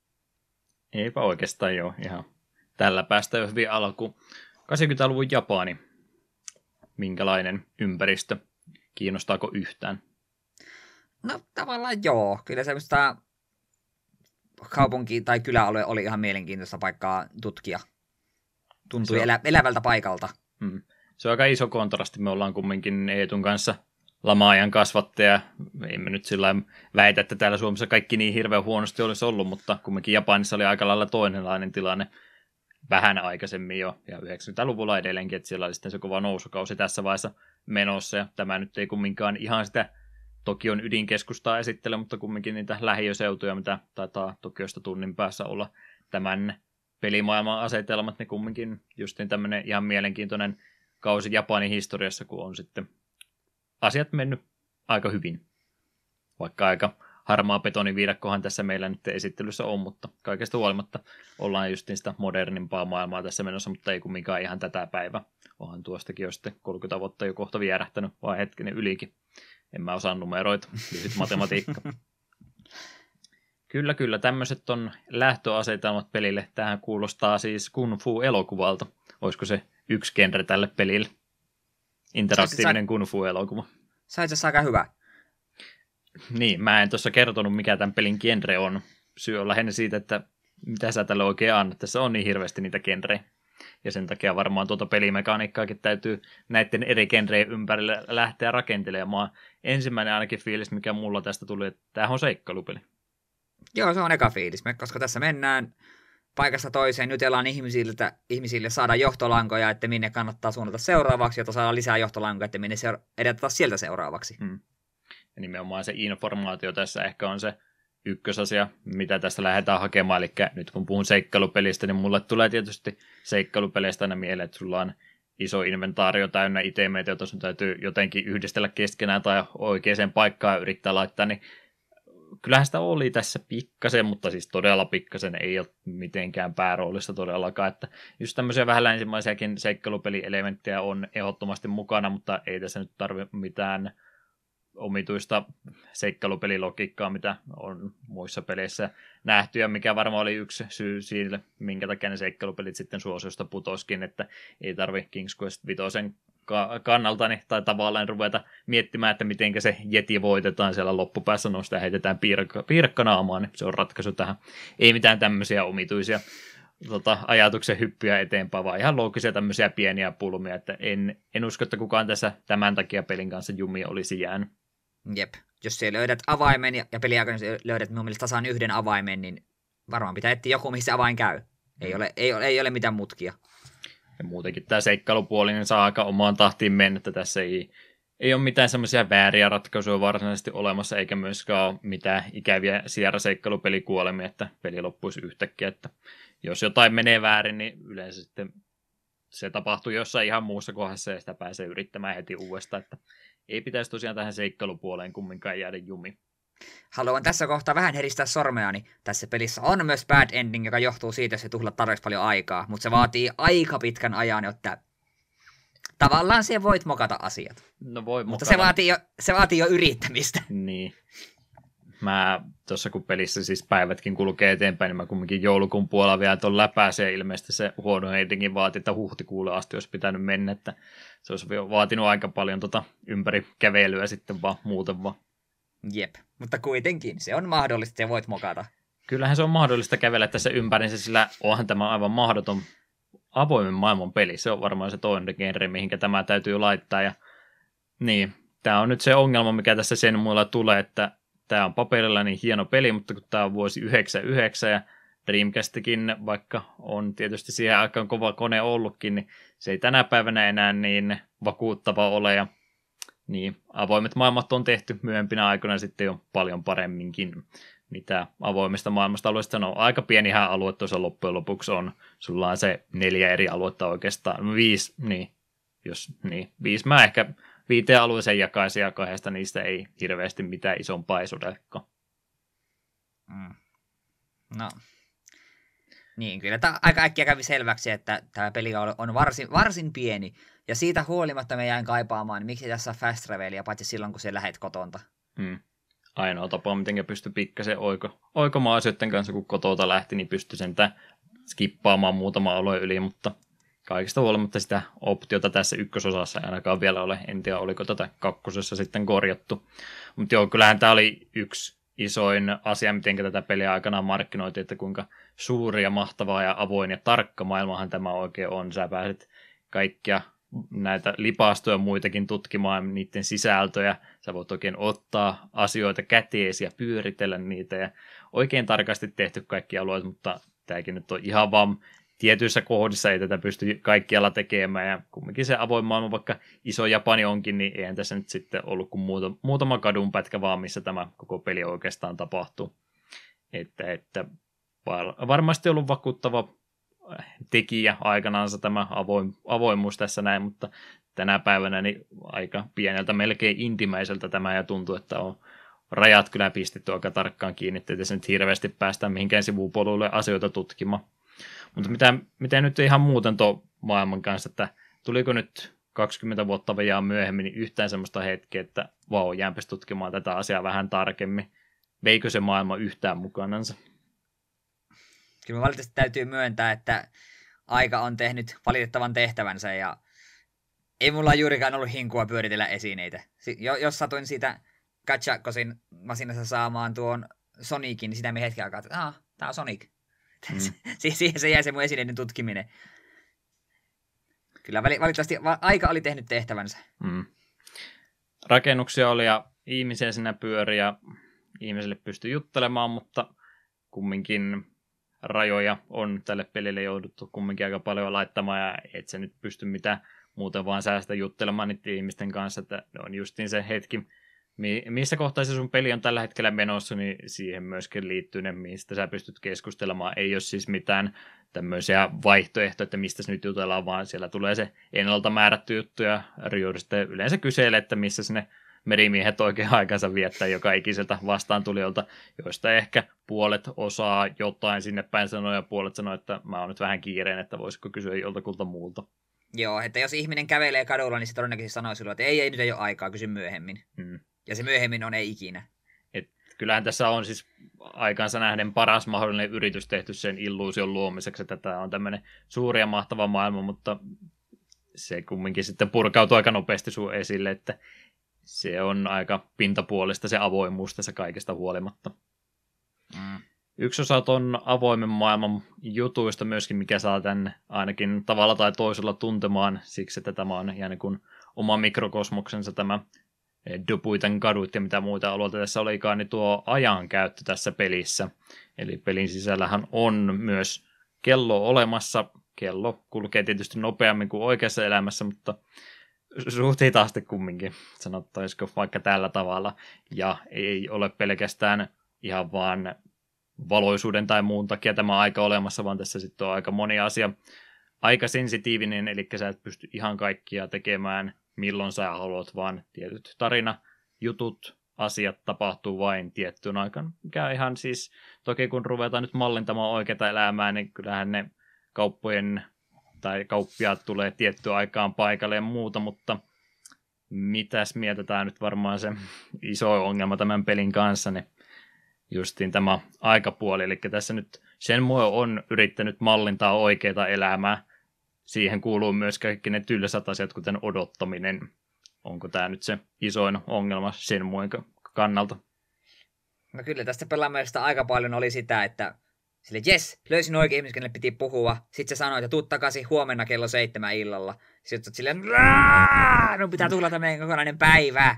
Eipä oikeastaan joo, ihan tällä päästä jo hyvin alku. kahdeksankymmentäluvun Japani. Minkälainen ympäristö? Kiinnostaako yhtään? No tavallaan joo. Kyllä semmoista kaupunki- tai kyläalue oli ihan mielenkiintoista paikkaa tutkia. Tuntui elä- elävältä paikalta. Hmm. Se on aika iso kontrasti. Me ollaan kumminkin Eetun kanssa lama-ajan kasvattaja. Emme nyt sillä väitä, että täällä Suomessa kaikki niin hirveän huonosti olisi ollut, mutta kumminkin Japanissa oli aika lailla toinenlainen tilanne vähän aikaisemmin jo, ja yhdeksänkymmentäluvulla edelleenkin, että siellä oli sitten se kova nousukausi tässä vaiheessa menossa, ja tämä nyt ei kumminkaan ihan sitä Tokion ydinkeskustaa esittele, mutta kumminkin niitä lähiöseutuja, mitä taitaa Tokiosta tunnin päässä olla tämän pelimaailman asetelmat, niin kumminkin justiin tämmöinen ihan mielenkiintoinen kausi Japanin historiassa, kun on sitten asiat mennyt aika hyvin, vaikka aika harmaa betoniviidakkohan tässä meillä nyt esittelyssä on, mutta kaikesta huolimatta ollaan justiin sitä modernimpaa maailmaa tässä menossa, mutta ei kumminkaan ihan tätä päivää. Onhan tuostakin jo sitten kolmekymmentä vuotta jo kohta vierähtänyt, vai hetkinen ylikin. En mä osaa numeroita, lyhyt matematiikka. Kyllä, kyllä, tämmöiset on lähtöasetelmat pelille. Tähän kuulostaa siis Kung Fu-elokuvalta. Olisiko se yksi genre tälle pelille? Interaktiivinen Kung Fu-elokuva. Se on itse asiassa aika hyvä. Niin, mä en tuossa kertonut, mikä tämän pelin genre on. Syy on lähinnä siitä, että mitä sä tälle oikein annat. Tässä on niin hirveästi niitä genrejä. Ja sen takia varmaan tuota pelimekaniikkaakin täytyy näiden eri genrejen ympärille lähteä rakentelemaan. Ensimmäinen ainakin fiilis, mikä mulla tästä tuli, että tämähän on seikkailupeli. Joo, se on eka fiilis, koska tässä mennään paikasta toiseen, jutellaan ihmisille, ihmisille saada johtolankoja, että minne kannattaa suunnata seuraavaksi, jotta saadaan lisää johtolankoja, että minne seura- edetä sieltä seuraavaksi. Hmm. Ja nimenomaan se informaatio tässä ehkä on se ykkösasia, mitä tästä lähdetään hakemaan. Eli nyt kun puhun seikkailupelistä, niin mulle tulee tietysti seikkailupeleistä aina mieleen, että sulla on iso inventaario täynnä itemeitä, joita sun täytyy jotenkin yhdistellä keskenään tai oikeaan paikkaan yrittää laittaa, niin kyllähän sitä oli tässä pikkasen, mutta siis todella pikkasen, ei ole mitenkään pääroolissa todellakaan, että just tämmöisiä vähän länsimaisiakin seikkailupelielementtejä on ehdottomasti mukana, mutta ei tässä nyt tarvitse mitään omituista seikkailupelilogiikkaa, mitä on muissa peleissä nähty, ja mikä varmaan oli yksi syy sille, minkä takia ne seikkailupelit sitten suosiosta putoskin, että ei tarvi King's Quest viisi kannaltani tai tavallaan ruveta miettimään, että miten se jeti voitetaan siellä loppupäässä, no sitä heitetään piirakka, piirakkanaamaan, niin se on ratkaisu tähän. Ei mitään tämmöisiä omituisia tota, ajatuksen hyppyjä eteenpäin, vaan ihan loogisia tämmöisiä pieniä pulmia, että en, en usko, että kukaan tässä tämän takia pelin kanssa jumi olisi jäänyt. Jep, jos siellä löydät avaimen ja, ja peliaikana löydät minun mielestä tasaan yhden avaimen, niin varmaan pitää etsiä joku, mihin se avain käy. Ei ole, ei ole, ei ole mitään mutkia. Ja muutenkin tämä seikkailupuoli niin saa aika omaan tahtiin mennä, että tässä ei, ei ole mitään semmoisia vääriä ratkaisuja varsinaisesti olemassa, eikä myöskään ole mitään ikäviä Sierra-seikkailupelikuolemia, että peli loppuisi yhtäkkiä, että jos jotain menee väärin, niin yleensä sitten se tapahtuu jossain ihan muussa kohdassa ja sitä pääsee yrittämään heti uudestaan, että ei pitäisi tosiaan tähän seikkailupuoleen kumminkaan jäädä jumi. Haluan tässä kohtaa vähän heristää sormeani. Tässä pelissä on myös bad ending, joka johtuu siitä, että se tuhlat tarpeeksi paljon aikaa, mutta se vaatii aika pitkän ajan, jotta tavallaan se voit mokata asiat. No voi mutta mokata. se vaatii, jo, se vaatii jo yrittämistä. Niin. Mä tuossa kun pelissä siis päivätkin kulkee eteenpäin, niin mä kumminkin joulukuun puolella vielä tuon läpäisee. Ilmeisesti se huono endingin vaati, että huhtikuulle asti olisi pitänyt mennä, että se olisi vaatinut aika paljon tota ympäri kävelyä sitten vaan muuten vaan. Jep, mutta kuitenkin se on mahdollista ja voit mokata. Kyllähän se on mahdollista kävellä tässä ympärinsä, sillä onhan tämä aivan mahdoton avoimen maailman peli. Se on varmaan se toinen genre, mihinkä tämä täytyy laittaa. Ja niin, tämä on nyt se ongelma, mikä tässä sen muilla tulee, että tämä on paperilla niin hieno peli, mutta kun tämä on vuosi yhdeksänkymmentäyhdeksän ja Dreamcastikin, vaikka on tietysti siihen aikaan kova kone ollutkin, niin se ei tänä päivänä enää niin vakuuttava ole. Ja niin, avoimet maailmat on tehty myöhempinä aikoina sitten jo paljon paremminkin, mitä avoimesta maailmasta alueesta sanoo. Aika pienihän alue tuossa loppujen lopuksi on. Sulla on se neljä eri aluetta oikeastaan. Viisi, niin, jos, niin, viisi mä ehkä viiteen alueeseen jakaisin ja kahdesta niistä ei hirveästi mitään isompaa ei sodellekaan. Mm. No. Niin, kyllä tämä aika äkkiä kävi selväksi, että tämä peli on varsin, varsin pieni. Ja siitä huolimatta me jäin kaipaamaan, miksi tässä on fast travelia, paitsi silloin, kun se lähet kotonta. Hmm. Ainoa tapa, miten pystyi pikkasen oiko, oikomaan asioiden kanssa, kun kotota lähti, niin pystyi sentään skippaamaan muutama alue yli, mutta kaikista huolimatta sitä optiota tässä ykkösosassa ei ainakaan vielä ole. En tiedä, oliko tätä kakkosessa sitten korjattu. Mutta joo, kyllähän tämä oli yksi isoin asia, miten tätä peliä aikanaan markkinoitiin, että kuinka suuri ja mahtavaa ja avoin ja tarkka maailmahan tämä oikein on. Sä pääset kaikkia näitä lipastoja muitakin tutkimaan, niiden sisältöjä. Sä voit oikein ottaa asioita käteesi ja pyöritellä niitä ja oikein tarkasti tehty kaikki alueet, mutta tämäkin nyt on ihan vaan tietyissä kohdissa ei tätä pysty kaikkialla tekemään ja kumminkin se avoin maailma, vaikka iso Japani onkin, niin eihän tässä nyt sitten ollut kuin muutama, muutama kadunpätkä vaan, missä tämä koko peli oikeastaan tapahtuu. Että, että varmasti ollut vakuuttava tekijä aikanaansa tämä avoin, avoimuus tässä näin, mutta tänä päivänä niin aika pieneltä, melkein intimäiseltä tämä ja tuntuu, että on rajat kyllä pistetty aika tarkkaan kiinni, ettei tässä nyt hirveästi päästään mihinkään sivupoluille asioita tutkimaan. Mutta mitä, mitä nyt ihan muuten tuon maailman kanssa, että tuliko nyt kaksikymmentä vuotta vajaa myöhemmin niin yhtään semmoista hetkeä, että vau, jäänpäs tutkimaan tätä asiaa vähän tarkemmin. Veikö se maailma yhtään mukanansa? Kyllä valitettavasti täytyy myöntää, että aika on tehnyt valitettavan tehtävänsä ja ei mulla juurikaan ollut hinkua pyöritellä esineitä. Jos satuin siitä Gachakosin masinassa saamaan tuon Sonicin, niin sitä me hetken aikaa, että aah, tää on Sonic. Mm. Siihen se jäi se mun esineiden tutkiminen. Kyllä valitettavasti aika oli tehnyt tehtävänsä. Mm. Rakennuksia oli ja ihmisiä siinä pyöri ja ihmisille pystyi juttelemaan, mutta kumminkin rajoja on tälle pelille jouduttu kumminkin aika paljon laittamaan ja et se nyt pysty mitään muuten vaan säästä juttelemaan niiden ihmisten kanssa, että on justiin se hetki, missä kohtaa se sun peli on tällä hetkellä menossa, niin siihen myöskin liittyy ne, mistä sä pystyt keskustelemaan. Ei ole siis mitään tämmöisiä vaihtoehtoja, että mistä nyt jutellaan, vaan siellä tulee se ennalta määrätty juttu, ja Ryuri sitten yleensä kyselee, että missä sinne merimiehet oikein aikansa viettää joka ikiseltä vastaantulijoilta, joista ehkä puolet osaa jotain sinne päin sanoa, ja puolet sanoo, että mä oon nyt vähän kiireen, että voisiko kysyä joltakulta muulta. Joo, että jos ihminen kävelee kadulla, niin se todennäköisesti sanoo silloin, että ei, ei, nyt ei ole aikaa, kysy myöhemmin. Hmm. Ja se myöhemmin on ei ikinä. Et kyllähän tässä on siis aikansa nähden paras mahdollinen yritys tehty sen illuusion luomiseksi, että tämä on tämmöinen suuri ja mahtava maailma, mutta se kumminkin sitten purkautuu aika nopeasti sun esille, että se on aika pintapuolista se avoimuus tässä kaikesta huolimatta. Mm. Yksi osa ton avoimen maailman jutuista myöskin, mikä saa tämän ainakin tavalla tai toisella tuntemaan, siksi että tämä on ihan niin kuin oma mikrokosmoksensa tämä Dobuitan kadut ja mitä muita alueita tässä olikaan, niin tuo ajankäyttö tässä pelissä. Eli pelin sisällähän on myös kello olemassa. Kello kulkee tietysti nopeammin kuin oikeassa elämässä, mutta suht hitaasti kumminkin, sanottaisiko vaikka tällä tavalla. Ja ei ole pelkästään ihan vaan valoisuuden tai muun takia tämä aika olemassa, vaan tässä sitten on aika moni asia aika sensitiivinen, eli sä et pysty ihan kaikkia tekemään milloin sä haluat, vaan tietyt tarinajutut, asiat tapahtuu vain tiettyyn aikaan. Mikä ihan siis, toki kun ruvetaan nyt mallintamaan oikeaa elämää, niin kyllähän ne kauppojen tai kauppiaat tulee tiettyyn aikaan paikalle ja muuta, mutta mitäs mietitään nyt varmaan se iso ongelma tämän pelin kanssa, niin justiin tämä aikapuoli. Eli tässä nyt Shenmue on yrittänyt mallintaa oikeaa elämää. Siihen kuuluu myös kaikki ne tylsät asiat, kuten odottaminen. Onko tämä nyt se isoin ongelma Shenmuen kannalta? No kyllä, tästä pelaamisesta aika paljon oli sitä, että sille jes, löysin oikein ihmisen, kenelle piti puhua. Sitten se sanoi, että tuu takaisin huomenna kello seitsemän illalla. Sitten olet silleen, no pitää tuhlata meidän kokonainen päivä.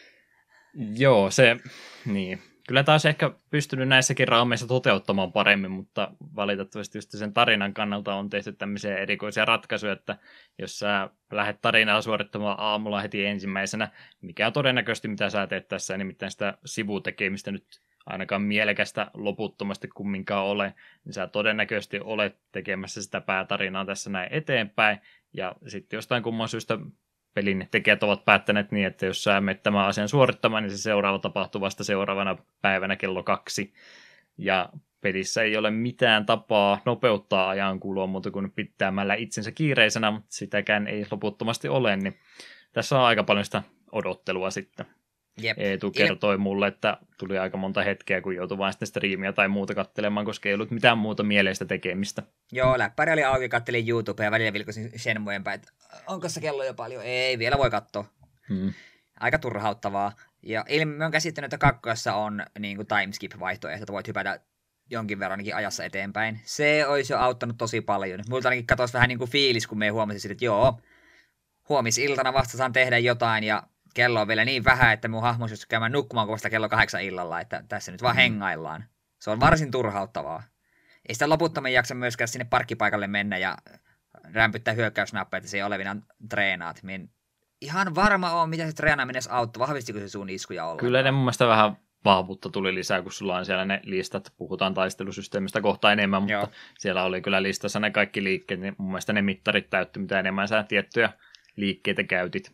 Joo, se, niin. Kyllä taas ehkä pystynyt näissäkin raameissa toteuttamaan paremmin, mutta valitettavasti just sen tarinan kannalta on tehty tämmöisiä erikoisia ratkaisuja, että jos sä lähdet tarinaa suorittamaan aamulla heti ensimmäisenä, mikä on todennäköisesti mitä sä teet tässä, nimittäin sitä sivutekemistä nyt ainakaan mielekästä loputtomasti kumminkaan ole, niin sä todennäköisesti olet tekemässä sitä päätarinaa tässä näin eteenpäin, ja sitten jostain kumman syystä pelin tekijät ovat päättäneet niin, että jos sä menet tämän asian suorittamaan, niin se seuraava tapahtuu vasta seuraavana päivänä kello kaksi. Ja pelissä ei ole mitään tapaa nopeuttaa ajankulua muuta kuin pitämällä itsensä kiireisenä, mutta sitäkään ei loputtomasti ole, niin tässä on aika paljon sitä odottelua sitten. Jep. Eetu kertoi Il... mulle, että tuli aika monta hetkeä, kun joutui vain sitten striimiä tai muuta katselemaan, koska ei ollut mitään muuta mieleistä tekemistä. Joo, läppäri oli auki, kattelin YouTubea ja välillä vilkusin Shenmuen päin, että onko se kello jo paljon? Ei, vielä voi katsoa. Hmm. Aika turhauttavaa. Ja ilmi on käsittänyt, että kakkossa on niin kuin timeskip-vaihtoehto, että voit hypätä jonkin verran ajassa eteenpäin. Se olisi jo auttanut tosi paljon. Multa ainakin katosi vähän niin kuin fiilis, kun me huomasin, että joo, huomisiltana vasta saan tehdä jotain ja kello on vielä niin vähän, että mun hahmo jos käymään nukkumaan vasta kello kahdeksan illalla, että tässä nyt vaan mm. hengaillaan. Se on varsin turhauttavaa. Ei sitä loputtomin jaksa myöskään sinne parkkipaikalle mennä ja rämpyttää hyökkäysnappeja, että se ei olevina treenaat. Mien ihan varma on, mitä se treenaaminen edes auttoi. Vahvistiko se sun iskuja ollenkaan? Kyllä ne mun mielestä vähän vahvuutta tuli lisää, kun sulla on siellä ne listat. Puhutaan taistelusysteemistä kohta enemmän, mutta Joo. siellä oli kyllä listassa ne kaikki liikkeet. Niin mun mielestä ne mittarit täytti, mitä enemmän sä tiettyjä liikkeitä käytit.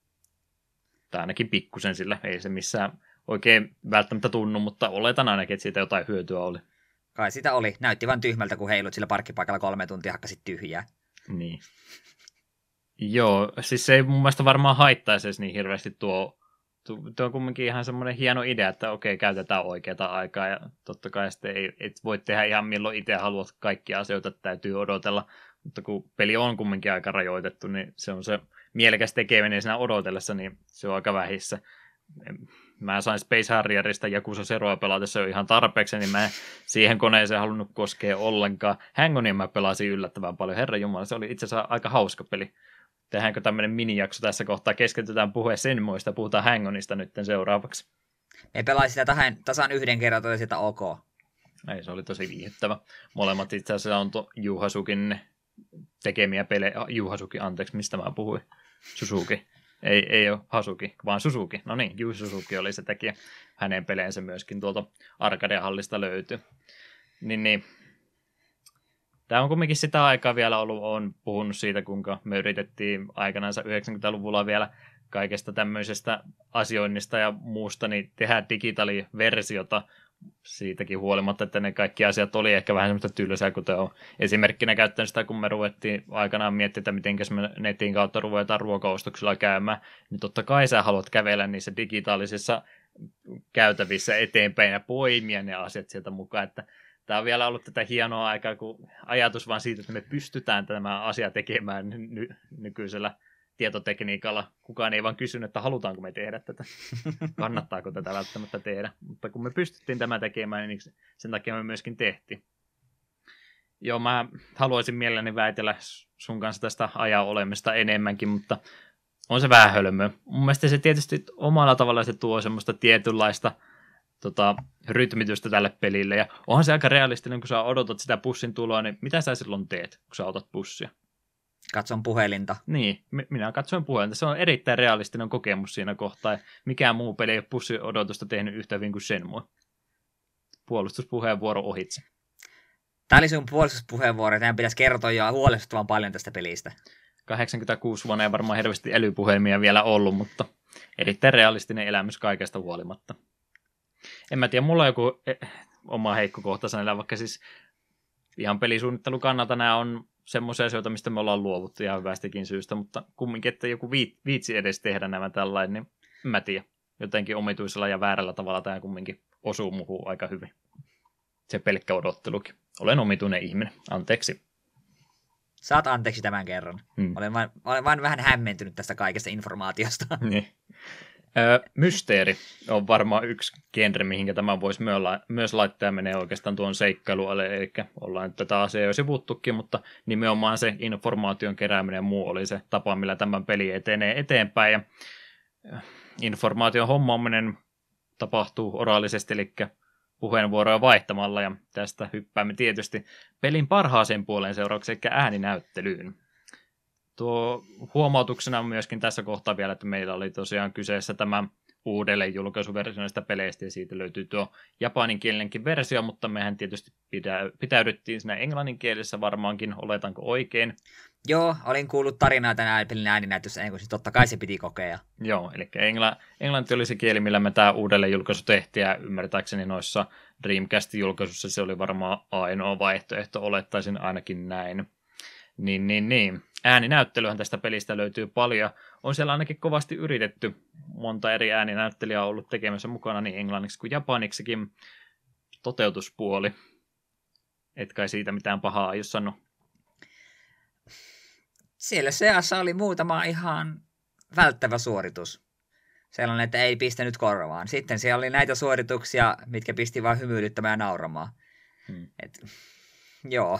Tai ainakin pikkusen sillä. Ei se missään oikein välttämättä tunnu, mutta oletan ainakin, että siitä jotain hyötyä oli. Kai sitä oli. Näytti vaan tyhmältä, kun heilut sillä parkkipaikalla kolme tuntia hakkasit tyhjää. Niin. Joo, siis se ei mun mielestä varmaan haittaisi edes niin hirveästi tuo, tuo on kumminkin ihan semmoinen hieno idea, että okei, käytetään oikeata aikaa ja totta kai sitten ei, et voi tehdä ihan milloin itse haluat kaikkia asioita, täytyy odotella, mutta kun peli on kumminkin aika rajoitettu, niin se on se mielekäs tekeminen siinä odotellessa, niin se on aika vähissä. Mä sain Space Harrierista Yakuza Zeroa pelatessa jo ihan tarpeeksi, niin mä en siihen koneeseen halunnut koskea ollenkaan. Hangonin mä pelasin yllättävän paljon, herranjumala, se oli itse asiassa aika hauska peli. Tehdäänkö tämmöinen minijakso tässä kohtaa, keskitytään puhua Senmuista, puhutaan Hangonista nyt seuraavaksi. Me pelasin sitä tahan, tasan yhden kerran, tuli sitä ok. Ei, se oli tosi viihdyttävä. Molemmat itse asiassa on to Yu Hazukin tekemiä pelejä. Yu Hazuki, anteeksi, mistä mä puhuin? Suzuki. Ei, ei ole Hazuki, vaan Suzuki. No niin, Yu Suzuki oli se tekijä. Hänen peleensä myöskin tuolta Arcade-hallista löytyy. Niin, niin. Tämä on kumminkin sitä aikaa vielä ollut, olen puhunut siitä, kuinka me yritettiin aikanaan yhdeksänkymmentäluvulla vielä kaikesta tämmöisestä asioinnista ja muusta, niin tehdä digitaaliversiota siitäkin huolimatta, että ne kaikki asiat oli ehkä vähän semmoista tylsää, kuten on esimerkkinä käyttänyt sitä, kun me ruvettiin aikanaan miettiä, että miten me netin kautta ruvetaan ruokaostoksilla käymään, niin totta kai sä haluat kävellä niissä digitaalisissa käytävissä eteenpäin ja poimia ne asiat sieltä mukaan, että tämä on vielä ollut tätä hienoa aikaa, kun ajatus vaan siitä, että me pystytään tämä asia tekemään ny- nykyisellä tietotekniikalla. Kukaan ei vaan kysynyt, että halutaanko me tehdä tätä, kannattaako tätä välttämättä tehdä. Mutta kun me pystyttiin tämä tekemään, niin sen takia me myöskin tehtiin. Joo, mä haluaisin mielelläni väitellä sun kanssa tästä ajan olemista enemmänkin, mutta on se vähän hölmöä. Mun mielestä se tietysti omalla tavalla se tuo semmoista tietynlaista Tota, rytmitystä tälle pelille, ja onhan se aika realistinen, kun sä odotat sitä pussin tuloa, niin mitä sä silloin teet, kun sä otat pussia? Katson puhelinta. Niin, minä katsoin puhelinta. Se on erittäin realistinen kokemus siinä kohtaa, ja mikään muu peli ei ole pussin odotusta tehnyt yhtä hyvin kuin Shenmue. Puolustuspuheenvuoro ohitse. Tämä oli sun puolustuspuheenvuoro, tämän pitäisi kertoa jo huolestuttavan paljon tästä pelistä. kahdeksankymmentäkuusi vuonna ei varmaan hirveästi älypuhelmia vielä ollut, mutta erittäin realistinen elämys kaikesta huolimatta. En mä tiedä, mulla on joku eh, oma heikko kohta sanella, vaikka siis ihan pelisuunnittelun kannalta nämä on semmoisia asioita, mistä me ollaan luovuttu ihan hyvästikin syystä, mutta kumminkin, että joku viitsi edes tehdä nämä tällainen, niin en mä tiedä. Jotenkin omituisella ja väärällä tavalla tämä kumminkin osuu muuhun aika hyvin. Se pelkkä odottelukin. Olen omituinen ihminen. Anteeksi. Saat anteeksi tämän kerran. Hmm. Olen, vain, olen vain vähän hämmentynyt tästä kaikesta informaatiosta. Niin. Öö, mysteeri on varmaan yksi genre, mihinkä tämä voisi myös laittaa ja menee oikeastaan tuon seikkailualle, eli ollaan nyt tätä asiaa jo sivuttukin, mutta nimenomaan se informaation kerääminen ja muu oli se tapa, millä tämän peli etenee eteenpäin, ja informaation hommaaminen tapahtuu oraalisesti, eli puheenvuoroja vaihtamalla, ja tästä hyppäämme tietysti pelin parhaaseen puoleen seuraavaksi, eli ääninäyttelyyn. Tuo huomautuksena on myöskin tässä kohtaa vielä, että meillä oli tosiaan kyseessä tämä uudelleen julkaisuversio näistä peleistä, ja siitä löytyy tuo japaninkielinenkin versio, mutta mehän tietysti pidä, pitäydyttiin siinä englanninkielisessä varmaankin, oletanko oikein? Joo, olin kuullut tarinaa tänään pelin ääninäytössä, ennen kuin siis totta kai se piti kokea. Joo, eli engla, englanti oli se kieli, millä me tämä uudelleen julkaisu tehtiin, ja ymmärtääkseni noissa Dreamcast-julkaisussa se oli varmaan ainoa vaihtoehto, olettaisin ainakin näin. Niin, niin, niin. Ääninäyttelyhän tästä pelistä löytyy paljon. On siellä ainakin kovasti yritetty. Monta eri ääninäyttelijää on ollut tekemässä mukana niin englanniksi kuin japaniksikin. Toteutuspuoli. Et kai siitä mitään pahaa aio sano. Siellä seassa oli muutama ihan välttävä suoritus. Sellainen, että ei pistänyt korvaan. Sitten siellä oli näitä suorituksia, mitkä pisti vain hymyilyttämään ja nauramaan. Hmm. Et, joo.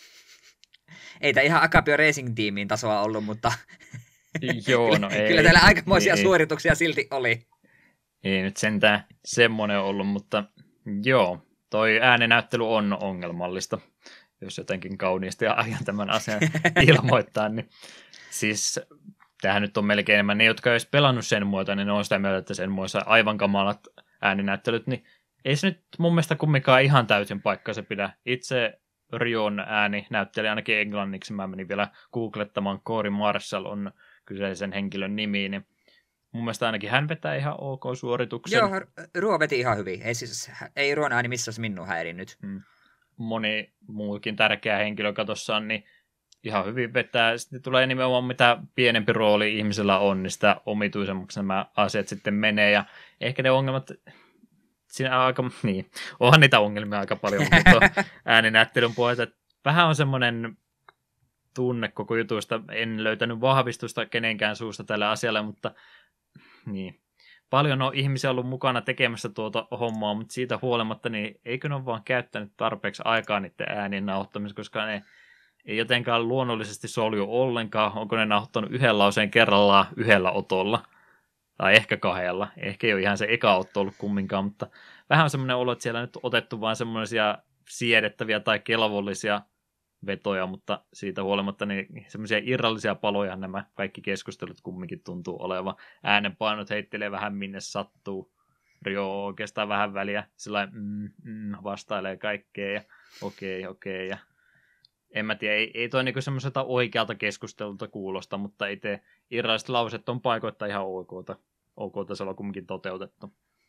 Ei tämä ihan Acapio Racing-tiimiin tasoa ollut, mutta joo, no ei, kyllä täällä aikamoisia ei, suorituksia silti oli. Ei nyt sentään semmoinen ollut, mutta joo, toi ääninäyttely on ongelmallista, jos jotenkin kauniisti aion tämän asian ilmoittaa. Niin. Siis tämähän nyt on melkein enemmän ne, jotka eivät pelannut sen muotoa, niin ne on sitä mieltä, että sen muodossa aivan kamalat ääninäyttelyt, niin ei se nyt mun mielestä kumminkaan ihan täysin paikkansa pidä. Itse Rion ääni näytteli ainakin englanniksi. Mä menin vielä googlettamaan. Corey Marshall on kyseisen henkilön nimi. Niin mun mielestä ainakin hän vetää ihan ok suorituksen. Joo, Ruo veti ihan hyvin. Ei, siis, ei Ruon ääni missään minun häirinnyt. Hmm. Moni muukin tärkeä henkilö katossa on, niin ihan hyvin vetää. Sitten tulee nimenomaan mitä pienempi rooli ihmisellä on, niin sitä omituisemmaksi nämä asiat sitten menee. Ja ehkä ne ongelmat... Siinä aika, niin, onhan niitä ongelmia aika paljon, mutta ääninäyttelyn puolelta vähän on semmoinen tunne koko jutusta. En löytänyt vahvistusta kenenkään suusta tälle asialle, mutta niin. Paljon on ihmisiä ollut mukana tekemässä tuota hommaa, mutta siitä huolimatta, niin eikö ne ole vaan käyttänyt tarpeeksi aikaa niiden äänien nauhoittamisessa, koska ne ei jotenkaan luonnollisesti solju ollenkaan. Onko ne nauhoittanut yhden lauseen kerrallaan yhdellä otolla? Tai ehkä kahdella. Ehkä ei ole ihan se eka otto ollut kumminkaan, mutta vähän on semmoinen olo, että siellä on nyt otettu vain semmoisia siedettäviä tai kelvollisia vetoja, mutta siitä huolimatta niin semmoisia irrallisia paloja nämä kaikki keskustelut kumminkin tuntuu olevan. Äänenpainot heittelee vähän minne sattuu. Rio on oikeastaan vähän väliä. Sellainen mm, mm, vastailee kaikkea ja okei, okay, okei. Okay, ja en mä tiedä, ei, ei toi niinku semmoiselta oikealta keskustelulta kuulosta, mutta itse irralliset lauset on paikoittain ihan okta. okta se on kumminkin toteutettu.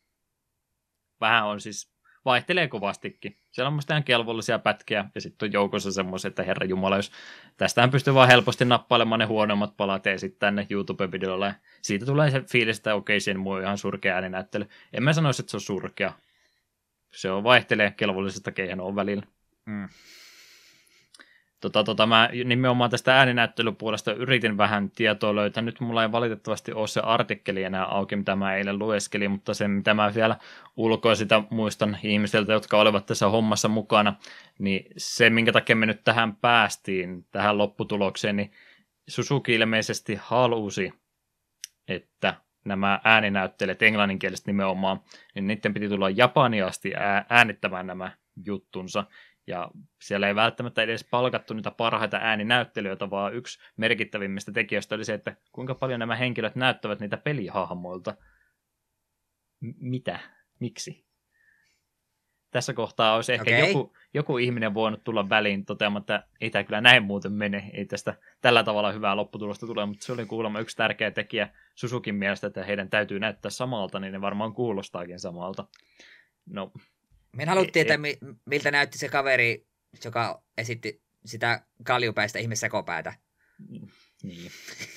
Vähän on siis, vaihtelee kovastikin. Siellä on musta ihan kelvollisia pätkiä, ja sitten on joukossa semmoisia, että herra jumala, jos tästähän pystyy vaan helposti nappailemaan ne huonommat palat ja esittää ne YouTube-videolla. Siitä tulee se fiilis, että okei, siinä muu on ihan surkea ääninäyttely. En mä sanoisi, että se on surkea. Se on vaihtelee kelvollisesta keihanoon välillä. Mm. Tota, tota, mä nimenomaan tästä ääninäyttelypuolesta yritin vähän tietoa löytää. Nyt mulla ei valitettavasti ole se artikkeli enää auki, mitä mä eilen lueskelin, mutta se, mitä mä vielä ulkoa sitä muistan ihmisiltä, jotka olivat tässä hommassa mukana, niin se, minkä takia me nyt tähän päästiin, tähän lopputulokseen, niin Suzuki ilmeisesti halusi, että nämä ääninäyttelijät, englanninkieliset nimenomaan, niin niiden piti tulla Japaniasti äänittämään nämä juttunsa. Ja siellä ei välttämättä edes palkattu niitä parhaita ääninäyttelijöitä, vaan yksi merkittävimmistä tekijöistä oli se, että kuinka paljon nämä henkilöt näyttävät niitä pelihahmoilta. M- mitä? Miksi? Tässä kohtaa olisi ehkä okay. joku, joku ihminen voinut tulla väliin toteamaan, että ei tämä kyllä näin muuten mene, ei tästä tällä tavalla hyvää lopputulosta tule, mutta se oli kuulemma yksi tärkeä tekijä Suzukin mielestä, että heidän täytyy näyttää samalta, niin ne varmaan kuulostaakin samalta. No... Me haluttiin tietää, miltä näytti se kaveri, joka esitti sitä kaljupäistä ihmissekopäätä. Niin.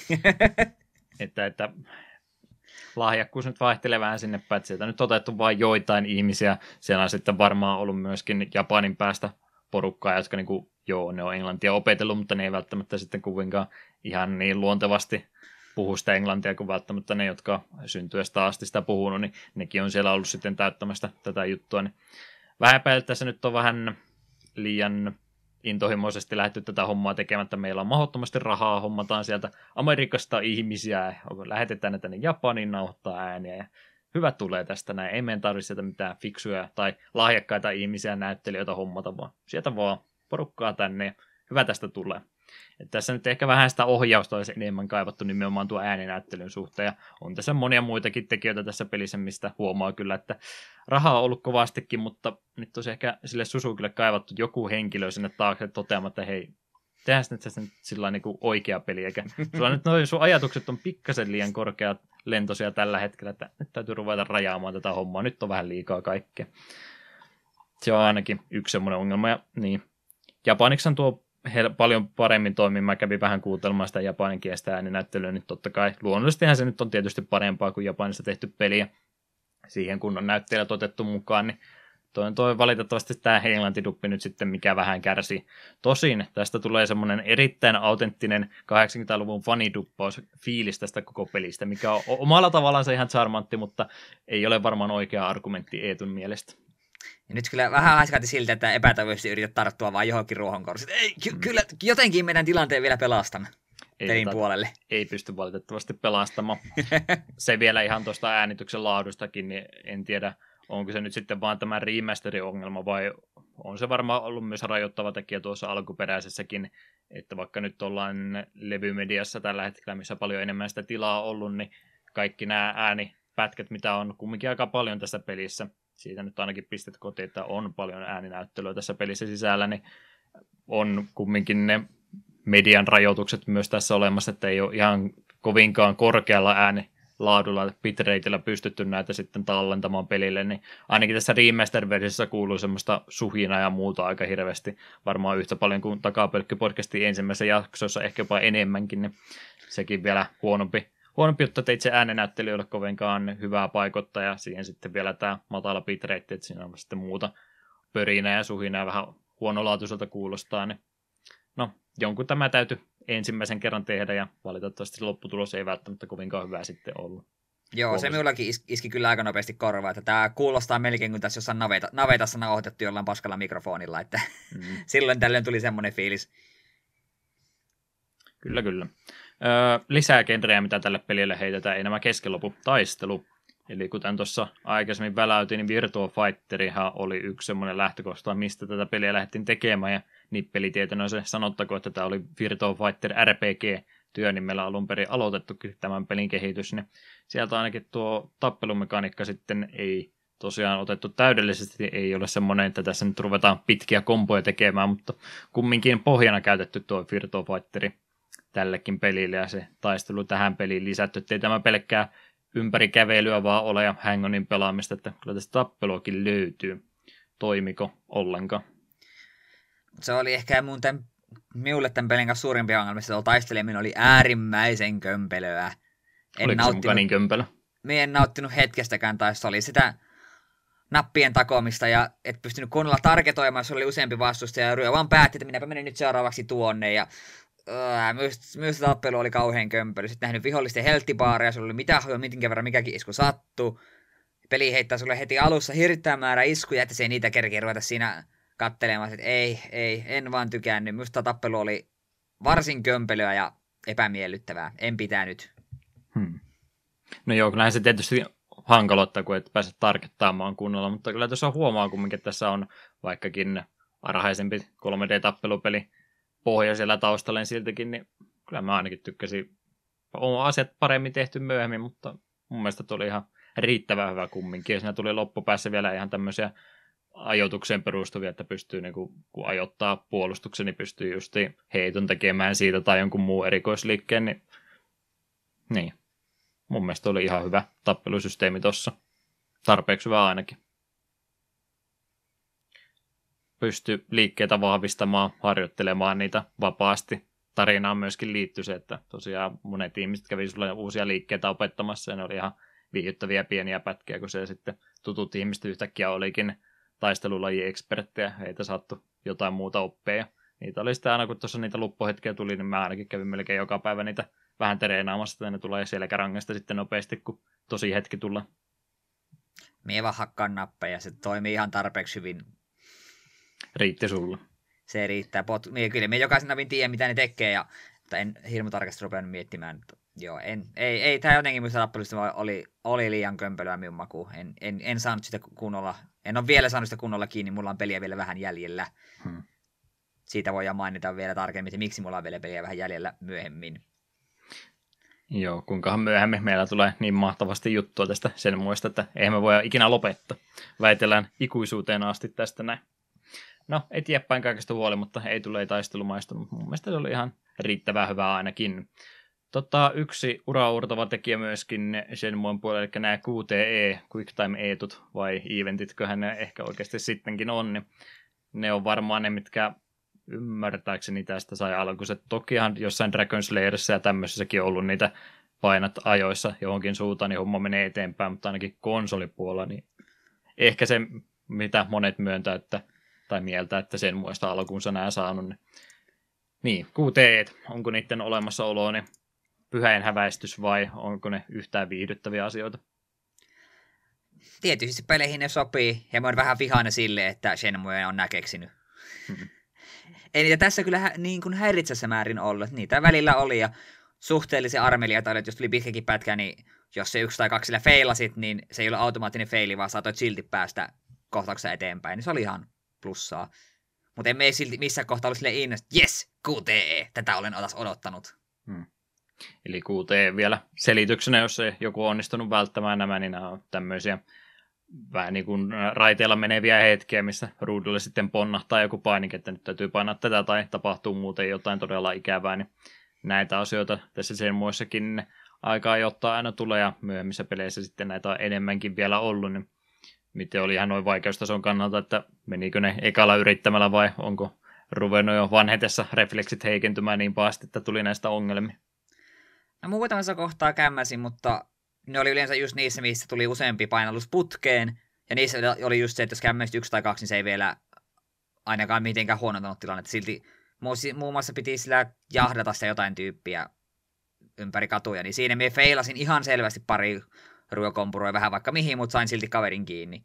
että, että lahjakkuus nyt vaihtelee vähän sinne päin, että sieltä nyt otettu vain joitain ihmisiä. Siellä on sitten varmaan ollut myöskin Japanin päästä porukkaa, jotka niin kuin, joo, ne on englantia opetellut, mutta ne ei välttämättä sitten kuitenkaan ihan niin luontevasti puhu sitä englantia kuin välttämättä ne, jotka syntyessä asti sitä puhunut, niin nekin on siellä ollut sitten täyttämästä tätä juttua. Niin vähän epäilyt, tässä nyt on vähän liian intohimoisesti lähdetty tätä hommaa tekemättä. Meillä on mahdottomasti rahaa, hommataan sieltä Amerikasta ihmisiä, lähetetään ne tänne Japaniin nauhoittaa ääniä ja hyvä tulee tästä näin. Ei meidän tarvitse sieltä mitään fiksuja tai lahjakkaita ihmisiä, näyttelijöitä hommata, vaan sieltä vaan porukkaa tänne ja hyvä tästä tulee. Et tässä nyt ehkä vähän sitä ohjausta olisi enemmän kaivattu nimenomaan tuo ääninäyttelyn suhteen, ja on tässä monia muitakin tekijöitä tässä pelissä, mistä huomaa kyllä, että rahaa on ollut kovastikin, mutta nyt olisi ehkä sille Suzukille kaivattu joku henkilö sinne taakse toteamaan, että hei, tehdään nyt tässä nyt sillä niin kuin oikea peli, eikä sulla nyt noin sun ajatukset on pikkasen liian korkeat lentoisia tällä hetkellä, että nyt täytyy ruveta rajaamaan tätä hommaa, nyt on vähän liikaa kaikkea. Se on ainakin yksi semmoinen ongelma, ja niin. Japaniksi tuo he, paljon paremmin toimii. Mä kävin vähän kuuntelemaan sitä japaninkielistä ääninäyttelyä, niin totta kai luonnollisestihan se nyt on tietysti parempaa kuin Japanissa tehty peli, ja siihen kun on näyttelijät otettu mukaan, niin toi, toi valitettavasti tämä englantiduppi nyt sitten mikä vähän kärsii. Tosin tästä tulee semmoinen erittäin autenttinen kahdeksankymmentäluvun faniduppaus fiilis tästä koko pelistä, mikä on omalla tavallaan se ihan charmantti, mutta ei ole varmaan oikea argumentti Eetun mielestä. Ja nyt kyllä vähän haiskahti siltä, että epätoivoisesti yrität tarttua vaan johonkin ruohonkorsiin. Ei, ky- mm. kyllä jotenkin meidän tilanteen vielä pelastan pelin tota, puolelle. Ei pysty valitettavasti pelastamaan. Se vielä ihan tuosta äänityksen laadustakin, niin en tiedä, onko se nyt sitten vaan tämä remasterin ongelma vai on se varmaan ollut myös rajoittava tekijä tuossa alkuperäisessäkin, että vaikka nyt ollaan levymediassa tällä hetkellä, missä paljon enemmän sitä tilaa on ollut, niin kaikki nämä äänipätkät, mitä on kumminkin aika paljon tässä pelissä, siitä nyt ainakin pistet kotiin, että on paljon ääninäyttelyä tässä pelissä sisällä, niin on kumminkin ne median rajoitukset myös tässä olemassa, että ei ole ihan kovinkaan korkealla äänilaadulla, bitrateillä pystytty näitä sitten tallentamaan pelille, niin ainakin tässä remaster-versiossa kuuluu semmoista suhinaa ja muuta aika hirveästi, varmaan yhtä paljon kuin Takapölkky-podcastin ensimmäisessä jaksossa, ehkä jopa enemmänkin, niin sekin vielä huonompi. Huonompi juttu, että itse äänenäyttely ei ole kovinkaan hyvää paikottaa, ja siihen sitten vielä tämä matala bitrate, että siinä on sitten muuta pörinää ja suhinaa vähän huonolaatuiselta kuulostaa, niin no, jonkun tämä täytyy ensimmäisen kerran tehdä, ja valitettavasti lopputulos ei välttämättä kovinkaan hyvää sitten ollut. Joo, se minullakin is- iski kyllä aika nopeasti korvaa, että tämä kuulostaa melkein kuin tässä jossain naveta- navetassa nauhoitettu jollain paskalla mikrofonilla, että mm. silloin tällöin tuli semmoinen fiilis. Kyllä, kyllä. Öö, lisää genrejä, mitä tälle pelille heitetään, ei nämä kesken lopu taistelu. Eli kuten tuossa aikaisemmin väläytin, niin Virtua Fighterihan oli yksi semmoinen lähtökohta, mistä tätä peliä lähdettiin tekemään, ja nippelitietönä se sanottakoon, että tämä oli Virtua Fighter R P G-työnimellä alun perin aloitettu tämän pelin kehitys, niin sieltä ainakin tuo tappelumekaniikka sitten ei tosiaan otettu täydellisesti, ei ole semmoinen, että tässä nyt ruvetaan pitkiä komboja tekemään, mutta kumminkin pohjana käytetty tuo Virtua Fighteri tällekin pelille, ja se taistelu tähän peliin lisätty, ettei tämä pelkkää ympärikävelyä vaan ole ja Hang-Onin pelaamista, että kyllä tästä tappeluakin löytyy. Toimiko ollenkaan? Se oli ehkä mun tämän, minulle tämän pelin kanssa suurimpia ongelmia, että taisteleminen oli äärimmäisen kömpelöä. En Oliko se mukaan niin kömpelö? Mie en nauttinut hetkestäkään, tai se oli sitä nappien takomista, ja et pystynyt kunnolla targetoimaan, se oli useampi vastustaja, ja Ryö vaan päätti, että minäpä menen nyt seuraavaksi tuonne, ja Öö, myös, myös tappelu oli kauhean kömpelö. Sitten nähnyt vihollisten helttibaareja, sulla oli mitä hajoa, minkä verran mikäkin isku sattuu. Peli heittää sulle heti alussa hirttää määrä iskuja, että se ei niitä kerkeä ruveta siinä kattelemaan. Että ei, ei, en vaan tykännyt. Minusta tappelu oli varsin kömpelöä ja epämiellyttävää. En pitänyt. Hmm. No joo, kyllähän se tietysti hankaloittaa, kun et pääse tarkettaamaan kunnolla, mutta kyllä tuossa huomaa kumminkin, että tässä on vaikkakin varhaisempi kolme D-tappelupeli pohja siellä taustalla, niin siltikin, niin kyllä mä ainakin tykkäsin. On asiat paremmin tehty myöhemmin, mutta mun mielestä tuli ihan riittävän hyvä kumminkin. Ja siinä tuli loppupäässä vielä ihan tämmöisiä ajoitukseen perustuvia, että pystyy, niin kun, kun ajoittaa puolustuksen, niin pystyy just heiton tekemään siitä tai jonkun muun erikoisliikkeen. Niin, niin. Mun mielestä oli ihan hyvä tappelusysteemi tossa. Tarpeeksi hyvä ainakin. Pysty liikkeitä vahvistamaan, harjoittelemaan niitä vapaasti. Tarinaan myöskin liittyy se, että tosiaan monet ihmiset kävi sulle uusia liikkeitä opettamassa, ja ne oli ihan viihdyttäviä pieniä pätkiä, kun se sitten tutut ihmiset yhtäkkiä olikin taistelulaji-eksperttejä, heitä saattu jotain muuta oppeja. Niitä oli sitten aina, kun tuossa niitä luppohetkiä tuli, niin mä ainakin kävin melkein joka päivä niitä vähän treenaamassa, että ne tulee selkärangasta sitten nopeasti, kun tosi hetki tulla. Mie vaan hakkaan nappeja, se toimii ihan tarpeeksi hyvin. Riitti sulla. Se riittää. Pot- mie, kyllä minä jokaisen navin tiedän, mitä ne tekee, ja, mutta en hirmu tarkasti rupeannut miettimään. Joo, en, ei, ei, tämä jotenkin minusta tappelusta oli, oli liian kömpelöä minun makuun. En, en, en saanut sitä kunnolla, en ole vielä saanut sitä kunnolla kiinni, mulla on peliä vielä vähän jäljellä. Hmm. siitä voidaan mainita vielä tarkemmin, että miksi mulla on vielä peliä vähän jäljellä myöhemmin. Joo, kuinkahan myöhemmin meillä tulee niin mahtavasti juttua tästä sen muista, että eihän me voi ikinä lopettaa. Väitellään ikuisuuteen asti tästä näin. No, eteenpäin kaikesta huolimatta, ei tule ei taistelu maistunut. Mun mielestä se oli ihan riittävän hyvää ainakin. Tota, yksi uraurtava tekijä myöskin Shenmuen puolella, eli nämä Q T E, Quick Time Etut vai Eventitköhän ne ehkä oikeasti sittenkin on, niin ne on varmaan ne, mitkä ymmärtääkseni tästä sai alkuun. Tokihan jossain Dragon Slayerissa ja tämmöisessäkin on ollut niitä painat ajoissa johonkin suuntaan, niin homma menee eteenpäin, mutta ainakin konsolipuolella, niin ehkä se, mitä monet myöntää, että, tai mieltä, että sen muista alkuunsa nämä saanut. Niin, niin Q T E, onko niiden olemassaolo niin pyhäin häväistys vai onko ne yhtään viihdyttäviä asioita? Tietysti peleihin ne sopii, ja mä oon vähän vihainen sille, että Shenmue on nää keksinyt. Hmm. Ei niitä tässä kyllä niin kuin häiritsessä määrin ollut. Niitä välillä oli, ja suhteellisen armeliaita oli, että jos tuli pitkäkin pätkä, niin jos se yksi tai kaksi sillä feilasit, niin se ei ole automaattinen feili, vaan saatoit silti päästä kohtauksessa eteenpäin, niin se oli ihan plussaa. Mutta emme silti missään kohtaa ollut silleen innostunut, yes, Q T E, tätä olen taas odottanut. Hmm. Eli Q T E vielä selityksenä, jos ei joku onnistunut välttämään nämä, niin nämä on tämmöisiä vähän niin kuin raiteilla meneviä hetkiä, missä ruudulle sitten ponnahtaa joku painike, että nyt täytyy painaa tätä tai tapahtuu muuten jotain todella ikävää, niin näitä asioita tässä sen muissakin aikaa ajoittaa aina tulee ja myöhemmissä peleissä sitten näitä on enemmänkin vielä ollut, niin miten oli ihan noin vaikeustason kannalta, että menikö ne ekalla yrittämällä vai onko ruvennut jo vanhetessa refleksit heikentymään niin pahasti, että tuli näistä ongelmia? No muutamassa kohtaa kämmäsin, mutta ne oli yleensä just niissä, missä tuli useampi painallus putkeen, ja niissä oli just se, että jos kämmäsit yksi tai kaksi, niin se ei vielä ainakaan mitenkään huonontanut tilannetta. Silti muun muassa piti sillä jahdata sitä jotain tyyppiä ympäri katuja, niin siinä minä feilasin ihan selvästi pari ruokompuroja vähän vaikka mihin, mutta sain silti kaverin kiinni.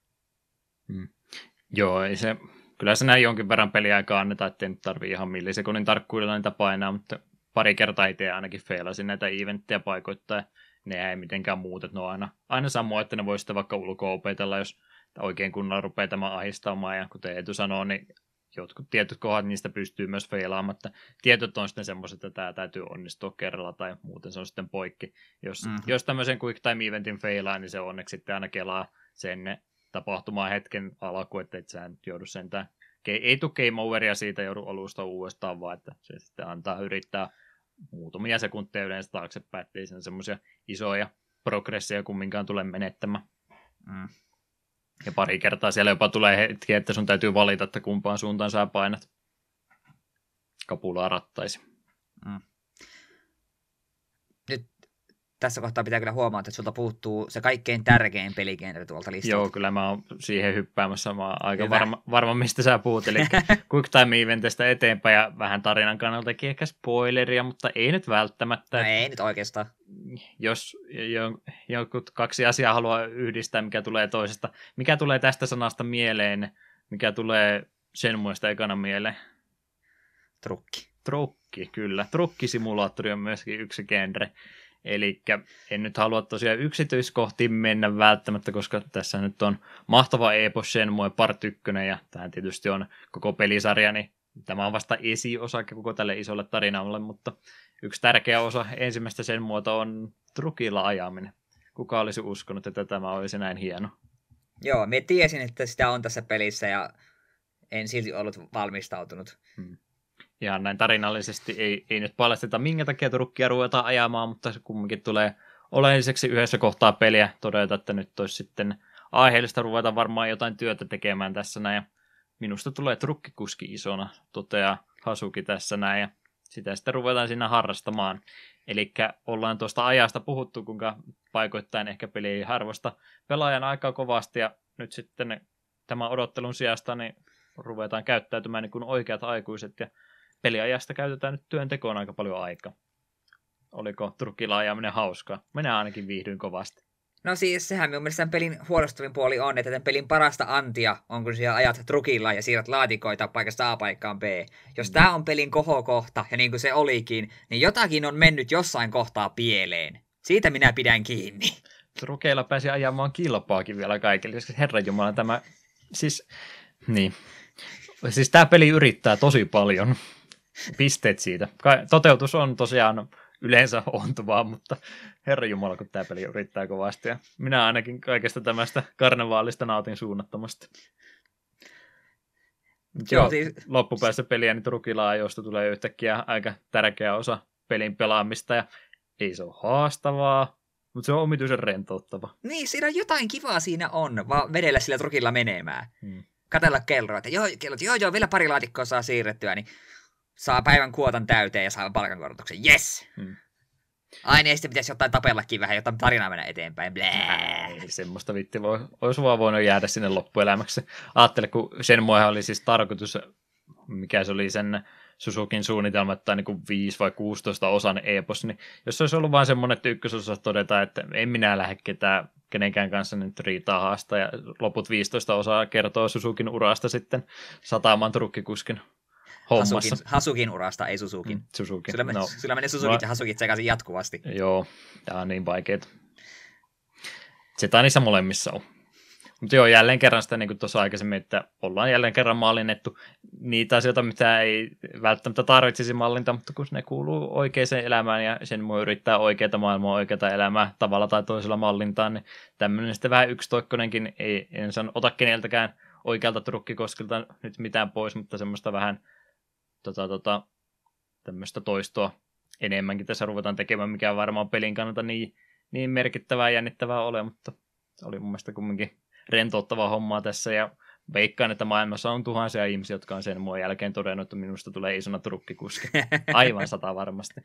Hmm. Joo, ei se, kyllä se näin jonkin verran peliaikaa annetaan, ettei nyt tarvitse ihan millisekunnin tarkkuudella niitä painaa, mutta pari kertaa itse ainakin feilasin näitä eventtejä paikoittaa, ne ei mitenkään muuta, ne on aina, aina samoin, että ne voi sitten vaikka ulkoa opetella, jos oikein kunnolla rupeaa tämä ahdistamaan, ja kuten Eetu sanoo, niin jotkut tietyt kohdat niistä pystyy myös feilaamaan, mutta tietyt on sitten semmoiset, että tämä täytyy onnistua kerralla, tai muuten se on sitten poikki. Jos, mm-hmm. jos tämmöisen quick time eventin feilaa, niin se onneksi sitten aina kelaa sen tapahtumaan hetken alku, että et sä nyt joudu sentään, ei tule game overia siitä joudu alusta uudestaan, vaan että se sitten antaa yrittää muutamia sekunteja yleensä taaksepäin, ettei sen semmoisia isoja progresseja kumminkaan tule menettämään. Mm. Ja pari kertaa siellä jopa tulee hetki, että sun täytyy valita, että kumpaan suuntaan sä painat. Kapulaa rattaisi. Mm. Nyt tässä kohtaa pitää kyllä huomata, että sulta puuttuu se kaikkein tärkein pelikenttä tuolta listalta. Joo, kyllä mä oon siihen hyppäämässä. Mä oon aika varma, varma, mistä sä puhut. Eli Quick Time Eventistä eteenpäin ja vähän tarinan kannaltakin ehkä spoileria, mutta ei nyt välttämättä. No ei nyt oikeastaan. Jos joku kaksi asiaa haluaa yhdistää, mikä tulee toisesta. Mikä tulee tästä sanasta mieleen? Mikä tulee sen muista ekana mieleen? Trukki. Trukki, kyllä. Trukkisimulaattori on myöskin yksi genre. Eli en nyt halua tosiaan yksityiskohtiin mennä välttämättä, koska tässä nyt on mahtava epos Shenmue Part yksi, ja tähän tietysti on koko pelisarja, niin tämä on vasta esiosa koko tälle isolle tarinalle, mutta yksi tärkeä osa ensimmäistä Shenmueta on trukilla ajaminen. Kuka olisi uskonut, että tämä olisi näin hieno? Joo, minä tiesin, että sitä on tässä pelissä, ja en silti ollut valmistautunut. Hmm. Ihan näin tarinallisesti ei, ei nyt paljasteta, minkä takia trukkia ruvetaan ajamaan, mutta se kumminkin tulee oleelliseksi yhdessä kohtaa peliä todeta, että nyt olisi sitten aiheellista ruveta varmaan jotain työtä tekemään tässä näin. Ja minusta tulee trukkikuski isona, toteaa Hasuki tässä näin, ja sitä sitten ruvetaan siinä harrastamaan. Eli ollaan tuosta ajasta puhuttu, kuinka paikoittain ehkä peli ei harvasta pelaajan aikaa kovasti, ja nyt sitten tämän odottelun sijasta niin ruvetaan käyttäytymään niin kuin oikeat aikuiset, ja peliajasta käytetään nyt työntekoon aika paljon aikaa. Oliko trukilla ajaminen hauskaa? Minä ainakin viihdyin kovasti. No siis sehän minun mielestä pelin huolestuttavin puoli on, että tämän pelin parasta antia on, kun siellä ajat trukilla ja siirrät laatikoita paikasta A paikkaan B. Jos mm. tämä on pelin kohokohta, ja niin kuin se olikin, niin jotakin on mennyt jossain kohtaa pieleen. Siitä minä pidän kiinni. Trukeilla pääsi ajamaan kilpaakin vielä kaikille, koska herranjumala tämä, siis, niin. Siis tämä peli yrittää tosi paljon. Pisteet siitä. Toteutus on tosiaan yleensä ontuvaa, mutta herranjumala, kun tämä peli yrittää kovasti. Ja minä ainakin kaikesta tämästä karnevaalista nautin suunnattomasti. Joo, Joo siis... loppupäässä peliä niin Trukila-ajoista tulee yhtäkkiä aika tärkeä osa pelin pelaamista, ja ei se ole haastavaa, mutta se on omituisen rentouttava. Niin, siinä jotain kivaa siinä on, vaan vedellä sillä Trukilla menemään. Hmm. Katella kelloa, että joo, kellot, joo, joo, vielä pari laatikkoa saa siirrettyä, niin saa päivän kuotan täyteen ja saa palkankorotuksen. Yes! Hmm. Aina sitten pitäisi jotain tapellakin vähän, jotta tarinaa mennä eteenpäin. Blää. Ei, semmoista vitti voi, olisi vaan voinut jäädä sinne loppuelämäksi. Ajattele, kun Shenmuehan oli siis tarkoitus, mikä se oli sen Suzukin suunnitelma, että niin kuin viisi vai kuusitoista osan epos, niin jos se olisi ollut vain semmoinen, että ykkösosa todeta, että en minä lähde ketään kenenkään kanssa nyt riitaa haastaa, ja loput viisitoista osaa kertoo Suzukin urasta sitten sataamaan trukkikuskin hommassa. Hasukin, Hasukin urasta, ei Suzukin. Mm, Suzuki. Sulla, no, sulla menee Suzukit no, ja Hasukit sekaisin jatkuvasti. Joo, tämä on niin vaikeet. Se niissä molemmissa on. Mutta joo, jälleen kerran sitä niin kuin tuossa aikaisemmin, että ollaan jälleen kerran mallinnettu niitä asioita, mitä ei välttämättä tarvitsisi mallinta, mutta kun ne kuuluu oikeaan elämään ja sen voi yrittää oikeaa maailmaa, oikeaa elämää tavalla tai toisella mallintaan, niin tämmöinen sitten vähän yksitoikkonenkin ei en sano, ota keneltäkään oikealta trukkikoskelta nyt mitään pois, mutta semmoista vähän tota, tota, tämmöistä toistoa enemmänkin tässä ruvetaan tekemään, mikä varmaan pelin kannalta niin, niin merkittävää ja jännittävää ole, mutta oli mun mielestä kumminkin rentouttavaa hommaa tässä, ja veikkaan, että maailmassa on tuhansia ihmisiä, jotka on sen muun jälkeen todennut, että minusta tulee isona trukkikuski. Aivan sata varmasti.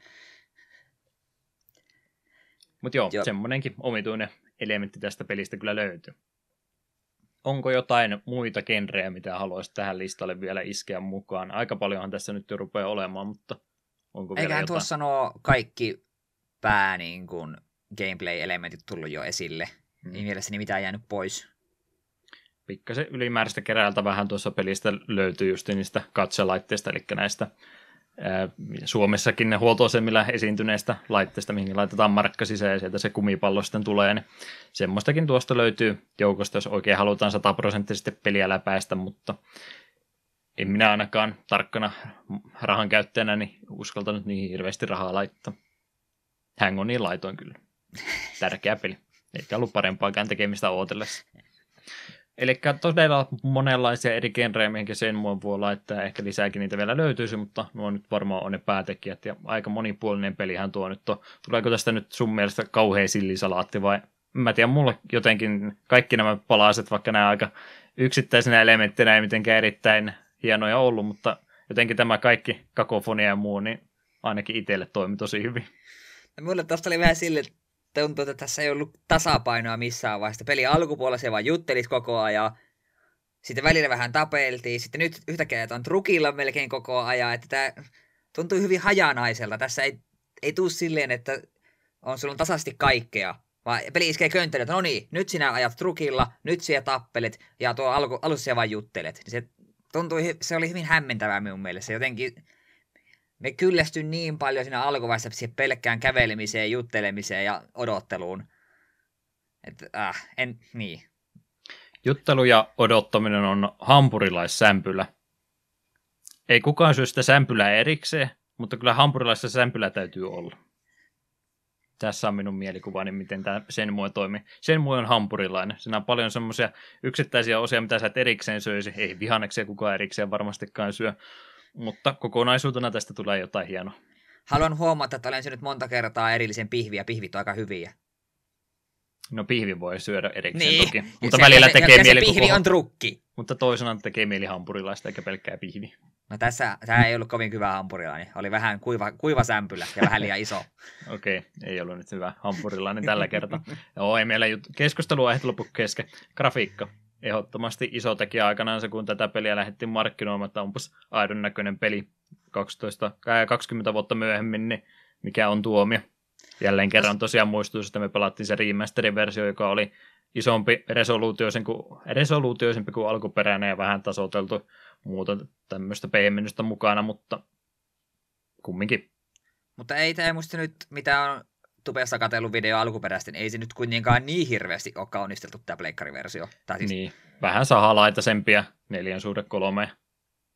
Mutta joo, joo, semmoinenkin omituinen elementti tästä pelistä kyllä löytyy. Onko jotain muita genrejä, mitä haluaisit tähän listalle vielä iskeä mukaan? Aika paljonhan tässä nyt jo rupeaa olemaan, mutta onko vielä Eiköhän jotain? tuossa sanoo kaikki pää niin kuin gameplay-elementit tullut jo esille. Hmm. Ei mielestäni mitään jäänyt pois. Pikkasen ylimääräistä keräältä vähän tuossa pelistä löytyy just niistä katselaitteista, eli näistä ää, Suomessakin ne huoltoasemilla esiintyneistä laitteista, mihin laitetaan markka sisään ja sieltä se kumipallo sitten tulee, niin semmoistakin tuosta löytyy joukosta, jos oikein halutaan sataprosenttisesti peliä läpäistä, mutta en minä ainakaan tarkkana rahan käyttäjänä niin uskaltanut niin hirveästi rahaa laittaa. Hang on niin laitoin kyllä. Tärkeä peli. Eikä ollut parempaakaan tekemistä ootellessa. Eli todella monenlaisia eri genrejä, mihinkä sen muun voi laittaa. Ehkä lisääkin niitä vielä löytyisi, mutta nuo nyt varmaan on ne päätekijät. Ja aika monipuolinen pelihän tuo nyt on. Tuleeko tästä nyt sun mielestä kauhea sillisalaatti vai? Mä tiedän, mulle jotenkin kaikki nämä palaset, vaikka nämä aika yksittäisenä elementtinä ei mitenkään erittäin hienoja ollut, mutta jotenkin tämä kaikki kakofonia ja muu, niin ainakin itselle toimi tosi hyvin. Mulle tästä oli vähän silleen, tuntuu, että tässä ei ollut tasapainoa missään vaiheessa. Peli alkupuolella se vaan juttelit koko ajan, sitten välillä vähän tapeltiin, sitten nyt yhtäkkiä on trukilla melkein koko ajan, että tämä tuntuu hyvin hajanaiselta. Tässä ei, ei tule silleen, että on sulla on tasaisesti kaikkea, vaan peli iskee könttelyä, että no niin, nyt sinä ajat trukilla, nyt sinä tappelet ja tuo alku, alussa sinä vaan juttelet. Se, tuntui, se oli hyvin hämmentävää minun mielestä. Jotenkin me kyllästyin niin paljon siinä alkuvaiheessa siihen pelkkään kävelemiseen, juttelemiseen ja odotteluun. Että äh, en, niin. Juttelu ja odottaminen on hampurilaissämpylä. Ei kukaan syö sitä sämpylää erikseen, mutta kyllä hampurilaisessa sämpylä täytyy olla. Tässä on minun mielikuvani, miten tämä Shenmue toimii. Shenmue on hampurilainen. Siinä on paljon semmoisia yksittäisiä osia, mitä sä et erikseen söisi. Ei vihanneksia kukaan erikseen varmastikaan syö. Mutta kokonaisuutena tästä tulee jotain hienoa. Haluan huomata, että olen syönyt monta kertaa erillisen pihviä, ja pihvit on aika hyviä. No pihvi voi syödä erikseen niin. Toki, mutta se, välillä tekee ja mieli se pihvi koko... on trukki. Mutta toisena tekee mieli hampurilaista eikä pelkkää pihvi. No tässä tämä ei ollut kovin hyvä hampurilainen. Oli vähän kuiva, kuiva sämpylä ja vähän liian iso. Okei, okay, ei ollut nyt hyvä hampurilainen tällä kertaa. Joo, ei meillä jut... keskustelua ehti loppu kesken. Grafiikka. Ehdottomasti iso tekijä aikanaan se, kun tätä peliä lähdettiin markkinoimaan, että onpas aidon näköinen peli kaksitoista, kaksikymmentä vuotta myöhemmin, niin mikä on tuomio. Jälleen kerran tosiaan muistutus, että me pelattiin se remasterin-versio, joka oli isompi, resoluutioisempi kuin, resoluutioisempi kuin alkuperäinen ja vähän tasoteltu muuta tämmöistä pehmennystä mukana, mutta kumminkin. Mutta ei tämä muista nyt, mitä on Tubessa katsellut video alkuperäisesti, ei se nyt kuitenkaan niin hirveästi ole kaunisteltu tämä pleikkariversio. Siis... Niin, vähän sahalaitaisempia neljän suhde kolme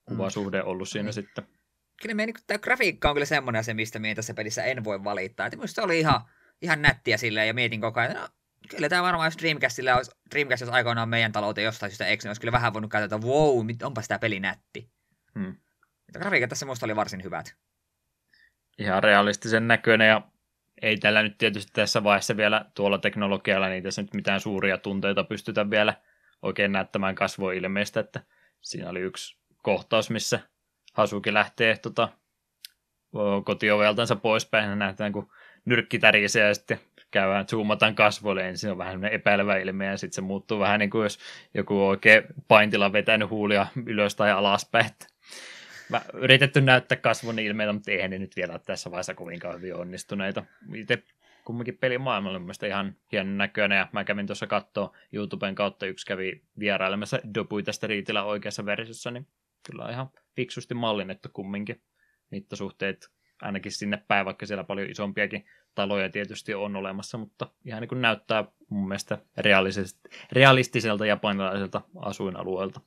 kuvasuhde ollut siinä mm. sitten. Kyllä meidän, niin tämä grafiikka on kyllä semmoinen asia, mistä minä tässä pelissä en voi valittaa. Että minusta se oli ihan, ihan nättiä silleen, ja mietin koko ajan, no, kyllä tämä varmaan, jos Dreamcastilla olisi, Dreamcast olisi aikoinaan meidän talouteen jostain syystä eikö, niin olisi kyllä vähän voinut katsoa, että wow, onpa sitä peli nätti. Hmm. Grafiikat tässä minusta oli varsin hyvät. Ihan realistisen näköinen, ja ei tällä nyt tietysti tässä vaiheessa vielä tuolla teknologialla, niin tässä nyt mitään suuria tunteita pystytä vielä oikein näyttämään kasvoilmeistä, että siinä oli yksi kohtaus, missä Hasuki lähtee tota, kotioveltansa poispäin, ja nähdään, kun nyrkki tärisee, ja sitten käydään, zoomataan kasvoille, ensin on vähän epäilevä ilme, ja sitten se muuttuu vähän niin kuin jos joku oikein paintilla vetänyt huulia ylös tai alaspäin. Mä yritetty näyttää kasvon ilmeitä, mutta eihän ne nyt vielä tässä vaiheessa kovinkaan hyvin onnistuneita. Itse kumminkin pelimaailma oli mielestäni ihan hienon näköinen, ja mä kävin tuossa katsoa YouTuben kautta, yksi kävi vierailemassa Dopui tästä Riitillä oikeassa versiossa, niin kyllä on ihan fiksusti mallinnettu kumminkin mittasuhteet ainakin sinne päin, vaikka siellä paljon isompiakin taloja tietysti on olemassa, mutta ihan niin kuin näyttää mun mielestä realistiselta japanilaiselta asuinalueelta.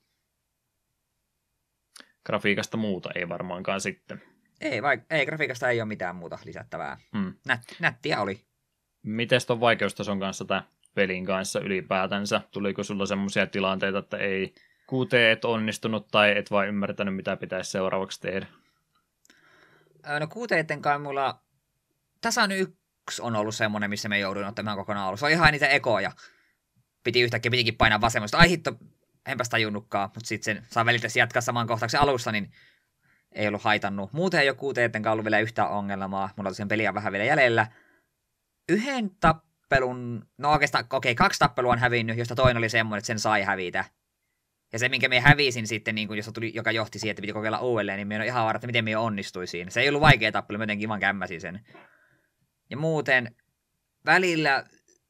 Grafiikasta muuta ei varmaankaan sitten. Ei, vaik- ei grafiikasta ei ole mitään muuta lisättävää. Hmm. Nät- nättiä oli. Miten tuon vaikeustason kanssa tämä pelin kanssa ylipäätänsä? Tuliko sulla semmoisia tilanteita, että ei Q T et onnistunut tai et vaan ymmärtänyt, mitä pitäisi seuraavaksi tehdä? No Q T:ten kanssa mulla tasan yksi on ollut semmoinen, missä me jouduin ottamaan kokonaan alussa. Se on ihan niitä ekoja. Piti yhtäkkiä pitikin painaa vasemmasta. Ai hitto, enpäs tajunnutkaan, mutta sitten sen saa välittömästi jatkaa saman kohtauksen alussa, niin ei ollut haitannut. Muuten ei ole Q T:ten kanssa ollut vielä yhtään ongelmaa. Mulla on tosiaan peliä vähän vielä jäljellä. Yhden tappelun, no oikeastaan, okei, okay, kaksi tappelua on hävinnyt, josta toinen oli semmoinen, että sen sai hävitä. Ja se, minkä me hävisin sitten, niin kun, jos tuli, joka johti siihen, että piti kokeilla uudelleen, niin minä en ole ihan varma, että miten minä onnistuin siinä. Se ei ollut vaikea tappelu, mä jotenkin vaan kämmäsin sen. Ja muuten välillä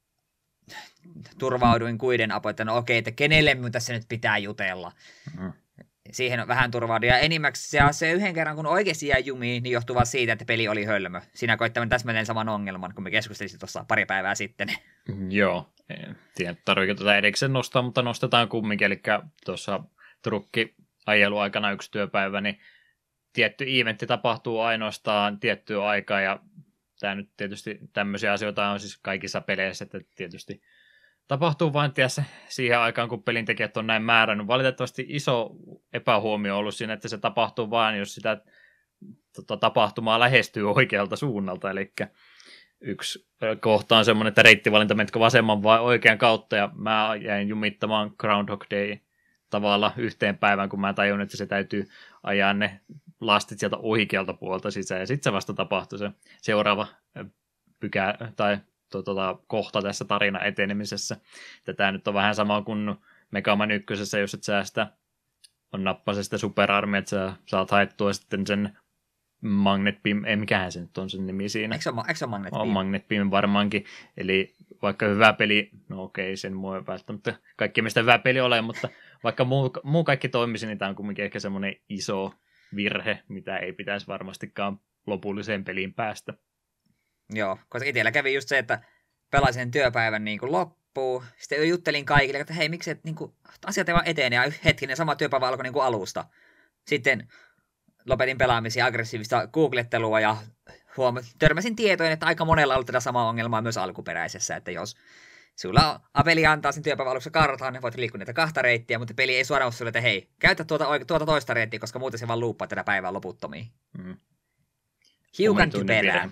turvauduin kuiden apu, että no okei, että kenelle minun tässä nyt pitää jutella. Mm. Siihen vähän turvaudun. Ja enimmäksi se, se yhden kerran, kun oikeasti jäi jumiin, niin johtuu vaan siitä, että peli oli hölmö. Siinä koittamme täsmälleen saman ongelman, kun me keskustelimme tuossa pari päivää sitten. Joo, en tiedä, tarvitsetko tätä edekseen nostaa, mutta nostetaan kumminkin. Eli tuossa trukkiajeluaikana yksi työpäivä, niin tietty eventti tapahtuu ainoastaan tiettyä aikaa, ja tämä nyt tietysti tämmöisiä asioita on siis kaikissa peleissä, että tietysti tapahtuu vain tiessä siihen aikaan, kun pelintekijät on näin määrännyt. Valitettavasti iso epähuomio on ollut siinä, että se tapahtuu vain, jos sitä tota, tapahtumaa lähestyy oikealta suunnalta. Eli yksi kohta on semmoinen, että reittivalinta menetkö vasemman vai oikean kautta, ja mä jäin jumittamaan Groundhog Day tavalla yhteen päivään, kun mä tajun, että se täytyy ajaa ne lastit sieltä oikealta puolta sisään, ja sitten se vasta tapahtui se seuraava pykä, tai Tuota, kohta tässä tarina etenemisessä. Tämä nyt on vähän sama kuin Mega Man ykkösessä, jos et sä sitä on nappase sitä superarmia, että sä saat haettua sitten sen Magnet Beam, ei mikähän se nyt on sen nimi siinä. Eikö se ole, eikö se ole Magnet Beam? On Magnet Beam varmaankin, eli vaikka hyvä peli, no okei, sen muu ei välttämättä kaikki mistä hyvä peli ole, mutta vaikka muu, muu kaikki toimisi, niin tämä on kumminkin ehkä semmoinen iso virhe, mitä ei pitäisi varmastikaan lopulliseen peliin päästä. Joo, koska itsellä kävi just se, että pelasin työpäivän niin kuin loppuun, sitten juttelin kaikille, että hei, miksi et, niin kuin, asiat ei vaan etene, ja hetkinen sama työpäivä alkoi niin kuin alusta. Sitten lopetin pelaamisia aggressiivista googlettelua, ja huom- törmäsin tietoihin, että aika monella on ollut tätä samaa ongelmaa myös alkuperäisessä, että jos sulla Apeli antaa sen työpäivän alussa kartaan, niin voit liikkua niitä kahta reittiä, mutta peli ei suoraan sulle, että hei, käytä tuota, oike- tuota toista reittiä, koska muuten se vaan luuppaa tätä päivää loputtomiin. Mm. Hiukan typerää.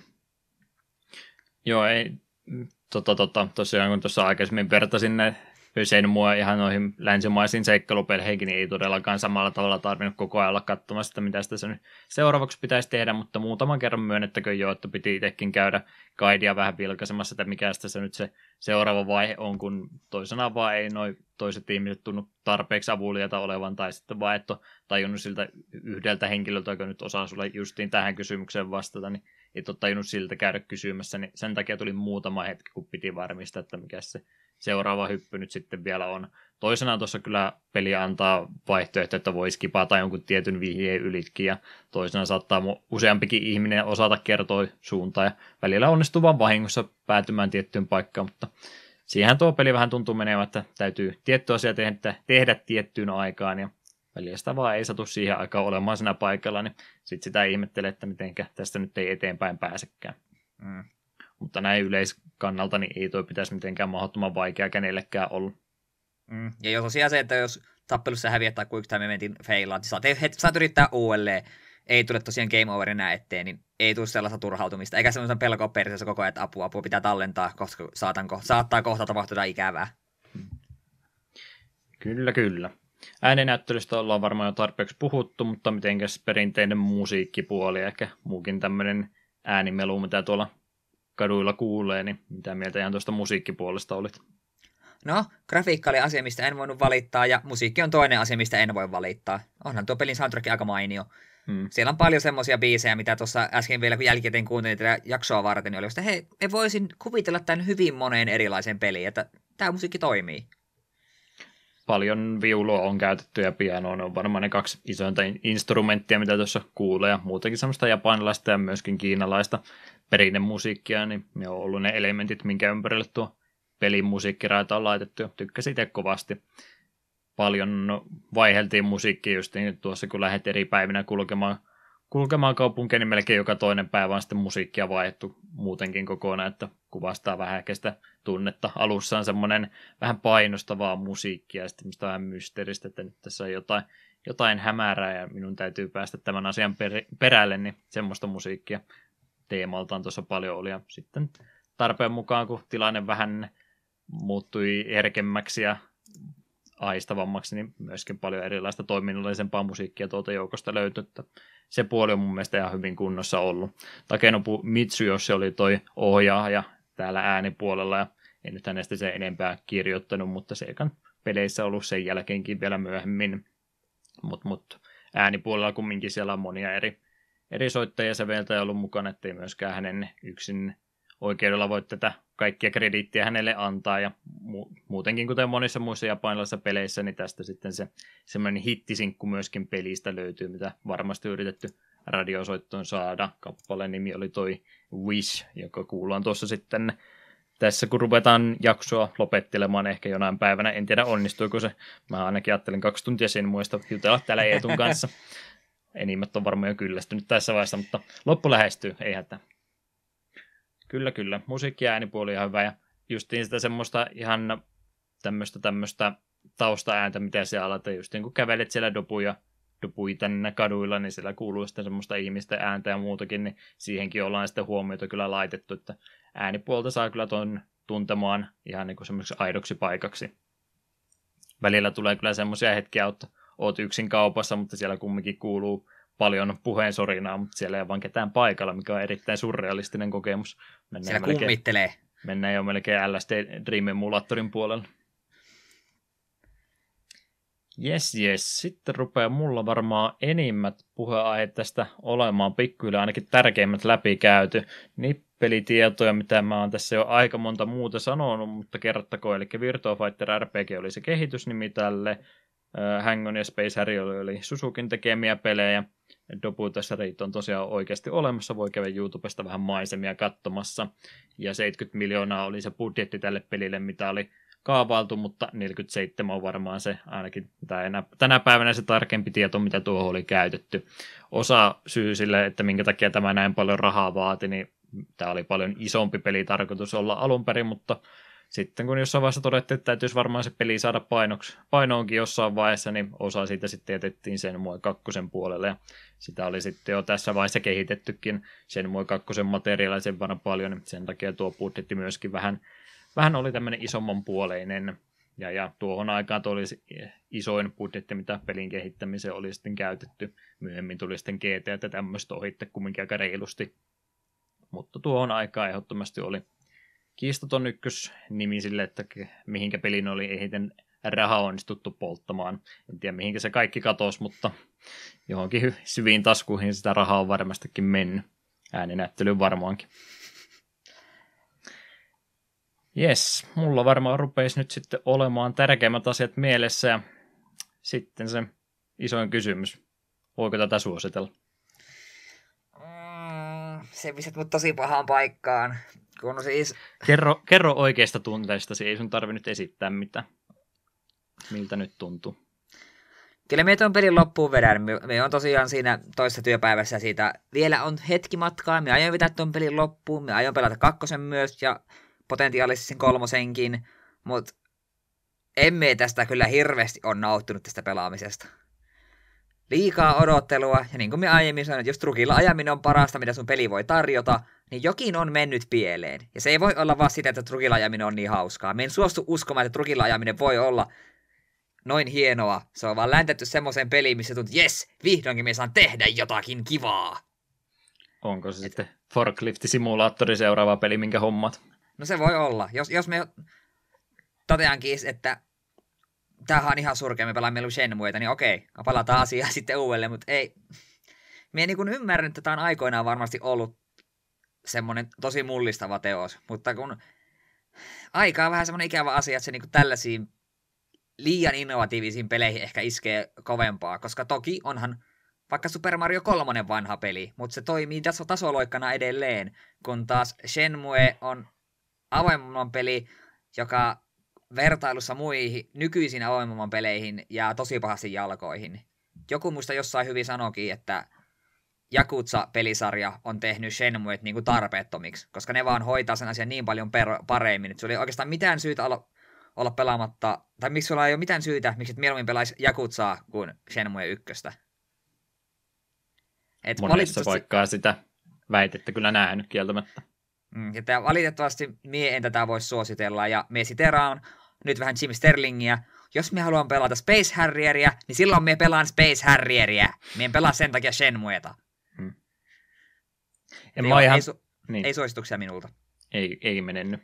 Joo, ei, tota, tota, tosiaan kun tuossa aikaisemmin vertasin ne Shenmua ihan noihin länsimaisiin seikkailupeleihin, niin ei todellakaan samalla tavalla tarvinnut koko ajan olla katsomassa sitä, mitä sitä nyt seuraavaksi pitäisi tehdä, mutta muutaman kerran myönnettäkö jo, että piti itsekin käydä guidea vähän vilkaisemassa, että mikä se nyt se seuraava vaihe on, kun toisena vaan ei noi toiset ihmiset tunnu tarpeeksi avuliaita olevan, tai sitten vaan et ole tajunnut siltä yhdeltä henkilöltä, joka nyt osaa sulle justiin tähän kysymykseen vastata, niin et ole tajunnut siltä käydä kysymässä, niin sen takia tuli muutama hetki, kun piti varmistaa, että mikä se seuraava hyppy nyt sitten vielä on. Toisenaan tuossa kyllä peli antaa vaihtoehto, että voi skipata jonkun tietyn vihjeen ylitkin, ja toisena saattaa useampikin ihminen osata kertoa suuntaan, ja välillä onnistuu vaan vahingossa päätymään tiettyyn paikkaan, mutta siihen tuo peli vähän tuntuu menevän, että täytyy tietty asia tehdä, tehdä tiettyyn aikaan, ja Väliä sitä vaan ei satu siihen aikaan olemaan siinä paikalla, niin sitten sitä ihmettelee, että mitenkä tästä nyt ei eteenpäin pääsekään. Mm. Mutta näin yleiskannalta niin ei toi pitäisi mitenkään mahdottoman vaikea kenellekään olla. Mm. Ja jos tosiaan se, että jos tappelussa häviät tai quick time eventin feilaat, niin saat, saat yrittää uudelleen. Ei tule tosiaan game over enää eteen, niin ei tule sellaista turhautumista. Eikä semmoisen pelkoa perseessä koko ajan, että apua, apua pitää tallentaa, koska saatanko, saattaa kohta tapahtua ikävää. Kyllä, kyllä. Ääninäyttelystä ollaan varmaan jo tarpeeksi puhuttu, mutta mitenkäs perinteinen musiikkipuoli, ehkä muukin tämmöinen äänimelu, mitä tuolla kaduilla kuulee, niin mitä mieltä ihan tuosta musiikkipuolesta olit? No, grafiikka oli asia, mistä en voinut valittaa, ja musiikki on toinen asia, mistä en voi valittaa. Onhan tuo pelin soundtrack aika mainio. Hmm. Siellä on paljon semmoisia biisejä, mitä tuossa äsken vielä, kun jälkikäteen kuuntelin tätä jaksoa varten, niin oli että hei, me voisin kuvitella tämän hyvin moneen erilaiseen peliin, että tämä musiikki toimii. Paljon viulua on käytetty ja pianoa, ne on varmaan ne kaksi isointa instrumenttia, mitä tuossa kuulee, ja muutenkin semmoista japanilaista ja myöskin kiinalaista perinnemusiikkia, niin ne on ollut ne elementit, minkä ympärille tuo pelin musiikkiraita on laitettu, ja tykkäsin itse kovasti. Paljon vaiheltiin musiikkia just niin tuossa, kun lähdet eri päivinä kulkemaan, kulkemaan kaupunkiin, niin melkein joka toinen päivä on sitten musiikkia vaihdettu muutenkin kokonaan, että kuvastaa vähän ehkä sitä tunnetta. Alussa on semmoinen vähän painostavaa musiikkia ja sitten vähän mysteeristä, että nyt tässä on jotain, jotain hämärää ja minun täytyy päästä tämän asian per, perälle, niin semmoista musiikkia teemaltaan tuossa paljon oli. Ja sitten tarpeen mukaan, kun tilanne vähän muuttui herkemmäksi ja aistavammaksi, niin myöskin paljon erilaista toiminnallisempaa musiikkia tuolta joukosta löytyi, että se puoli on mun mielestä ihan hyvin kunnossa ollut. Takenobu Mitsuyoshi oli toi ohjaaja täällä äänipuolella, ja en nyt hänestä sen enempää kirjoittanut, mutta Seikan peleissä ollut sen jälkeenkin vielä myöhemmin. Mutta mut, äänipuolella kumminkin siellä on monia eri, eri soittajia ja säveltäjä ollut mukana, ettei myöskään hänen yksin oikeudella voi tätä kaikkia krediittiä hänelle antaa, ja mu- muutenkin kuten monissa muissa japanilaisissa peleissä, niin tästä sitten se semmoinen hittisinkku myöskin pelistä löytyy, mitä varmasti yritetty radiosoittoon saada. Kappaleen nimi oli toi Wish, joka kuullaan tuossa sitten tässä, kun ruvetaan jaksoa lopettelemaan ehkä jonain päivänä. En tiedä onnistuiko se. Mä ainakin ajattelin kaksi tuntia sen muista jutella täällä Eetun kanssa. Enimmät on varmaan jo kyllästynyt tässä vaiheessa, mutta loppu lähestyy, ei hätää. Kyllä, kyllä. Musiikki ja äänipuoli on hyvä ja justiin sitä semmoista ihan tämmöistä tämmöistä taustaääntä, mitä siellä aletaan. Justiin kun kävelet siellä dopuja, dopuita kaduilla, niin siellä kuuluu sitten semmoista ihmisten ääntä ja muutakin, niin siihenkin ollaan sitten huomiota kyllä laitettu, että äänipuolta saa kyllä ton tuntemaan ihan niin kuin semmoiseksi aidoksi paikaksi. Välillä tulee kyllä semmoisia hetkiä, että oot yksin kaupassa, mutta siellä kumminkin kuuluu paljon puheen sorinaa, mutta siellä ei ole vaan ketään paikalla, mikä on erittäin surrealistinen kokemus. Mennään siellä melkein, kummittelee. Mennään jo melkein L S D Dream Emulatorin puolella. Jes, jes. Sitten rupeaa mulla varmaan enimmät puheenaiheet tästä olemaan pikkuhiljaa ainakin tärkeimmät läpikäyty. Nippelitietoja, mitä mä oon tässä jo aika monta muuta sanonut, mutta kerrottakoon. Eli Virtua Fighter R P G oli se kehitysnimi tälle. Hang-On ja Space Harrier oli Suzukin tekemiä pelejä. Dobu tässä on tosiaan oikeasti olemassa. Voi käydä YouTubesta vähän maisemia katsomassa. Ja seitsemänkymmentä miljoonaa oli se budjetti tälle pelille, mitä oli kaavailtu, mutta neljäkymmentäseitsemän on varmaan se ainakin tänä, tänä päivänä se tarkempi tieto, mitä tuohon oli käytetty. Osa syy sille, että minkä takia tämä näin paljon rahaa vaati, niin tämä oli paljon isompi peli tarkoitus olla alun perin, mutta sitten kun jossain vaiheessa todettiin, että täytyisi varmaan se peli saada painoksi, painoonkin jossain vaiheessa, niin osa siitä sitten jätettiin Shenmue kakkosen puolelle, ja sitä oli sitten jo tässä vaiheessa kehitettykin Shenmue kakkosen materiaalia sen verran paljon, niin sen takia tuo budjetti myöskin vähän, vähän oli tämmöinen isomman puoleinen, ja, ja tuohon aikaan tuo oli isoin budjetti, mitä pelin kehittämiseen oli sitten käytetty. Myöhemmin tuli sitten G T ja tämmöistä ohitte kumminkin aika reilusti, mutta tuohon aikaan ehdottomasti oli kiistaton ykkösnimi sille, että mihinkä pelin oli ehiten rahaa onnistuttu polttamaan. En tiedä mihinkä se kaikki katosi, mutta johonkin syviin taskuihin sitä rahaa on varmastikin mennyt. Ääninäyttelyyn varmaankin. Jes, mulla varmaan rupeisi nyt sitten olemaan tärkeimmät asiat mielessä ja sitten se isoin kysymys. Voiko tätä suositella? Mm, se pistät mut tosi pahaan paikkaan. Kun siis... Kerro, kerro oikeista tunteistasi, ei sun tarvi nyt esittää mitään. Miltä nyt tuntuu? Kyllä me tuon pelin loppuun vedän. Me, me on tosiaan siinä toisessa työpäivässä siitä. Vielä on hetki matkaa. Me aion vetää tuon pelin loppuun. Me aion pelata kakkosen myös ja potentiaalisesti sen kolmosenkin. Mutta emme tästä kyllä hirveästi on nauttinut tästä pelaamisesta. Liikaa odottelua. Ja niin kuin me aiemmin sanoin, että jos trukilla ajaminen on parasta, mitä sun peli voi tarjota, niin jokin on mennyt pieleen. Ja se ei voi olla vaan sitä, että trukilla ajaminen on niin hauskaa. Me en suostu uskomaan, että trukilla ajaminen voi olla noin hienoa. Se on vaan läntetty semmoiseen peliin, missä tuntuu, jes, vihdoinkin me saan tehdä jotakin kivaa. Onko se Et... sitten forklift-simulaattori seuraava peli, minkä hommat? No se voi olla. Jos, jos me toteankin, että tämähän on ihan surkea, me pelaamme mieluummin Shenmueta, niin okei, palataan asiaan sitten uudelleen, mutta ei. Mie niin kuin ymmärrän, että tämä on aikoinaan varmasti ollut semmoinen tosi mullistava teos, mutta kun aika on vähän semmoinen ikävä asia, että se niin kuin tällaisiin liian innovatiivisiin peleihin ehkä iskee kovempaa, koska toki onhan vaikka Super Mario kolme vanha peli, mutta se toimii taso tasoloikkana edelleen, kun taas Shenmue on avoimemman peli, joka vertailussa muihin nykyisiin avoimemman peleihin jää tosi pahasti jalkoihin. Joku muista jossain hyvin sanoikin, että Yakuza-pelisarja on tehnyt Shenmuet niin kuin tarpeettomiksi, koska ne vaan hoitaa sen asian niin paljon per- paremmin, että sulla ei oikeastaan mitään syytä olla, olla pelaamatta, tai miksi sulla ei ole mitään syytä, miksi et mieluummin pelaisi Yakuzaa kuin Shenmue ykköstä. Et monessa valitettavasti... paikkaa sitä väitettä kyllä nähnyt kieltämättä. Mm, että valitettavasti mie en tätä voisi suositella, ja mie siteraan nyt vähän Jim Sterlingiä. Jos me haluan pelata Space Harrieria, niin silloin me pelaan Space Harrieria. Mie en pelaa sen takia Shenmueta. Hmm. En ei, ihan... ei, su... niin. ei suosituksia minulta. Ei, ei menennyt.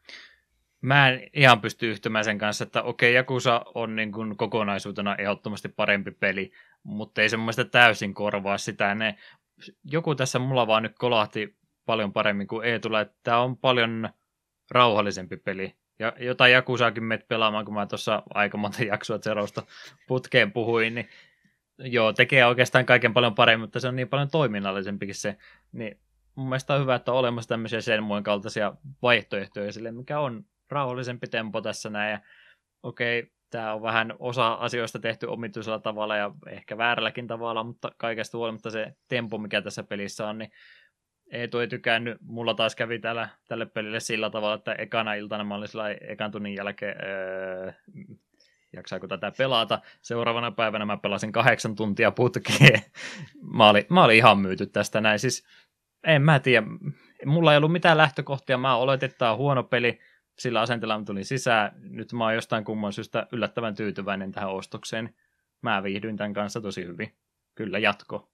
Mä en ihan pysty yhtymään sen kanssa, että okei, Yakuza on niin kuin kokonaisuutena ehdottomasti parempi peli, mutta ei se mun mielestä täysin korvaa sitä. Ne, joku tässä mulla vaan nyt kolahti paljon paremmin kuin Eetulla, että tämä on paljon rauhallisempi peli. Ja jotain Yakuzaakin menet pelaamaan, kun mä tuossa aika monta jaksoa Zerosta putkeen puhuin, niin joo, tekee oikeastaan kaiken paljon paremmin, mutta se on niin paljon toiminnallisempikin se. Niin mun mielestä on hyvä, että on olemassa tämmöisiä Shenmuen kaltaisia vaihtoehtoja sille, mikä on rauhallisempi tempo tässä näin. Ja okei, tämä on vähän osa asioista tehty omituisella tavalla ja ehkä väärälläkin tavalla, mutta kaikesta huolimatta se tempo, mikä tässä pelissä on, niin Eetu ei tykännyt. Mulla taas kävi täällä, tälle pelille sillä tavalla, että ekana iltana mä olin sillä ekan tunnin jälkeen, öö, jaksaako tätä pelata. Seuraavana päivänä mä pelasin kahdeksan tuntia putkeen. Mä olin, mä olin ihan myyty tästä näin. Siis en mä tiedä. Mulla ei ollut mitään lähtökohtia. Mä oletin, että tämä on huono peli. Sillä asenteella mä tulin sisään. Nyt mä oon jostain kumman syystä yllättävän tyytyväinen tähän ostokseen. Mä viihdyin tämän kanssa tosi hyvin. Kyllä jatko.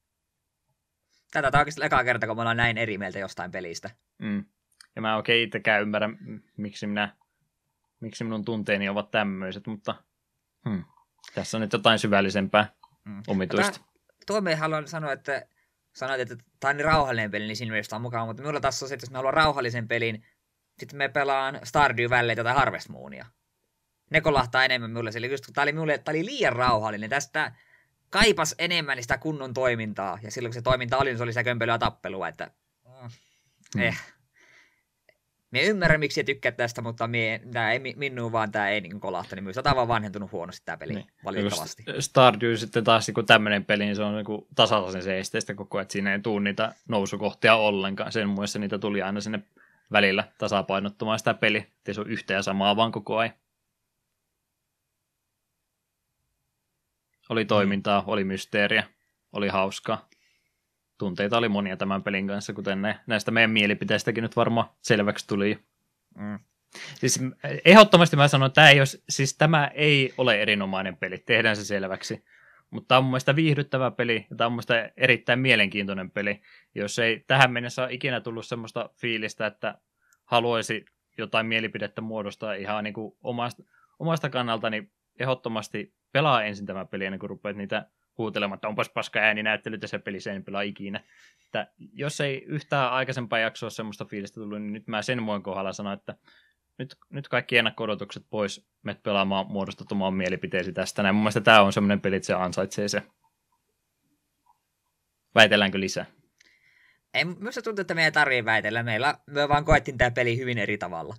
Tätä on oikeasti ekaa kerta, kun me ollaan näin eri mieltä jostain pelistä. Mm. Ja mä en oikein itsekään ymmärrä, miksi, minä, miksi minun tunteeni ovat tämmöiset, mutta hmm. tässä on nyt jotain syvällisempää mm. omituista. Tuo me haluan sanoa, että sanoit, että tämä on niin rauhallinen peli, niin siinä mielessä on mukaan, mutta minulla taas on se, että jos me haluan rauhallisen pelin, sitten me pelaan Stardew Valleyta tai Harvest Moonia. Ne kolahtaa enemmän minulle, eli just kun tämä oli, minulle, tämä oli liian rauhallinen, tästä kaipas enemmän sitä kunnon toimintaa, ja silloin kun se toiminta oli, niin se oli sitä kömpelyä tappelua, että mm. eh. Mie ymmärrän, miksi et tykkää tästä, mutta mie, tää ei, minuun vaan tämä ei niin kolahta, niin myös tämä on vaan vanhentunut huonosti tämä peli, niin. Valitettavasti. Stardew sitten taas niin tämmöinen peli, niin se on niin tasaisen se esteistä koko ajan, että siinä ei tule niitä nousukohtia ollenkaan. Sen muassa niitä tuli aina sinne välillä tasapainottamaan sitä peliä, ettei se ole yhtä ja samaa vaan koko ajan. Oli toimintaa, oli mysteeriä, oli hauskaa. Tunteita oli monia tämän pelin kanssa, kuten ne, näistä meidän mielipiteistäkin nyt varmaan selväksi tuli. Mm. Siis ehdottomasti mä sanon, että tämä ei, ole, siis tämä ei ole erinomainen peli, tehdään se selväksi. Mutta tämä on mun mielestä viihdyttävä peli, ja tämä on mun mielestä erittäin mielenkiintoinen peli. Jos ei tähän mennessä ole ikinä tullut semmoista fiilistä, että haluaisi jotain mielipidettä muodostaa ihan niin kuin omasta, omasta kannalta, niin ehdottomasti pelaa ensin tämä peli, ennen kuin rupeat niitä huutelemaan, että onpas paska ääninäyttely tässä pelissä, en pelaa ikinä. Että jos ei yhtään aikaisempaa jaksoa semmoista fiilistä tullut, niin nyt mä sen muun kohdalla sanon, että nyt, nyt kaikki ennakko-odotukset pois, menet pelaamaan, muodostat oman mielipiteesi tästä. Näin mun mielestä tämä on semmoinen peli, että se ansaitsee se. Väitelläänkö lisää? Ei, minusta tuntuu, että meidän ei tarvitse väitellä. Meillä, me vaan koettiin tämä peli hyvin eri tavalla.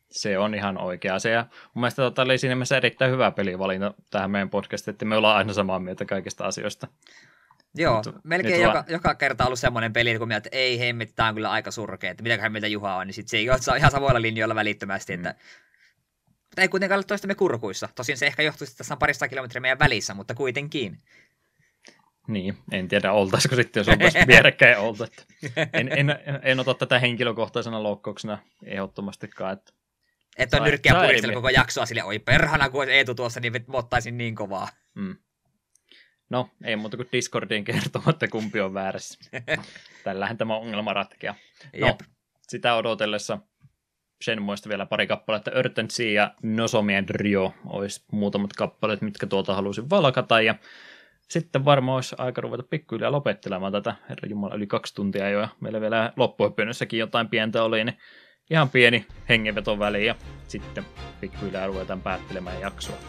Se on ihan oikea asia. Ja mun mielestä tota oli siinä mielessä erittäin hyvä pelivalinta tähän meidän podcastiin, että me ollaan aina samaa mieltä kaikista asioista. Joo, Mut, melkein joka, vaan... joka kerta on ollut semmoinen peli, kun mieltä, että ei hemmet, tää on kyllä aika surkea, että mitäköhän meiltä Juha on, niin sit se ei ole ihan samoilla linjoilla välittömästi, että mm. Mutta ei kuitenkaan ole toistamme kurkuissa. Tosin se ehkä johtuisi, että tässä on parista kilometriä meidän välissä, mutta kuitenkin. Niin, en tiedä oltaisiko sitten, jos oltaisiin vierekkäin oltu. En, en, en ota tätä henkilökohtaisena loukkauksena ehdottomastikaan. Että että on nyrkkiä puristellut koko jaksoa sille, oi perhana, kun olisi Eetu tuossa, niin mä ottaisin niin kovaa. Mm. No, ei muuta kuin Discordiin kertomaan, että kumpi on väärässä. Tällähän tämä ongelma ratkeaa. No, Jep. Sitä odotellessa Shenmuesta vielä pari kappaletta. Earth Sea ja Nosomien Rio olisi muutamat kappaleet, mitkä tuolta halusin valkata. Ja sitten varmaan olisi aika ruveta pikkuhiljaa lopettelemaan tätä. Herra Jumala, yli kaksi tuntia jo. Ja meillä vielä loppuhyppyynnissäkin jotain pientä oli, niin ihan pieni hengenveto väliin. Ja sitten pikkuhiljaa ruvetaan päättelemään jaksoa.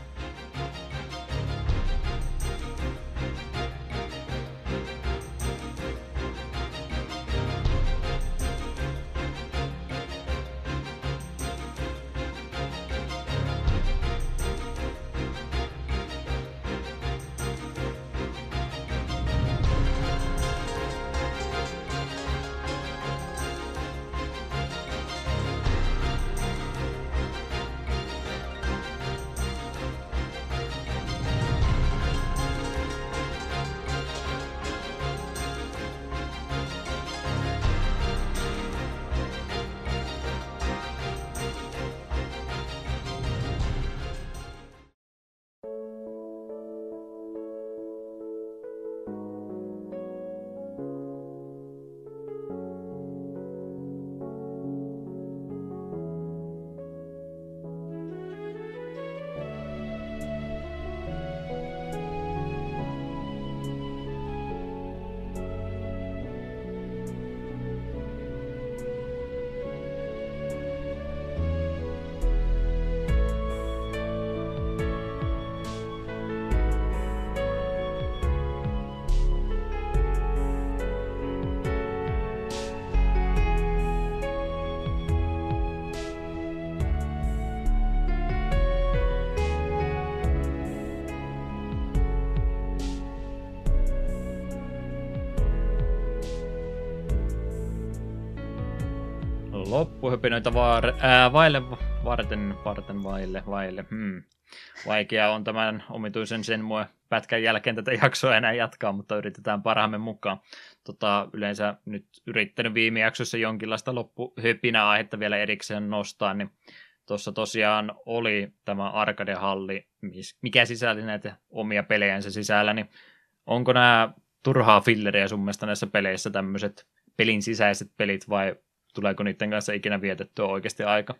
Loppuhypinoita vaar, ää, vaille, varten, varten, vaille, vaille. Hmm. Vaikea on tämän omituisen Shenmue pätkän jälkeen tätä jaksoa enää jatkaa, mutta yritetään parhaamme mukaan. Tota, yleensä nyt yrittänyt viime jaksossa jonkinlaista loppuhypinä-aihetta vielä erikseen nostaa, niin tuossa tosiaan oli tämä arcade-halli, mikä sisälti näitä omia pelejänsä sisällä, niin onko nämä turhaa filleriä sun mielestä näissä peleissä tämmöiset pelin sisäiset pelit vai tuleeko niiden kanssa ikinä vietettyä oikeasti aika?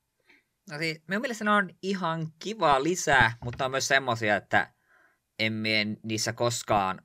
No siis, minun mielestä ne on ihan kiva lisää, mutta on myös semmoisia, että emme niissä koskaan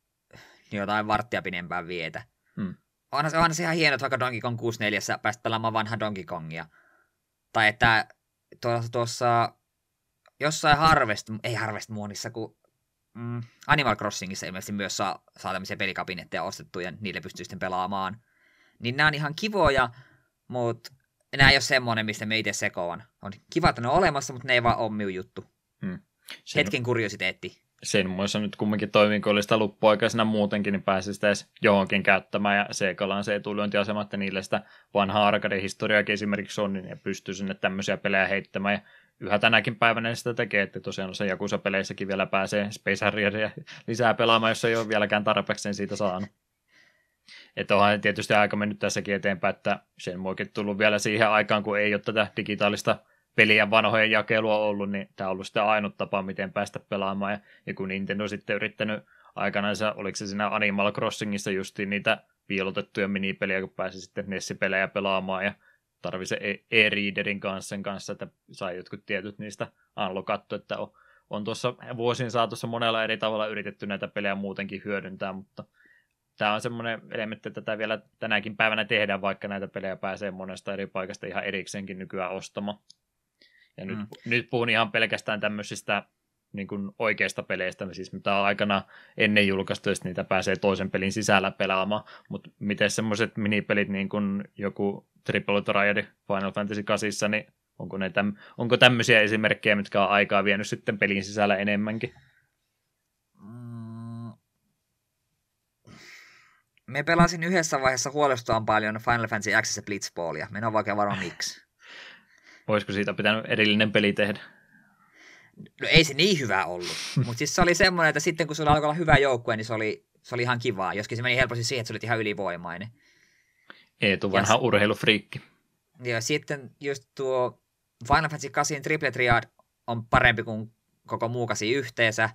jotain varttia pidempään vietä. Hmm. Onhan se, onhan se ihan hieno, että vaikka Donkey Kong kuusikymmentäneljä päästä pelaamaan vanha Donkey Kongia. Tai että tuossa, tuossa jossain Harvest, ei Harvest Moonissa, kun mm, Animal Crossingissa ilmeisesti myös saa, saa tämmöisiä pelikabinetteja ostettu ja niille pystyy sitten pelaamaan. Niin nämä on ihan kivoja, mutta nämä ei ole semmoinen, mistä me itse sekoan. On kiva, että ne on olemassa, mutta ne ei vaan ole minun juttu. Hmm. Sen, Hetken kuriositeetti. Sen muissa nyt kumminkin toimii, kun oli sitä luppuaikaisena muutenkin, niin pääsi sitä edes johonkin käyttämään. Ja Seikalla on se etulyöntiasema, että niille sitä vanhaa arcade-historiaakin esimerkiksi on, niin ne pystyy sinne tämmöisiä pelejä heittämään. Ja yhä tänäkin päivänä sitä tekee, että tosiaan se Yakuza-peleissäkin vielä pääsee Space Harrieria lisää pelaamaan, jos ei ole vieläkään tarpeeksi siitä saanut. Että onhan tietysti aika mennyt tässäkin eteenpäin, että Shenmuekin tullut vielä siihen aikaan, kun ei ole tätä digitaalista peliä vanhojen jakelua ollut, niin tämä on ollut sitä ainut tapa, miten päästä pelaamaan. Ja, ja kun Nintendo sitten yrittänyt aikanaan, oliko se siinä Animal Crossingissa justiin niitä piilotettuja minipeliä, kun pääsi sitten Nessi-pelejä pelaamaan ja tarvii se e-readerin kanssa sen kanssa, että sai jotkut tietyt niistä unlockattu, että on, on tuossa vuosien saatossa monella eri tavalla yritetty näitä pelejä muutenkin hyödyntää, mutta tämä on semmoinen elementti, että tätä vielä tänäkin päivänä tehdään, vaikka näitä pelejä pääsee monesta eri paikasta ihan erikseenkin nykyään ostamaan. Ja mm. nyt, nyt puhun ihan pelkästään tämmöisistä niin kuin oikeista peleistä, siis mitä on aikana ennen julkaistu, niitä pääsee toisen pelin sisällä pelaamaan, mutta miten semmoiset minipelit, niin kuin joku Triple Triad Final Fantasy kahdeksan, niin onko, ne täm, onko tämmöisiä esimerkkejä, mitkä on aikaa vienyt sitten pelin sisällä enemmänkin? Mm. Me pelasin yhdessä vaiheessa huolestuaan paljon Final Fantasy X ja Blitzballia. Me en ole oikein varma miksi. Olisiko siitä pitänyt erillinen peli tehdä? No ei se niin hyvä ollut, mutta siis se oli semmoinen, että sitten kun sulla alkoi olla hyvä joukkue, niin se oli, se oli ihan kivaa. Joskin se meni helposti siihen, että sä olit ihan ylivoimainen. Eetu, vanha urheilufriikki. Ja sitten just tuo Final Fantasy kahdeksan Triple Triad on parempi kuin koko muu kasi yhteensä.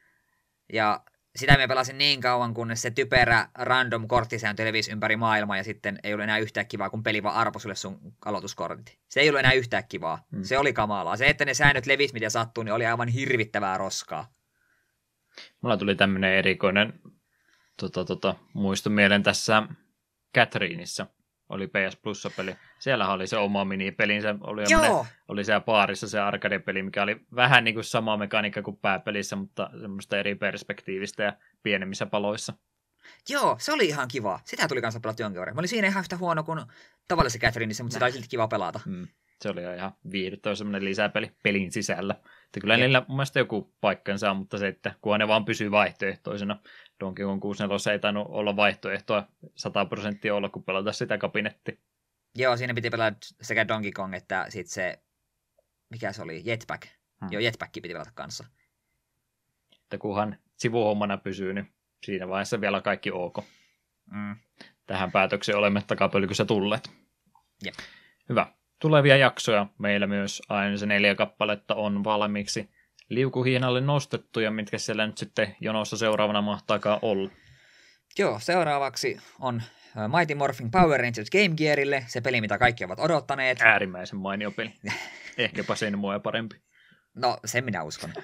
Ja sitä me pelasin niin kauan, kunnes se typerä random korttisääntö levisi ympäri maailmaa ja sitten ei ollut enää yhtään kivaa, kun peli vaan arpoi sulle sun aloituskortit. Se ei ollut enää yhtään kivaa. Mm. Se oli kamalaa. Se, että ne säännöt levisi, mitä sattuu, niin oli aivan hirvittävää roskaa. Mulla tuli tämmöinen erikoinen tota, tota, muisto mieleen tässä Catherineissa. Oli P S Plus-peli. Siellähän oli se oma minipelinsä. Oli, oli siellä baarissa se arcade-peli, mikä oli vähän niin kuin sama mekaniikka kuin pääpelissä, mutta semmoista eri perspektiivistä ja pienemmissä paloissa. Joo, se oli ihan kiva. Sitä tuli kanssa pelata jonkin verran. Mä olin siinä ihan yhtä huono kuin tavallisessa Catherineissa, mutta sitä oli silti kiva pelata. Mm. Se oli ihan viihdyttävä semmoinen lisäpeli pelin sisällä. Että kyllä niillä mun mielestä joku paikkansa on, mutta se, että kunhan ne vaan pysyy vaihtoehtoisena. Donkey Kong kuusikymmentäneljä ei tainnut olla vaihtoehtoa sata prosenttia olla, kun pelata sitä kabinettia. Joo, siinä piti pelata sekä Donkey Kong että sit se, mikä se oli, Jetpack. Hmm. Joo, Jetpack piti pelata kanssa. Että kunhan sivuhommana pysyy, niin siinä vaiheessa vielä kaikki ok. Mm. Tähän päätökseen olemme takapölkyssä tulleet. Jep. Hyvä. Tulevia jaksoja meillä myös aina se neljä kappaletta on valmiiksi liukuhiinalle nostettuja, mitkä siellä nyt sitten jonossa seuraavana mahtaakaan olla. Joo, seuraavaksi on Mighty Morphin Power Rangers Game Gearille, se peli, mitä kaikki ovat odottaneet. Äärimmäisen mainio peli. Ehkäpä sen mua parempi. No, sen minä uskon.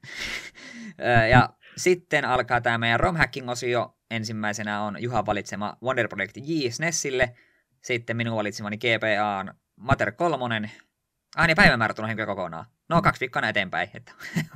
Ja sitten alkaa tämä meidän ROM-hacking-osio. Ensimmäisenä on Juha valitsema Wonder Project J S N E Sille. Sitten minun valitsemani G P A:n Mater kolmonen. Ah, niin päivämäärät on henkilö kokonaan. No, kaksi viikkoa eteenpäin. Että.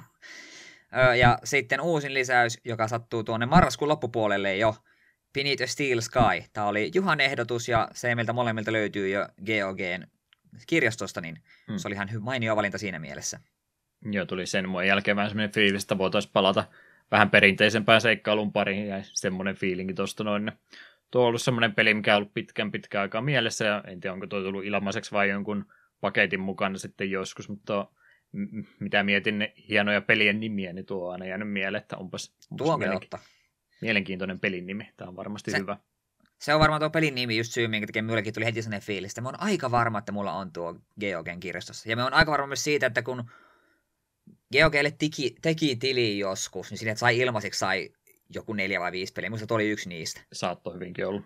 Ja sitten uusin lisäys, joka sattuu tuonne marraskuun loppupuolelle jo. Beneath a Steel Sky. Tämä oli Juhan ehdotus ja se meiltä molemmilta löytyy jo G O G:n kirjastosta, niin hmm. se oli ihan mainio valinta siinä mielessä. Joo, tuli sen muun jälkeen vähän semmoinen fiilis, että voitaisiin palata vähän perinteisempään seikkailun pariin ja semmoinen fiilinki tuosta noin. Tuo on ollut semmoinen peli, mikä on ollut pitkän pitkän aikaa mielessä ja en tiedä, onko tuo tullut ilmaiseksi vai jonkun paketin mukana sitten joskus, mutta m- mitä mietin ne hienoja pelien nimiä, niin tuo on aina jäänyt mieleen, että onpas, onpas tuo mielenki- mielenkiintoinen pelin nimi. Tämä on varmasti se, hyvä. Se on varmaan tuo pelin nimi just syy, minkä takia minullekin tuli heti sellainen fiilis, että mä oon aika varma, että mulla on tuo G O G:n kirjastossa. Ja mä oon aika varma myös siitä, että kun G O G:lle teki, teki tili joskus, niin sille, että sai ilmaiseksi sai joku neljä vai viisi peliä. Musta tuo oli yksi niistä. Saattoi hyvinkin olla.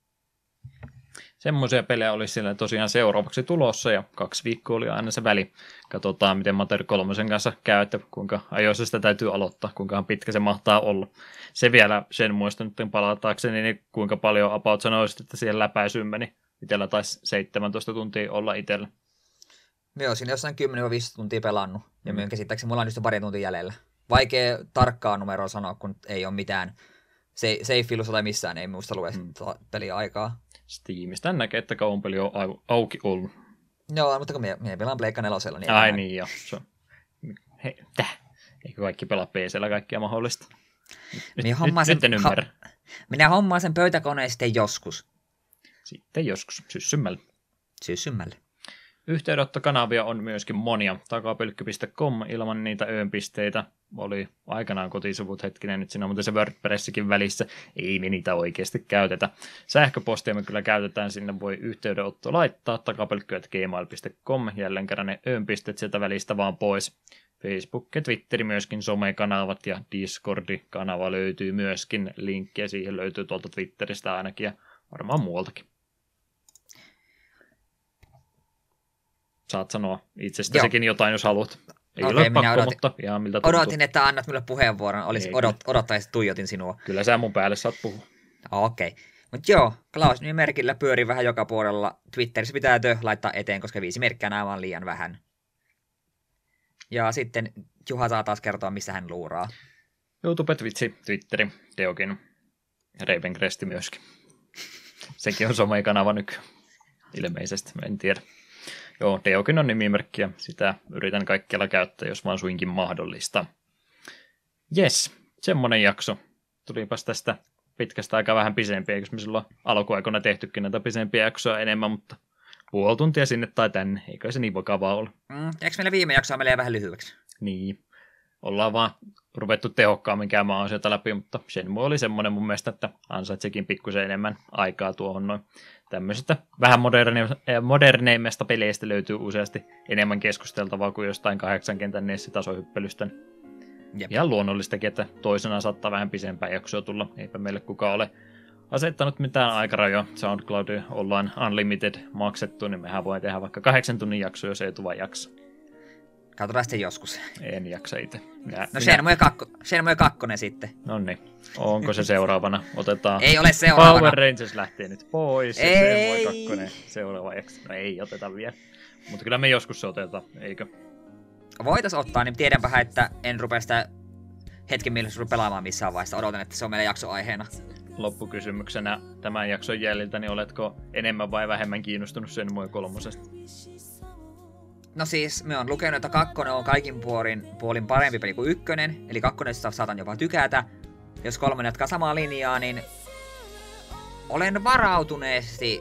Semmoisia pelejä oli siellä tosiaan seuraavaksi tulossa ja kaksi viikkoa oli aina se väli. Katsotaan, miten Mater kolmosen kanssa käy, että kuinka ajoissa sitä täytyy aloittaa, kuinka pitkä se mahtaa olla. Se vielä sen muistan nyt palataakseni, niin kuinka paljon about sanoisit, että siihen läpäisyyn meni. Itsellä taisi seitsemäntoista tuntia olla itsellä. Minä olen siinä jossain kymmenen viisitoista tuntia pelannut ja mm. minun käsittääkseni mulla on just pari tuntia jäljellä. Vaikea tarkkaa numeroa sanoa, kun ei ole mitään save-filussa tai missään, ei minusta lue mm. peliä aikaa. Steamista näkee, että kauan peli on au- auki ollut. Joo, mutta kun minä, minä pelaan Pleikka nelosella. Niin ai niin, joo. So. Hei, täh. Eikö kaikki pelaa P C:llä kaikkia mahdollista? Nyt, minä nyt, sen, nyt en ymmärrä. Ha, minä hommaan sen pöytäkoneen sitten joskus. Sitten joskus, syssymmällä. Syssymmällä. Yhteydenottokanavia on myöskin monia. Takapölkky piste com ilman niitä öönpisteitä. Oli aikanaan kotisivut hetkinen, nyt siinä on muuten se WordPressikin välissä. Ei me niitä oikeasti käytetä. Sähköpostia me kyllä käytetään, sinne voi yhteydenotto laittaa. Takapölkky piste gmail piste com, jälleen kerran ne öönpisteet sieltä välistä vaan pois. Facebook ja Twitteri myöskin somekanavat ja Discord-kanava löytyy myöskin. Linkkiä siihen löytyy tuolta Twitteristä ainakin ja varmaan muualtakin. Saat sanoa itsestäsikin jotain, jos haluat. Ei okay, ole pakko, odotin, mutta ihan miltä tuntuu. Odotin, että annat minulle puheenvuoron. Olisi odot, odottaisin, tuijotin sinua. Kyllä sä mun päälle saat puhua. Okei. Okay. Mutta joo, Klaus-merkillä pyörii vähän joka puolella. Twitterissä pitää tö laittaa eteen, koska viisi merkkiä on aivan liian vähän. Ja sitten Juha saa taas kertoa, missä hän luuraa. YouTube, Twitchi, Twitteri, Deogin ja Ravencresti myöskin. Sekin on somekanava nykyään. ilmeisesti, en tiedä. Joo, Deokin on nimimerkki ja sitä yritän kaikkialla käyttää, jos vaan suinkin mahdollista. Jes, semmonen jakso. Tulipas tästä pitkästä aikaa vähän pisempiä, eikö me silloin alkuaikoina tehtykin näitä pisempiä jaksoja enemmän, mutta puoli tuntia sinne tai tänne, eikä se niin vakavaa ole. Mm, eikö meillä viime jaksoa meillä vähän lyhyeksi? Niin, ollaan vaan ruvettu tehokkaammin käymään asioita läpi, mutta Shenmue oli semmoinen mun mielestä, että ansaitsekin pikkusen enemmän aikaa tuohon noin. Tämmöisestä vähän moderneimmista peleistä löytyy useasti enemmän keskusteltavaa kuin jostain kahdeksan kentän Nessi-tasohyppelystä. Jep. Ihan luonnollistakin, että toisena saattaa vähän pisempää jaksoa tulla. Eipä meille kukaan ole asettanut mitään aikarajoja. SoundCloud ollaan Unlimited maksettu, niin mehän voi tehdä vaikka kahdeksan tunnin jakso, jos ei tuva jaksa. Katsotaan sitten joskus. En jaksa itse. Minä, no Shenmue kakko, kakkonen sitten. No niin. Onko se seuraavana? Otetaan. Ei ole seuraavana. Power Rangers lähtee nyt pois. Ei. Shenmue kakkonen seuraava jakso. No ei oteta vielä. Mutta kyllä me joskus se otetaan, eikö? Voitais ottaa, niin tiedänpähän, että en rupea sitä hetken mielessä pelaamaan missään vaiheessa. Odotan, että se on meidän jaksoaiheena. Loppukysymyksenä tämän jakson jäljiltä, niin oletko enemmän vai vähemmän kiinnostunut Shenmue kolmosesta? No siis, me on lukenut, että kakkonen on kaikin puolin, puolin parempi peli kuin ykkönen, eli kakkonesta saatan jopa tykätä. Jos kolmonen jatkaa samaa linjaa, niin olen varautuneesti,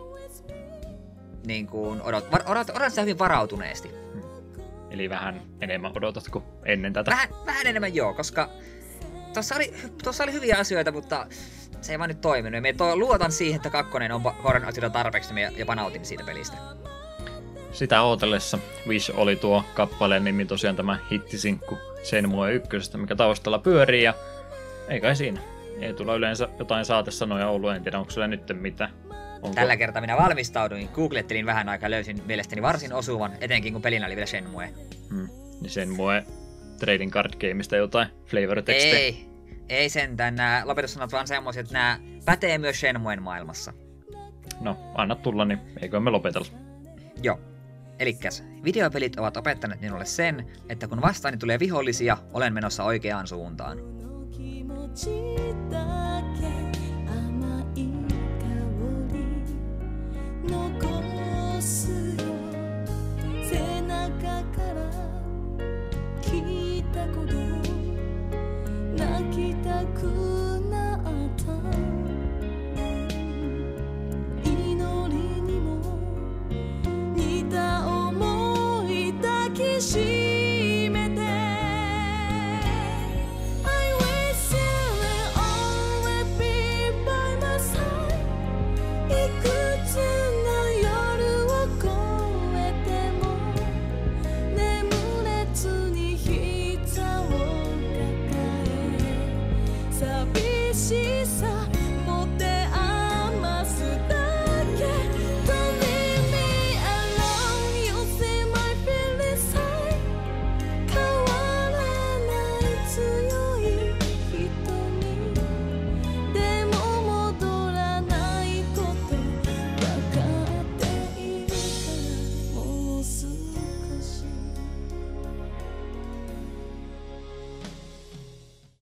niin kuin odot, var, odot, odotan sitä hyvin varautuneesti. Hmm. Eli vähän enemmän odotatko ennen tätä? Vähän, vähän enemmän joo, koska tuossa oli, tuossa oli hyviä asioita, mutta se ei vaan nyt toiminut. Me to, luotan siihen, että kakkonen on korjannut asioita tarpeeksi, ja jopa nautin siitä pelistä. Sitä ootellessa Wish oli tuo kappaleen nimi tosiaan tämä hittisinkku Shenmue ykkösestä, mikä taustalla pyörii, ja ei kai siinä. Ei tulla yleensä jotain saatesanoja ollut, en tiedä onko sulla nyt mitä. Onko... Tällä kertaa minä valmistauduin, googlettelin vähän aikaa, löysin mielestäni varsin osuvan, etenkin kun pelinä oli vielä Shenmue. Hmm. Niin Shenmue Trading Card Gameista jotain flavor-tekstejä? Ei, ei sentään. Nämä lopetussanat vaan semmoisia, että nämä pätee myös Shenmuen maailmassa. No, anna tulla, niin eikö me lopetella? Joo. Elikkäs, videopelit ovat opettaneet minulle sen, että kun vastaani tulee vihollisia, olen menossa oikeaan suuntaan. She said